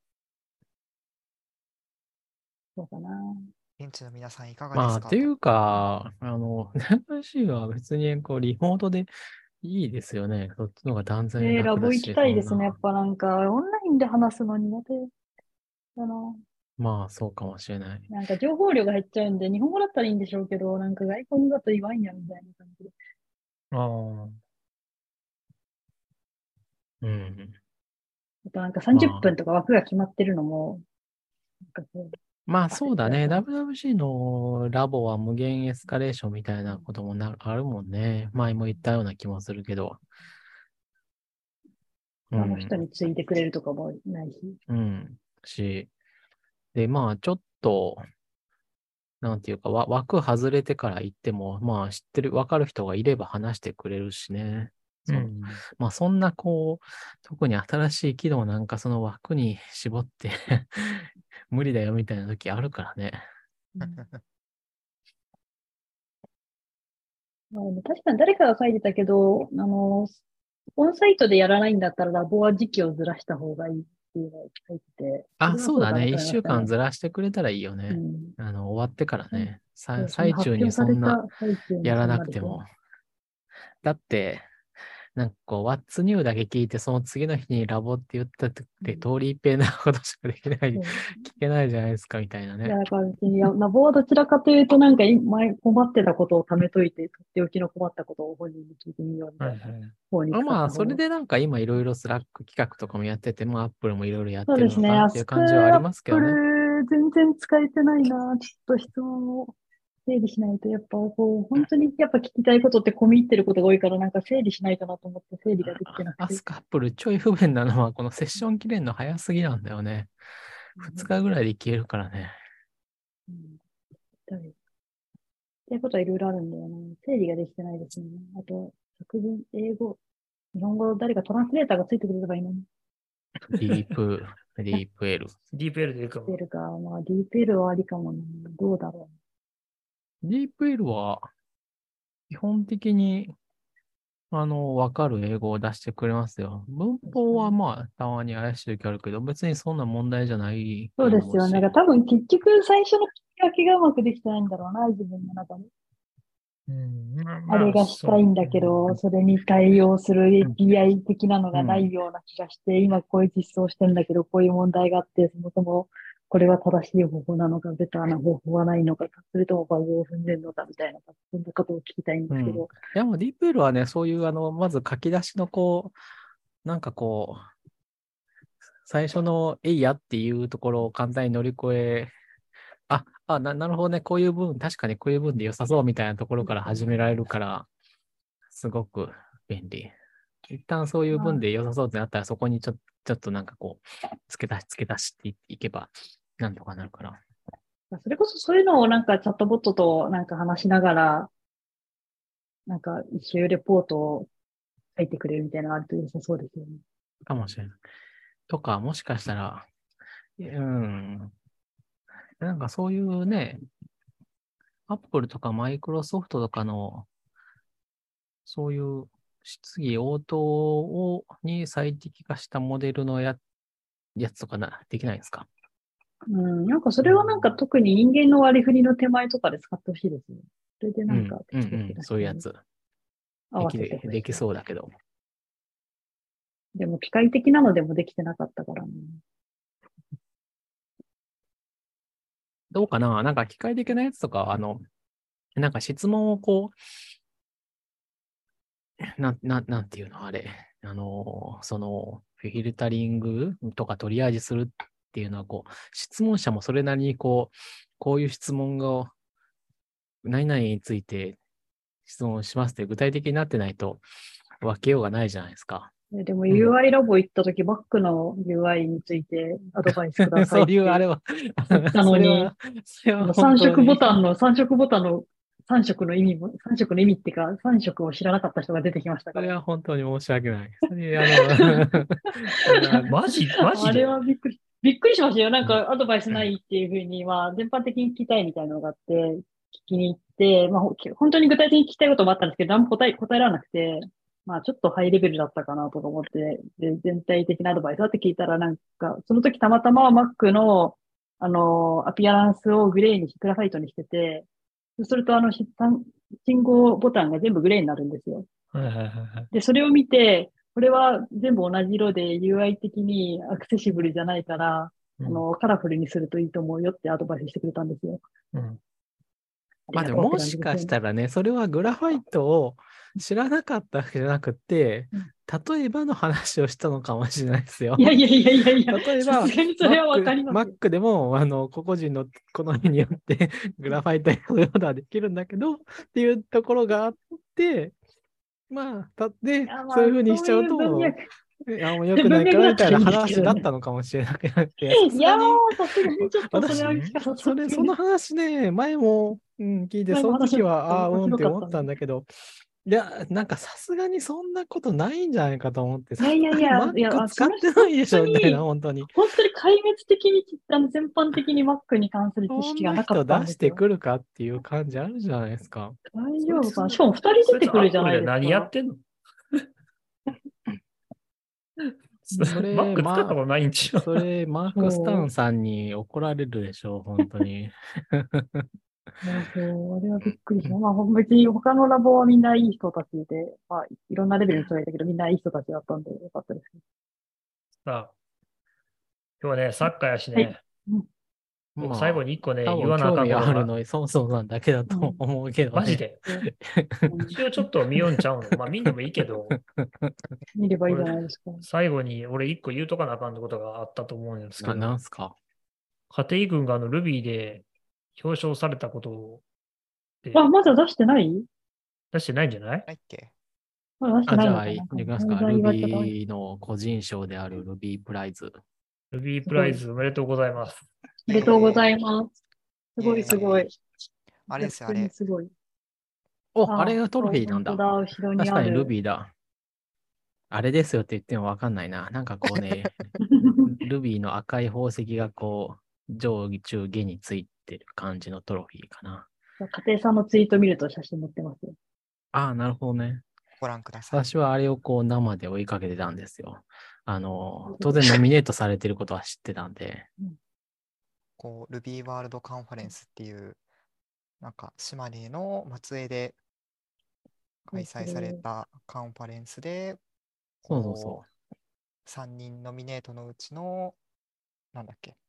そうかな。 現地の皆さんいかがでまあ、 すかと。 っていうか、NFC は別にこうリモートでいいですよね。そっちの方が断然ラ楽だし、 ボ行きたいですね。やっそんな。 ぱなんか、オンラインで話すの苦手だな。 まあ、そうかもしれない。 なんか情報量が減っちゃうんで、日本語だったらいいんでしょうけど、なんか外国語だと言わんやみたいな感じで。 ああ、 うん。 あとなんか30 まあ、 分とか枠が決まってるのも、なんかこまあう、 そうだね。 焦っちゃうから。 WWC のラボは無限エスカレーションみたいなこともあるもんね。前も言ったような気もするけど。うあの人ん。 についてくれるとかもないし。 うん。で、まあちょっと、なんていうか、枠外れてから行っても、まあ知ってる、わかる人がいれば話してくれるしね。まあそんなこう、特に新しい機能なんかその枠に絞って無理だよみたいな時あるからね。 まあ、でも確かに誰かが書いてたけど、オンサイトでやらないんだったらラボは時期をずらした方がいいっていうのを書いてて、そあ、 れはそうだなそうだね。一と思いましたね。 週間ずらしてくれたらいいよね。 うん。 終わってからね。 その発最中に表されたそんな最中にやらそんなですよ。 なくても。だって、なんかこう、What's New だけ聞いて、その次の日にラボって言ったって通り一遍なことしかできない、聞けないじゃないですか、みたいないや、 ね。 だから別に、ラボはどちらかというと、なんか前困ってたことを貯めといて、とっておきの困ったことを本人に聞いてみようみたいな方に使っまあ、 た方が。 それでなんか今いろいろスラック企画とかもやってて、まあ、Apple もいろいろやってるのそうですね。 かなっていうアスク感じはありアップますけどね。 ル全然使えてないな。ちょっと質問を整理しないと、やっぱこう、本当にやっぱ聞きたいことって込み入ってることが多いから、なんか整理しないとなと思って整理ができてなくて。 アスカップルちょい不便なのは、このセッション切れるの早すぎなんだよね。2日ぐらいで消えるからね。 うん。ってことはいろいろあるんだよね。整理ができてないですね。あと、作文、英語、日本語、誰かトランスレーターがついてくれればいいのに。 ディープ L。 ディープ L でいいかも。 ディープ L か。まあ、ディープ L はありかもね。どうだろディープ L は、基本的に、わかる英語を出してくれますよ。文法はまあ、たまに怪しい時あるけど、別にそんな問題じゃないう。そうとですよね。 思うし。 多分結局最初のきっかけがうまくできてないんだろうな、自分の中で。あれがしたいんだけど、それに対応する API 的なのがないような気がして、今こういう実装してんだけど、こういう問題があって、そもそもこれは正しい方法なのか、ベターな方法はないのか、それともバグを踏んでるのかみたいな、そんなことを聞きたいんですけど。 いや、もうディープ L はね、そういう、まず書き出しのなんか最初のえいやっていうところを簡単に乗り越え、なるほどね、こういう分、確かにこういう分で良さそうみたいなところから始められるから、すごく便利。一旦そういう分で良さそうってなったら、そこにちょっとなんか付け足していけば、なんとかなるから。 それこそそういうのをなんかチャットボットとなんか話しながら、なんか一周レポートを書いてくれるみたいなのがあると良さそうですよね。 かもしれない。とか、もしかしたら、なんかそういうね、アップルとかマイクロソフトとかの、そういう質疑応答に最適化したモデルのやつとかできないですか？ なんかそれはなんか特に人間の割り振りの手前とかで使ってほしいですね。それでなんかそういうやつ。 合わせてできそうだけど。 でも機械的なのでもできてなかったからね。 どうかな？なんか機械的なやつとか、なんか質問をなんていうのあれ。フィルタリングとかトリアージするっていうのは、質問者もそれなりにこういう質問が、何々について質問しますって具体的になってないと分けようがないじゃないですか。 でも UI ラボ行った時、Mac の UI についてアドバイスくださいってそういうあれは、 言ったのに、3色ボタンの3色の意味っていうか、3色を知らなかった人が出てきましたから。 それは本当に申し訳ない。 マジあれではびっくりしましたよ。なんかアドバイスないっていうふうに、まあ、全般的に聞きたいみたいなのがあって、聞きに行って、まあ、本当に具体的に聞きたいこともあったんですけど、何も答えられなくて、まあ、ちょっとハイレベルだったかなとか思って、で、全体的なアドバイスだって聞いたら、なんか、その時たまたま Mac の、アピアランスをグレーに、グラファイトにしてて、そうすると、信号ボタンが全部グレーになるんですよ。 はいはいはいはい。 で、それを見て、これは全部同じ色で UI 的にアクセシブルじゃないから、カラフルにするといいと思うよってアドバイスしてくれたんですよ。 まあでももしかしたらね、それはグラファイトを知らなかったわけじゃなくて、例えばの話をしたのかもしれないですよ。 いや。例えば、 Mac でも、個々人の好みによってグラファイトやることはできるんだけど、っていうところがあって、まあ、そういうふうにしちゃうと、もう良くないからみたいな話だったのかもしれなくて、 いやー、さすがにちょっとそれは聞かさその話ね、前も、聞いて、その時は、って思ったんだけど、いや、なんかさすがにそんなことないんじゃないかと思って、 いや、 Mac 使ってないでしょみたいな、本当に。 本当に壊滅的に、全般的に Mac に関する知識がなかったんですよ。 出してくるかっていう感じあるじゃないですか。 大丈夫かな。しかも2人出てくるじゃないですか。 何やってんのそれ、マック使ったことないんちゃう。 それ、マーク・スターンさんに怒られるでしょう、本当に。 そう、あれはびっくりした。まあ、別に他のラボはみんないい人たちで、まあ、いろんなレベルの人がいたけど、みんないい人たちだったんで、よかったです。 さあ、今日はね、サッカーやしね、僕最後に一個ね、言わなあかんことが。 興味あるのに、そうなんだけだと思うけどね。 マジで。一応ちょっと見よんちゃうの。まあ見んでもいいけど。 見ればいいじゃないですか。 最後に俺一個言うとかなあかんことがあったと思うんですけど。 なんすか？ 家庭君がRuby で表彰されたことをてあ、まだ出してない出してないんじゃない？ ないっけ？ まだ出してあ、じゃあ、 ないのかな。 いきますか。 散々言われたから Ruby の個人賞である Ruby プライズ。 Ruby プライズおめでとうございます。 おめでとうございます。すごイエーイいすごい。 あれですよ、あ普通にれ。 すごい。 あれがトロフィーなんだ。 そう本当だ、後ろに確かにある。 Ruby だ。あれですよって言ってもわかんないな。なんかこうね、Ruby の赤い宝石がこう、上中下についてる感じのトロフィーかな。 家庭さんのツイート見ると写真載ってますよ。 ああ、なるほどね。 ご覧ください。 私はあれをこう生で追いかけてたんですよ。当然ノミネートされてることは知ってたんで。 こう、Ruby ワールドカンファレンスっていう、なんか、島根の松江で開催されたカンファレンスで、 そうそうそ 3人ノミネートのうちの、なんだっけ、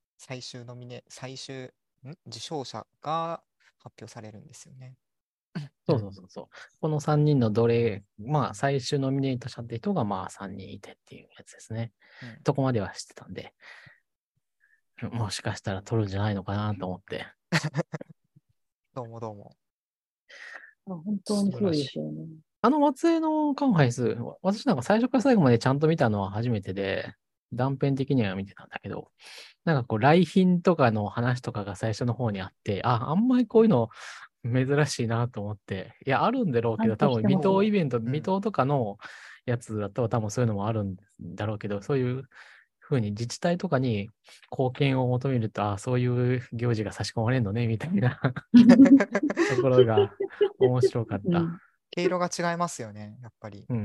受賞者が発表されるんですよね。 う。この3人のまあ最終ノミネート者って人がまあ3人いてっていうやつですね。とこまでは知ってたんで、もしかしたら取るんじゃないのかなと思って。 どうもどうも。 本当にすごいですよね。 松江のカンファレンス、私なんか最初から最後までちゃんと見たのは初めてで、断片的には見てたんだけど、なんかこう、来賓とかの話とかが最初の方にあって、あんまりこういうの珍しいなと思って、いや、あるんだろうけど、多分未踏イベント、未踏とかのやつだと多分そういうのもあるんだろうけど、そういうふうに自治体とかに貢献を求めると、そういう行事が差し込まれるのね、みたいなところが面白かった。 毛色が違いますよね、やっぱり。 うん。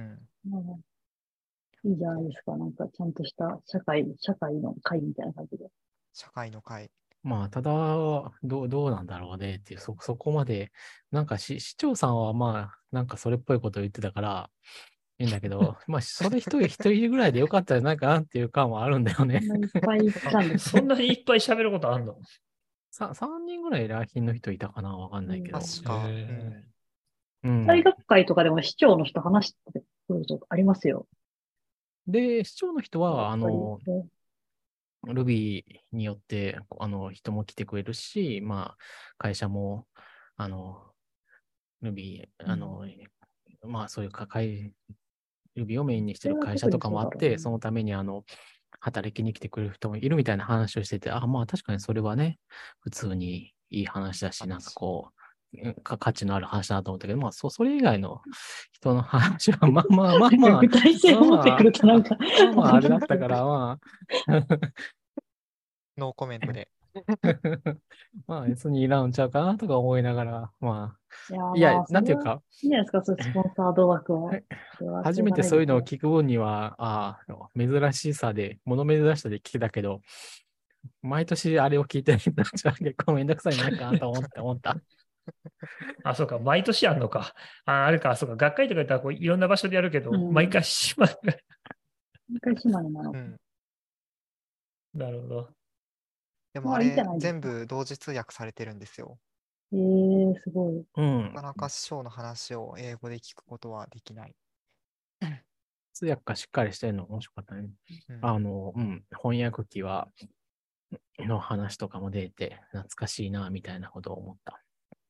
いいじゃないですか。なんかちゃんとした社会の会みたいな感じで。 社会の会。 まあ、ただ、どうなんだろうねっていう、そこまで、なんか市長さんはまあ、なんかそれっぽいことを言ってたから、いいんだけど、まあ、それ一人ぐらいでよかったんじゃないかなっていう感はあるんだよね。 そんなにいっぱい来たんですそんなにいっぱい喋ることあんの ？3人ぐらい来賓の人いたかなわかんないけど。 確か。 大学会とかでも市長の人話してくることありますよ。 で、市長の人は、Ruby によって、人も来てくれるし、まあ、会社も、Ruby、まあ、そういうRuby をメインにしてる会社とかもあって、そのために働きに来てくれる人もいるみたいな話をしてて、まあ確かにそれはね、普通にいい話だし、なんかこう、価値のある話だなと思ったけど、まあそれ以外の人の話は、まあ、 具体性を持ってくるとなんか、 まああれだったから、まあ。 ノーコメントで。 まあ別にいらんちゃうかなとか思いながら、まあ。 いや、 なんていうか。 いいじゃないですか、そういうスポンサード枠を。 初めてそういうのを聞く分には、珍しさで、物珍しさで聞けたけど、毎年あれを聞いてるんだじゃ結構めんどくさいなかと思った。 そうか、毎年あんのか。あれか、そうか、学会とか言ったらこういろんな場所でやるけど、毎回島根。 毎回島根なの。 なるほど。 でもあれ、全部同時通訳されてるんですよ。 すごい。 なかなか師匠の話を英語で聞くことはできない。 通訳がしっかりしてるの面白かったね。翻訳機の話とかも出て、懐かしいな、みたいなことを思った。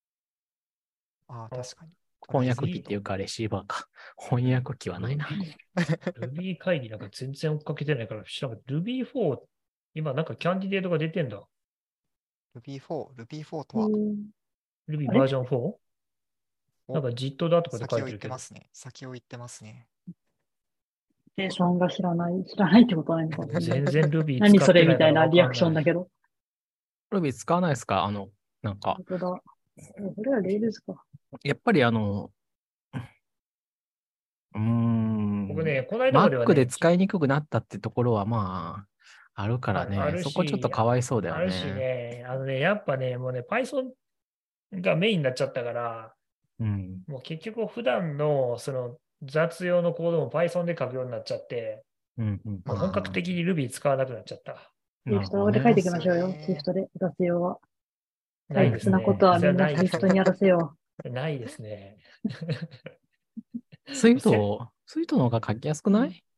確かに。 翻訳機っていうかレシーバーか。翻訳機はないな。 Ruby 会議なんか全然追っかけてないから、Ruby4、今なんかキャンディデートが出てんだ。 Ruby4 とは Ruby バージョン 4？ なんか JIT だとかで書いてるけど。 先を言ってますね。 生さんが知らないってことはないのかな。 全然 Ruby 何それみたいなリアクションだけど。 Ruby 使わないですか？なんか。 本当だ。これはレールズか。 やっぱり僕ね、この間まではね、 Mac で使いにくくなったってところはまあ、あるからね。そこちょっとかわいそうだよね。 あるしね、やっぱね、もうね、Python がメインになっちゃったから、もう結局普段のその雑用のコードも Python で書くようになっちゃって、もう本格的に Ruby 使わなくなっちゃった。 Swift で書いていきましょうよ。Swift で雑用は。退屈なことはみんな Swift にやらせよう。ないですね。 Swift の方が書きやすくない？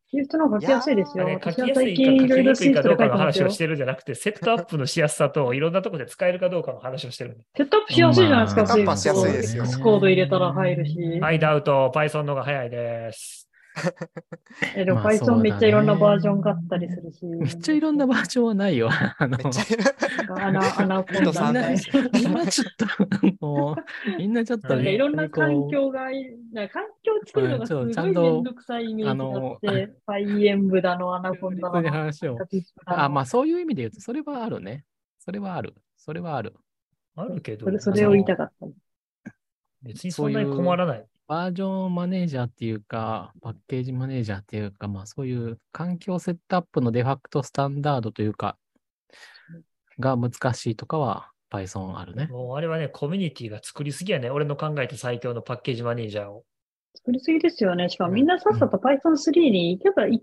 Swift の方が書きやすいですよ。 あれ、書私はきやすいか最近いろいろ書きにくいか Swift でどうかの書いてますよ。 話をしてるんじゃなくて、セットアップのしやすさといろんなところで使えるかどうかの話をしてる。 セットアップしやすいじゃないですか、 まあ、 セットアップはしやすい Swift。 ですよ X コード入れたら入るし。 はい、ダウト、Python の方が早いです。 でもまあ Python そうだめっちゃいろんなバーね。 ジョンがあったりするし。 めっちゃいろんなバージョンはないよ。 めっちゃいる。 アナコン人ダみたいさんないし。 みんなちょっと、もう、みんなちょっとなんかいろんな環こ境が、なんか環境を作るのがすごいちゃんとめんどくさいイメージがあって、PyEnv だの、アナコンダ普通にの、 話を。 ZIP だあ、まの。 あそういう意味で言うと、それはあるね。それはある。それはある。 あるけど、 それを言いたかった。 別にそんなに困らない。 バージョンマネージャーっていうか、パッケージマネージャーっていうか、まあそういう環境セットアップのデファクトスタンダードというか、が難しいとかは Python あるね。 もうあれはね、コミュニティが作りすぎやね。俺の考えた最強のパッケージマネージャーを。 作りすぎですよね。しかもみんなさっさと Python 3に行けば行って、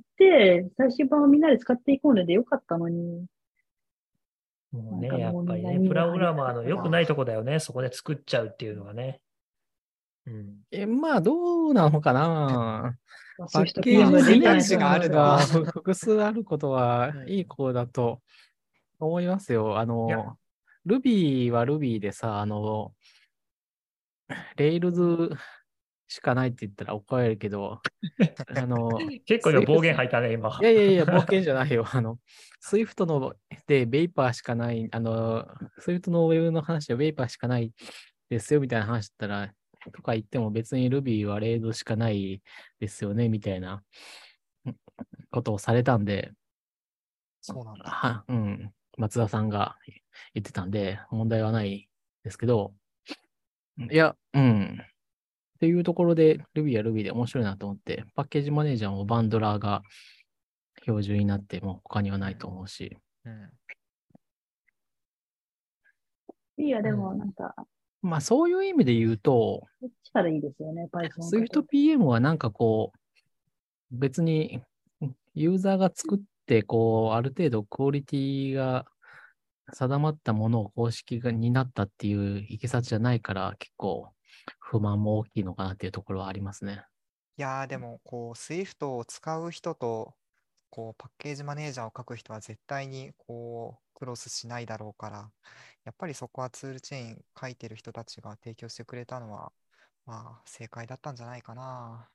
最新版をみんなで使っていこうねでよかったのに。 もうね、 なんかやっぱりね、 もうみんなプラグラマーの良くないとここだよね。そこで作っちゃうっていうのはね。 まあどうなのかな。パッケーまあジマネージ選択肢があるのがは複数あることはいい子だと思いますよ。 いや Ruby は Ruby でさ、Rails しかないって言ったら怒られるけど、 結構今暴言吐いたね、今。 いやいやいや、冒険じゃないよ。Swift ので Vapor しかない、Swift の Web の話は Vapor しかないですよみたいな話だったら、とか言っても別に Ruby は Rails しかないですよねみたいなことをされたんで、 そうなんだ。 松田さんが言ってたんで、問題はないですけど、いや、っていうところで Ruby は Ruby で面白いなと思って、パッケージマネージャーもバンドラーが標準になっても他にはないと思うし。 いや、でもなんか、 まあそういう意味で言うと、 そっちからいいですよね、Python かと。 SwiftPM はなんかこう、別にユーザーが作って、こう、ある程度クオリティが定まったものを公式になったっていういきさつじゃないから、結構不満も大きいのかなっていうところはありますね。 いやーでもこう Swift を使う人とこうパッケージマネージャーを書く人は絶対にこうクロスしないだろうから、やっぱりそこはツールチェーン書いてる人たちが提供してくれたのはまあ正解だったんじゃないかな。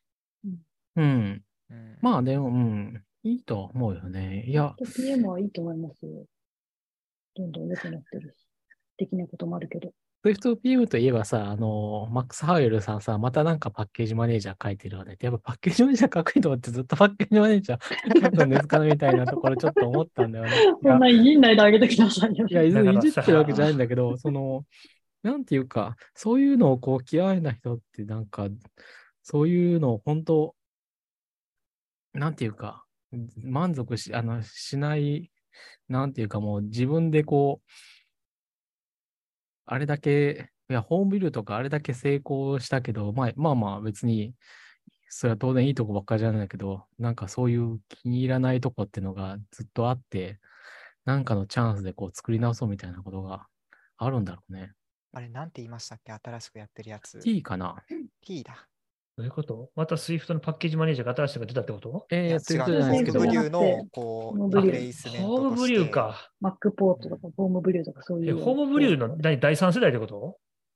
まあでも、いいと思うよね。いや、 PM はいいと思いますよ。どんどん良くなってるし、できないこともあるけど。 SwiftPM といえばさ、マックス・ハウエルさんさ、またなんかパッケージマネージャー書いてるわね。やっぱパッケージマネージャー書く人ってずっとパッケージマネージャー書くんですかねみたいなところちょっと思ったんだよね。 そんないじんないであげてくださいよ。 いや、いじってるわけじゃないんだけど、なんていうか、そういうのをこう嫌いな人ってなんか、そういうのを本当、なんていうか、満足し、しない、なんていうかもう自分でこう、あれだけ、いや、ホームビルとかあれだけ成功したけど、まあ別に、それは当然いいとこばっかりじゃないんだけど、なんかそういう気に入らないとこっていうのがずっとあって、なんかのチャンスでこう作り直そうみたいなことがあるんだろうね。 あれなんて言いましたっけ、新しくやってるやつ。 T かな ?T だ。 どういうことまた Swift のパッケージマネージャーが新しいのが出たってこといや違う。 そういうことホじゃないですけどームブリューのこうリプホームブリューレイスメンホームブトとして。 リューか。 マックポートとか、ホームブリューとかそういう。 ホームブリューの第3世代ってこと？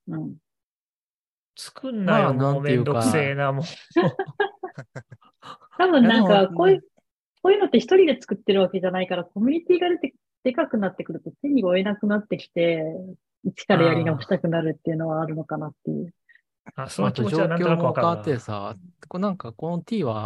作んなよ、もうめんどくせえな、もう。 多分なんか、こういうのって一人で作ってるわけじゃないから、コミュニティがでかくなってくると手に負えなくなってきて、一からやり直したくなるっていうのはあるのかなっていう。 その気持ちはなんとなくわかるな。 状況も変わってさ、なんかこの T は、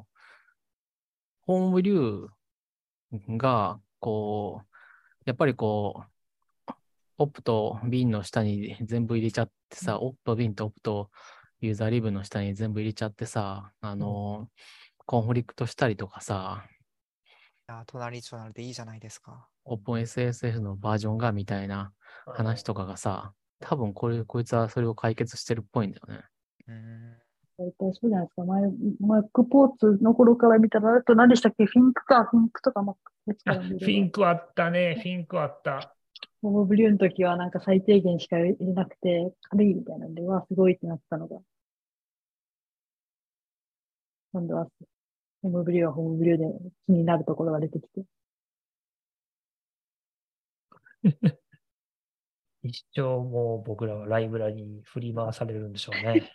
ホームブリューが、こう、やっぱりこう、オプとビンの下に全部入れちゃってさ、オプとビンとオプとユーザーリブの下に全部入れちゃってさ、コンフリクトしたりとかさ、 隣となるでいいじゃないですか。 OpenSSF のバージョンがみたいな話とかがさ、多分こいつはそれを解決してるっぽいんだよね。 大体そうじゃないですか。マックポーツの頃から見たら、あと何でしたっけ？フィンクとかマックポーツから見る。 フィンクあったね。フィンクあった。 ホームブリューの時はなんか最低限しか入れなくて、軽いみたいなんで、すごいってなったのが。今度はホームブリューはホームブリューで気になるところが出てきて。 一生もう僕らはライブラリに振り回されるんでしょうね。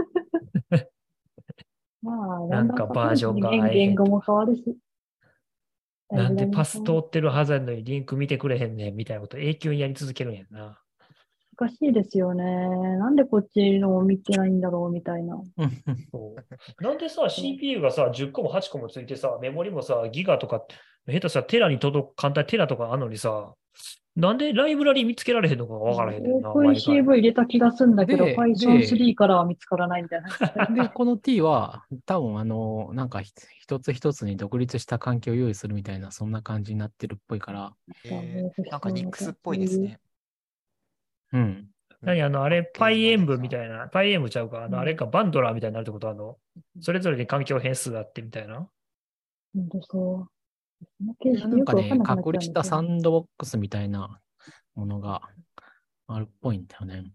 まあ、だなんかんだんバージョンが合えへ言語んとか。 も変わるし。 なんでパス通おってるはずやのにリンク見てくれへんねんみたいなこと永久にやり続けるんやな。 かしいですよね。なんでこっちのを見てないんだろうみたいな。 そうなんでさ、CPU がさ、10個も8個もついてさ、メモリもさ、ギガとか、下手したらテラに届く、簡単にテラとかあるのにさ、なんでライブラリ見つけられへんのかがわからへんねんな、毎回。 OpenCV 入れた気がするんだけど、 で Python3 からは見つからないみたいな。 で、この T は、多分なんか一つ一つに独立した環境を用意するみたいな、そんな感じになってるっぽいから、 なんか Nix っぽいですね。 うん。 何あれ、 パッケージマネージャー PyEnv みたいな、PyEnv ちゃうか、あれか、バンドラーみたいになるってことそれぞれに環境変数があってみたいな。 本当そう。その形式なんかね、 よくわかんなくなっ確立したちゃうんですよね。 サンドボックスみたいなものがあるっぽいんだよね。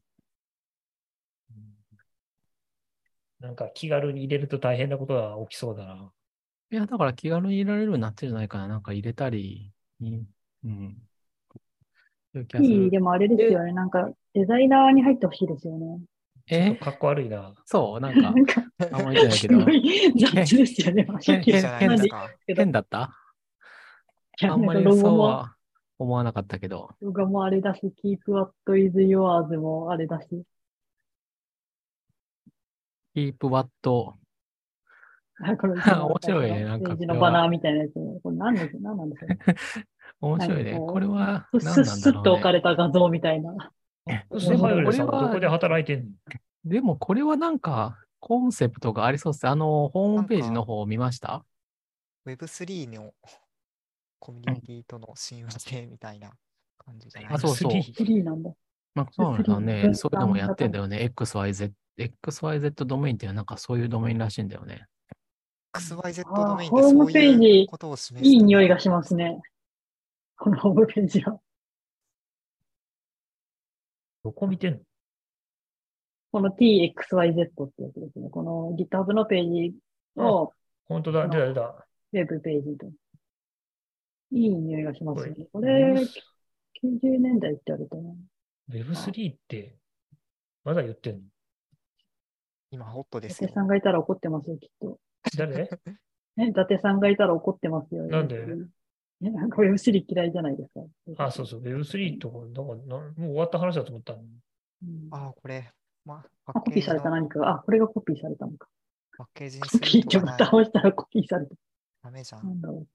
なんか気軽に入れると大変なことが起きそうだな。 いや、だから気軽に入れられるようになってるんじゃないかな。なんか入れたり、うん。そういう気がする。 いい、でもあれですよね。なんか、デザイナーに入ってほしいですよね。 ちょっとかっこ悪いな。 そう、なんか、 なんか、 あんまり言ってないけど。 すごい雑ですよね。 変いいじゃないですか。 変だったいや、 あんまりロゴも、 そうは思わなかったけど。 ロゴもあれだし、Keep What is Yours もあれだし。 keep what この面白いね。なんかページこれは。 のバナーみたいなやつ。これ何なんでしょうね。 面白いね。これは何なんスッだろうね。 と置かれた画像みたいな。 スハイオレさんこれはどこで働いてんの？ でもこれはなんかコンセプトがありそうです。ホームページの方を見ました Web3 のコミュニティとの親和性みたいな感じじゃないあ、そうそう。 3なんだ。 まあ、そうなんだね。 分そういうのもやってんだ散よね。XYZ ドメインってなんかそういうドメインらしいんだよね。 XYZ ドメインホームでそういページうことを示いいす。 匂いがしますね。このホームページは。 どこ見てんの？ この TXYZ ってやつですね。この GitHub のページの本当だ、出た出た。 ウェブページと。いい匂いがしますね。ここれ、 れ、 90年代ってあると思う。 Web3 ってまだ言ってんの？ 今ホットで伊すよ。 達さんがいたら怒ってますよ、きっと。 誰？ 伊達さんがいたら怒ってますよ。 なんで？ なんか Web3 嫌いじゃないですか。 あ、そうそう、Web3 とか、なんかもう終わった話だと思ったの。 ああ、これ、パッコピーされたケージの何かが、これがコピーされたのか。 パッケージにコスイーピーってボトがない。 タンを押したらコピーされた。 ダメじゃ。 なんんだろ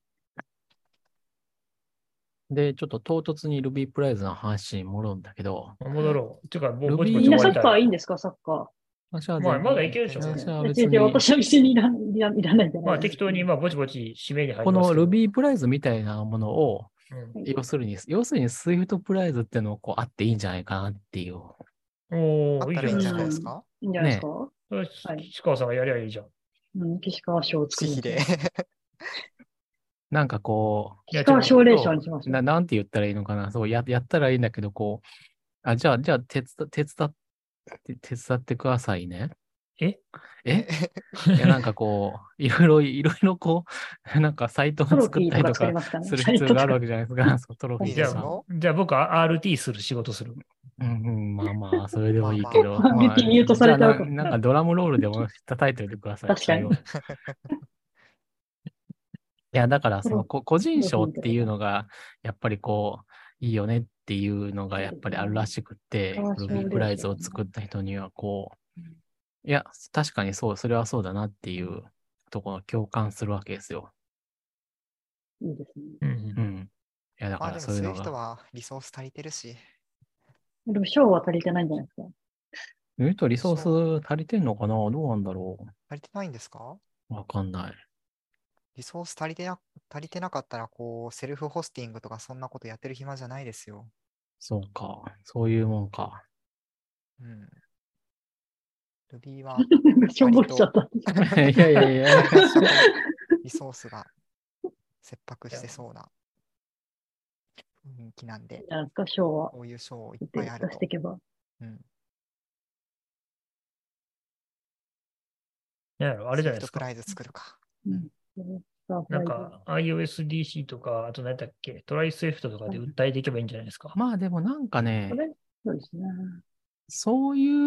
で、ちょっと唐突に Ruby プライズの話に戻るんだけど、 戻ろう。てか、ぼちぼう。 ちルビーみんなサッ終わりたい。 カーいいんですか、サッカまあ、 私は全まだいけるでしょ。 全然ー。 私は別に、 私は別にいらないじゃないですまあ、適当に、まあ、ぼちぼち締めに入このりますけど。 Ruby プライズみたいなものを、 うん、 要するに Swift プライズっていうのをこうあっていいんじゃないかなっていう。 おー、いいあったらいいんじゃじゃないですか。 ないですか。 いいんじゃないですか。 それはい岸川さんがやりゃいいじゃん。 岸川賞を作り私ます費で。 なんかこ岸川奨励賞にしう、 ましょう。 なんて言ったらいいのかな。そうやったらいいんだけど、こう、じゃあ手伝ってくださいね。 えいや、なんかこう、いろいろこう、なんかサイトをトロ作フィーとかったりとか作りますかね。 する必要があるわけじゃないですか。そうトロフィいいーとか。 ですよ。 じゃあ僕は RT する仕事する。 まあまあ、それでもいいけど。 まあまあミュートされちゃうかじゃあなんかドラムロールでも叩いておいてください。 確かにそれをいや、だから、その個人賞っていうのが、やっぱりこう、いいよねっていうのがやっぱりあるらしくて、 そうですね Ruby プライズを作った人には、こう、いや、確かにそう、それはそうだなっていうところを共感するわけですよ。 いいですね。 うん。いや、だからでもそういうのが。 そういう人はリソース足りてるし。 でも賞は足りてないんじゃないですか。 リソース足りてんのかな？どうなんだろ足りてないんですか？ う。わかんない。 リソース足りてなかったら、セルフホスティングとかそんなことやってる暇じゃないですよ。 そうか。そういうもんか。 うん。Ruby はしょんぼりしちゃった。 いやいやいや。 リソースが切迫してそうな雰囲気なんで、 なんですか、賞は。 こういう賞をいっぱいあると出してい。けば。 うん。 あれじゃないですか。 プライズ作るか。 うんなんか iOSDC とか、あと何だっけ、トライスイフトとかで訴えていけばいいんじゃないですか。 まあでもなんかね、 そうですね。 そういう、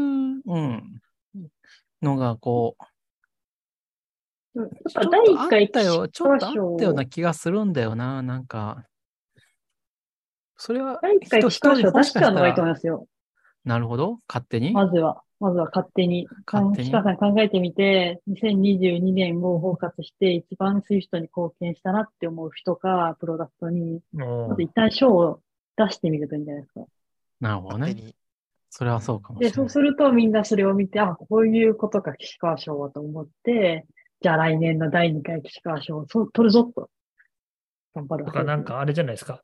のがこう、 やっちょっぱ第1 とあっ回たよ、ちょっとあったような第気がするんだよな、なんか。それは 1回岸川賞もし出しちゃうのがいいとかしたら、 思いますよ。 なるほど、勝手にまずは勝手に。 勝手に岸川さん考えてみて、2022年を包括して一番スイフトに貢献したなって思う人か、プロダクトに、まず一旦賞を出してみるといいんじゃないですか。 なるほどね。 勝手に。 それはそうかもしで、 れない。 そうするとみんなそれを見て、あ、こういうことか、岸川賞はと思って、じゃあ来年の第2回岸川賞を取るぞと。頑張るとか、 わけですよ。 なんかあれじゃないですか。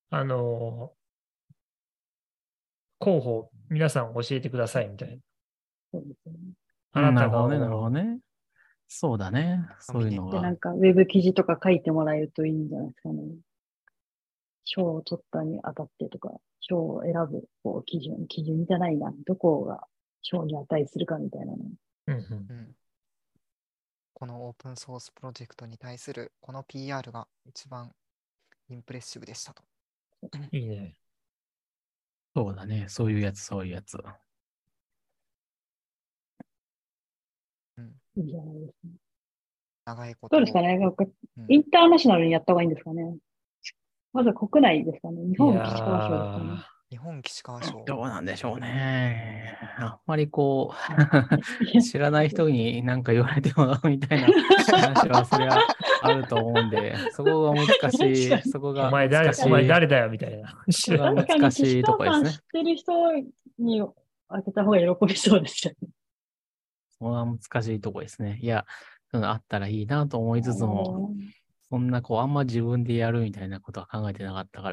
候補、皆さん教えてくださいみたいな。 そうですね。 あなたがなるほどね、なるほどね。そうだね。そういうので、ながん。か、ウェブ記事とか書いてもらえるといいんじゃないですかね。賞を取ったにあたってとか、賞を選ぶこう基準じゃないな。どこが賞に値するかみたいなの。 うんうんこのオープンソースプロジェクトに対するこの PR が一番インプレッシブでしたと。 いいね。 そうだね。そういうやつ、そういうやつ。 いいんじゃないですか。 長いこと。 どうですかね。なんかうんインターナショナルにやった方がいいんですかね。まずは国内ですかね。日いや本岸川賞ですかね。 日本岸川賞。 どうなんでしょうね。あんまりこいうや知らない人に何か言われてもみたいな話はそりゃあると思うんで、そこが難しい、そこおが前誰、 難しい、 お前誰だよみたいな。 そこが確か難しに岸いとこですね川さん知っ。てる人に当てた方が喜びそうですよね。 そこが難しいとこですね。いや、そういうのあったらいいなと思いつつも、そんなこう、あんま自分でやるみたいなことは考えてなかったから。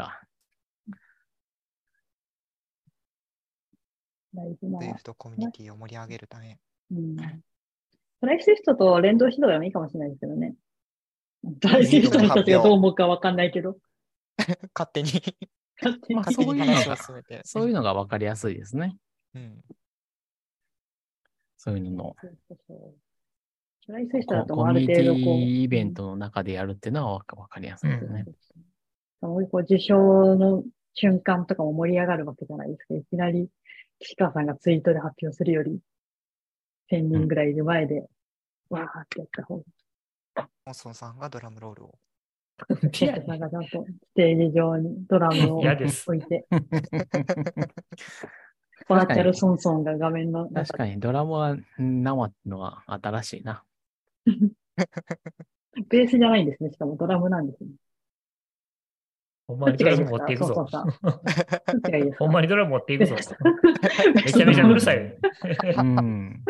大事な。 Swift コミュニティを盛り上げるため。 トライスイフトと連動してたらいいかもしれないですけどね。トライスイフトの人たちがどう思うかわかんないけど。 勝手に勝手にまあ、 勝手に話を進めて。 そういうのが分かりやすいですね。 うんそういうのの。 トライスイフトだとコもうあるミュニテ程度こう。 ィイベントの中でやるっていうのは分かりやすいですね。 こう受賞の瞬間とかも盛り上がるわけじゃないですか。いきなり岸川さんがツイートで発表するより、1000人ぐらいいる前で、わーってやった方が。 モンソンさんがドラムロールを。 岸川さんがちゃんとステージ上にドラムを嫌です。 置いて、バーチャルソンソンが画面の中で。 確かにドラムは生ってのは新しいな。 ベースじゃないんですね。しかもドラムなんですね。 ほんまにドラム持っていくぞ。 どっちがいいですか？ ほんまにドラム持っていくぞ。めちゃめちゃうるさい。 うん。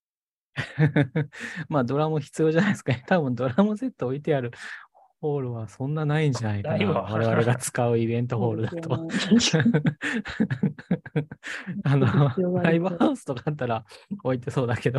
まあドラム必要じゃないですかね。多分ドラムセット置いてあるホールはそんなないんじゃないかな。 ないわ我々が使うイベントホールだと。 必要がありそうライブハウスとかあったら置いてそうだけど。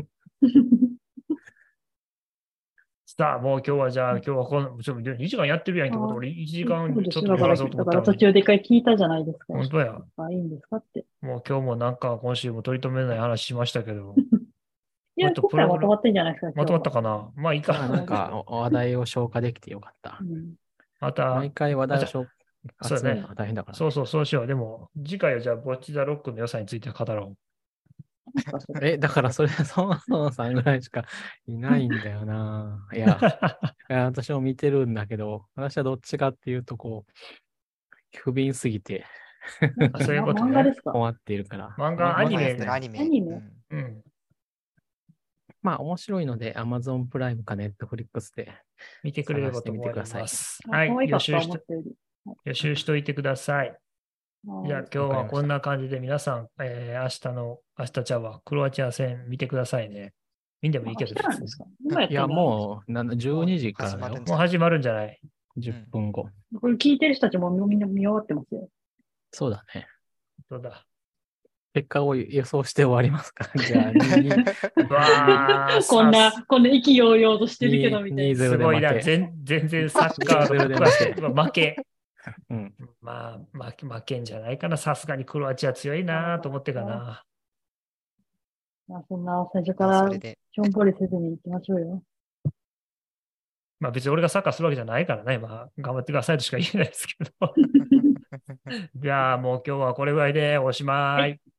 さあ、もう今日はじゃあ、今日はこの、2時間やってるやんけ。俺1時間そうですちょっとで話そうとだ思ったのに。 から途中で一回聞いたじゃないですか。 本当や。 いいんですかって。 もう今日もなんか今週も取り留めない話しましたけど。 いや、今回まとまってんじゃないですか。 まとまったかな。まあいいまあなんか。 か話題を消化できてよかった。 また、 毎回話題を消化そうだねするのが大変だからね。 そうしよう。でも、次回はじゃあ、ボッチザロックの良さについて語ろだからそれ、ソンソンさんぐらいしかいないんだよな。いや、私も見てるんだけど、私はどっちかっていうと、こう、不憫すぎてう。そういうことね。 漫画ですか？ 困っているから。 漫画、アニメね。 アニメ。 うん。 まあ、面白いので、Amazon プライムか Netflix で見てくれればと思います。はい。予習しといてください。じゃあ今日はこんな感じで皆さん、明日ちゃうわ、クロアチア戦見てくださいね。見んでもいいけど。 いや、もう12時からだよ。 もう始まるんじゃない ?10 分後。 これ聞いてる人たちもみんな見終わってますよ。 そうだね。 そうだ。 結果を予想して終わりますかじゃあ、 こんな意気揚々としてるけどみたいな。 すごいな。全然サッカーの負け。 うん、 まあ、負けんじゃないかな。さすがにクロアチア強いなと思ってかな。 そんな最初からしょんぼりせずに行きましょうよ。 まあ別に俺がサッカーするわけじゃないからね、まあ頑張ってくださいとしか言えないですけど。じゃあもう今日はこれぐらいでおしまい。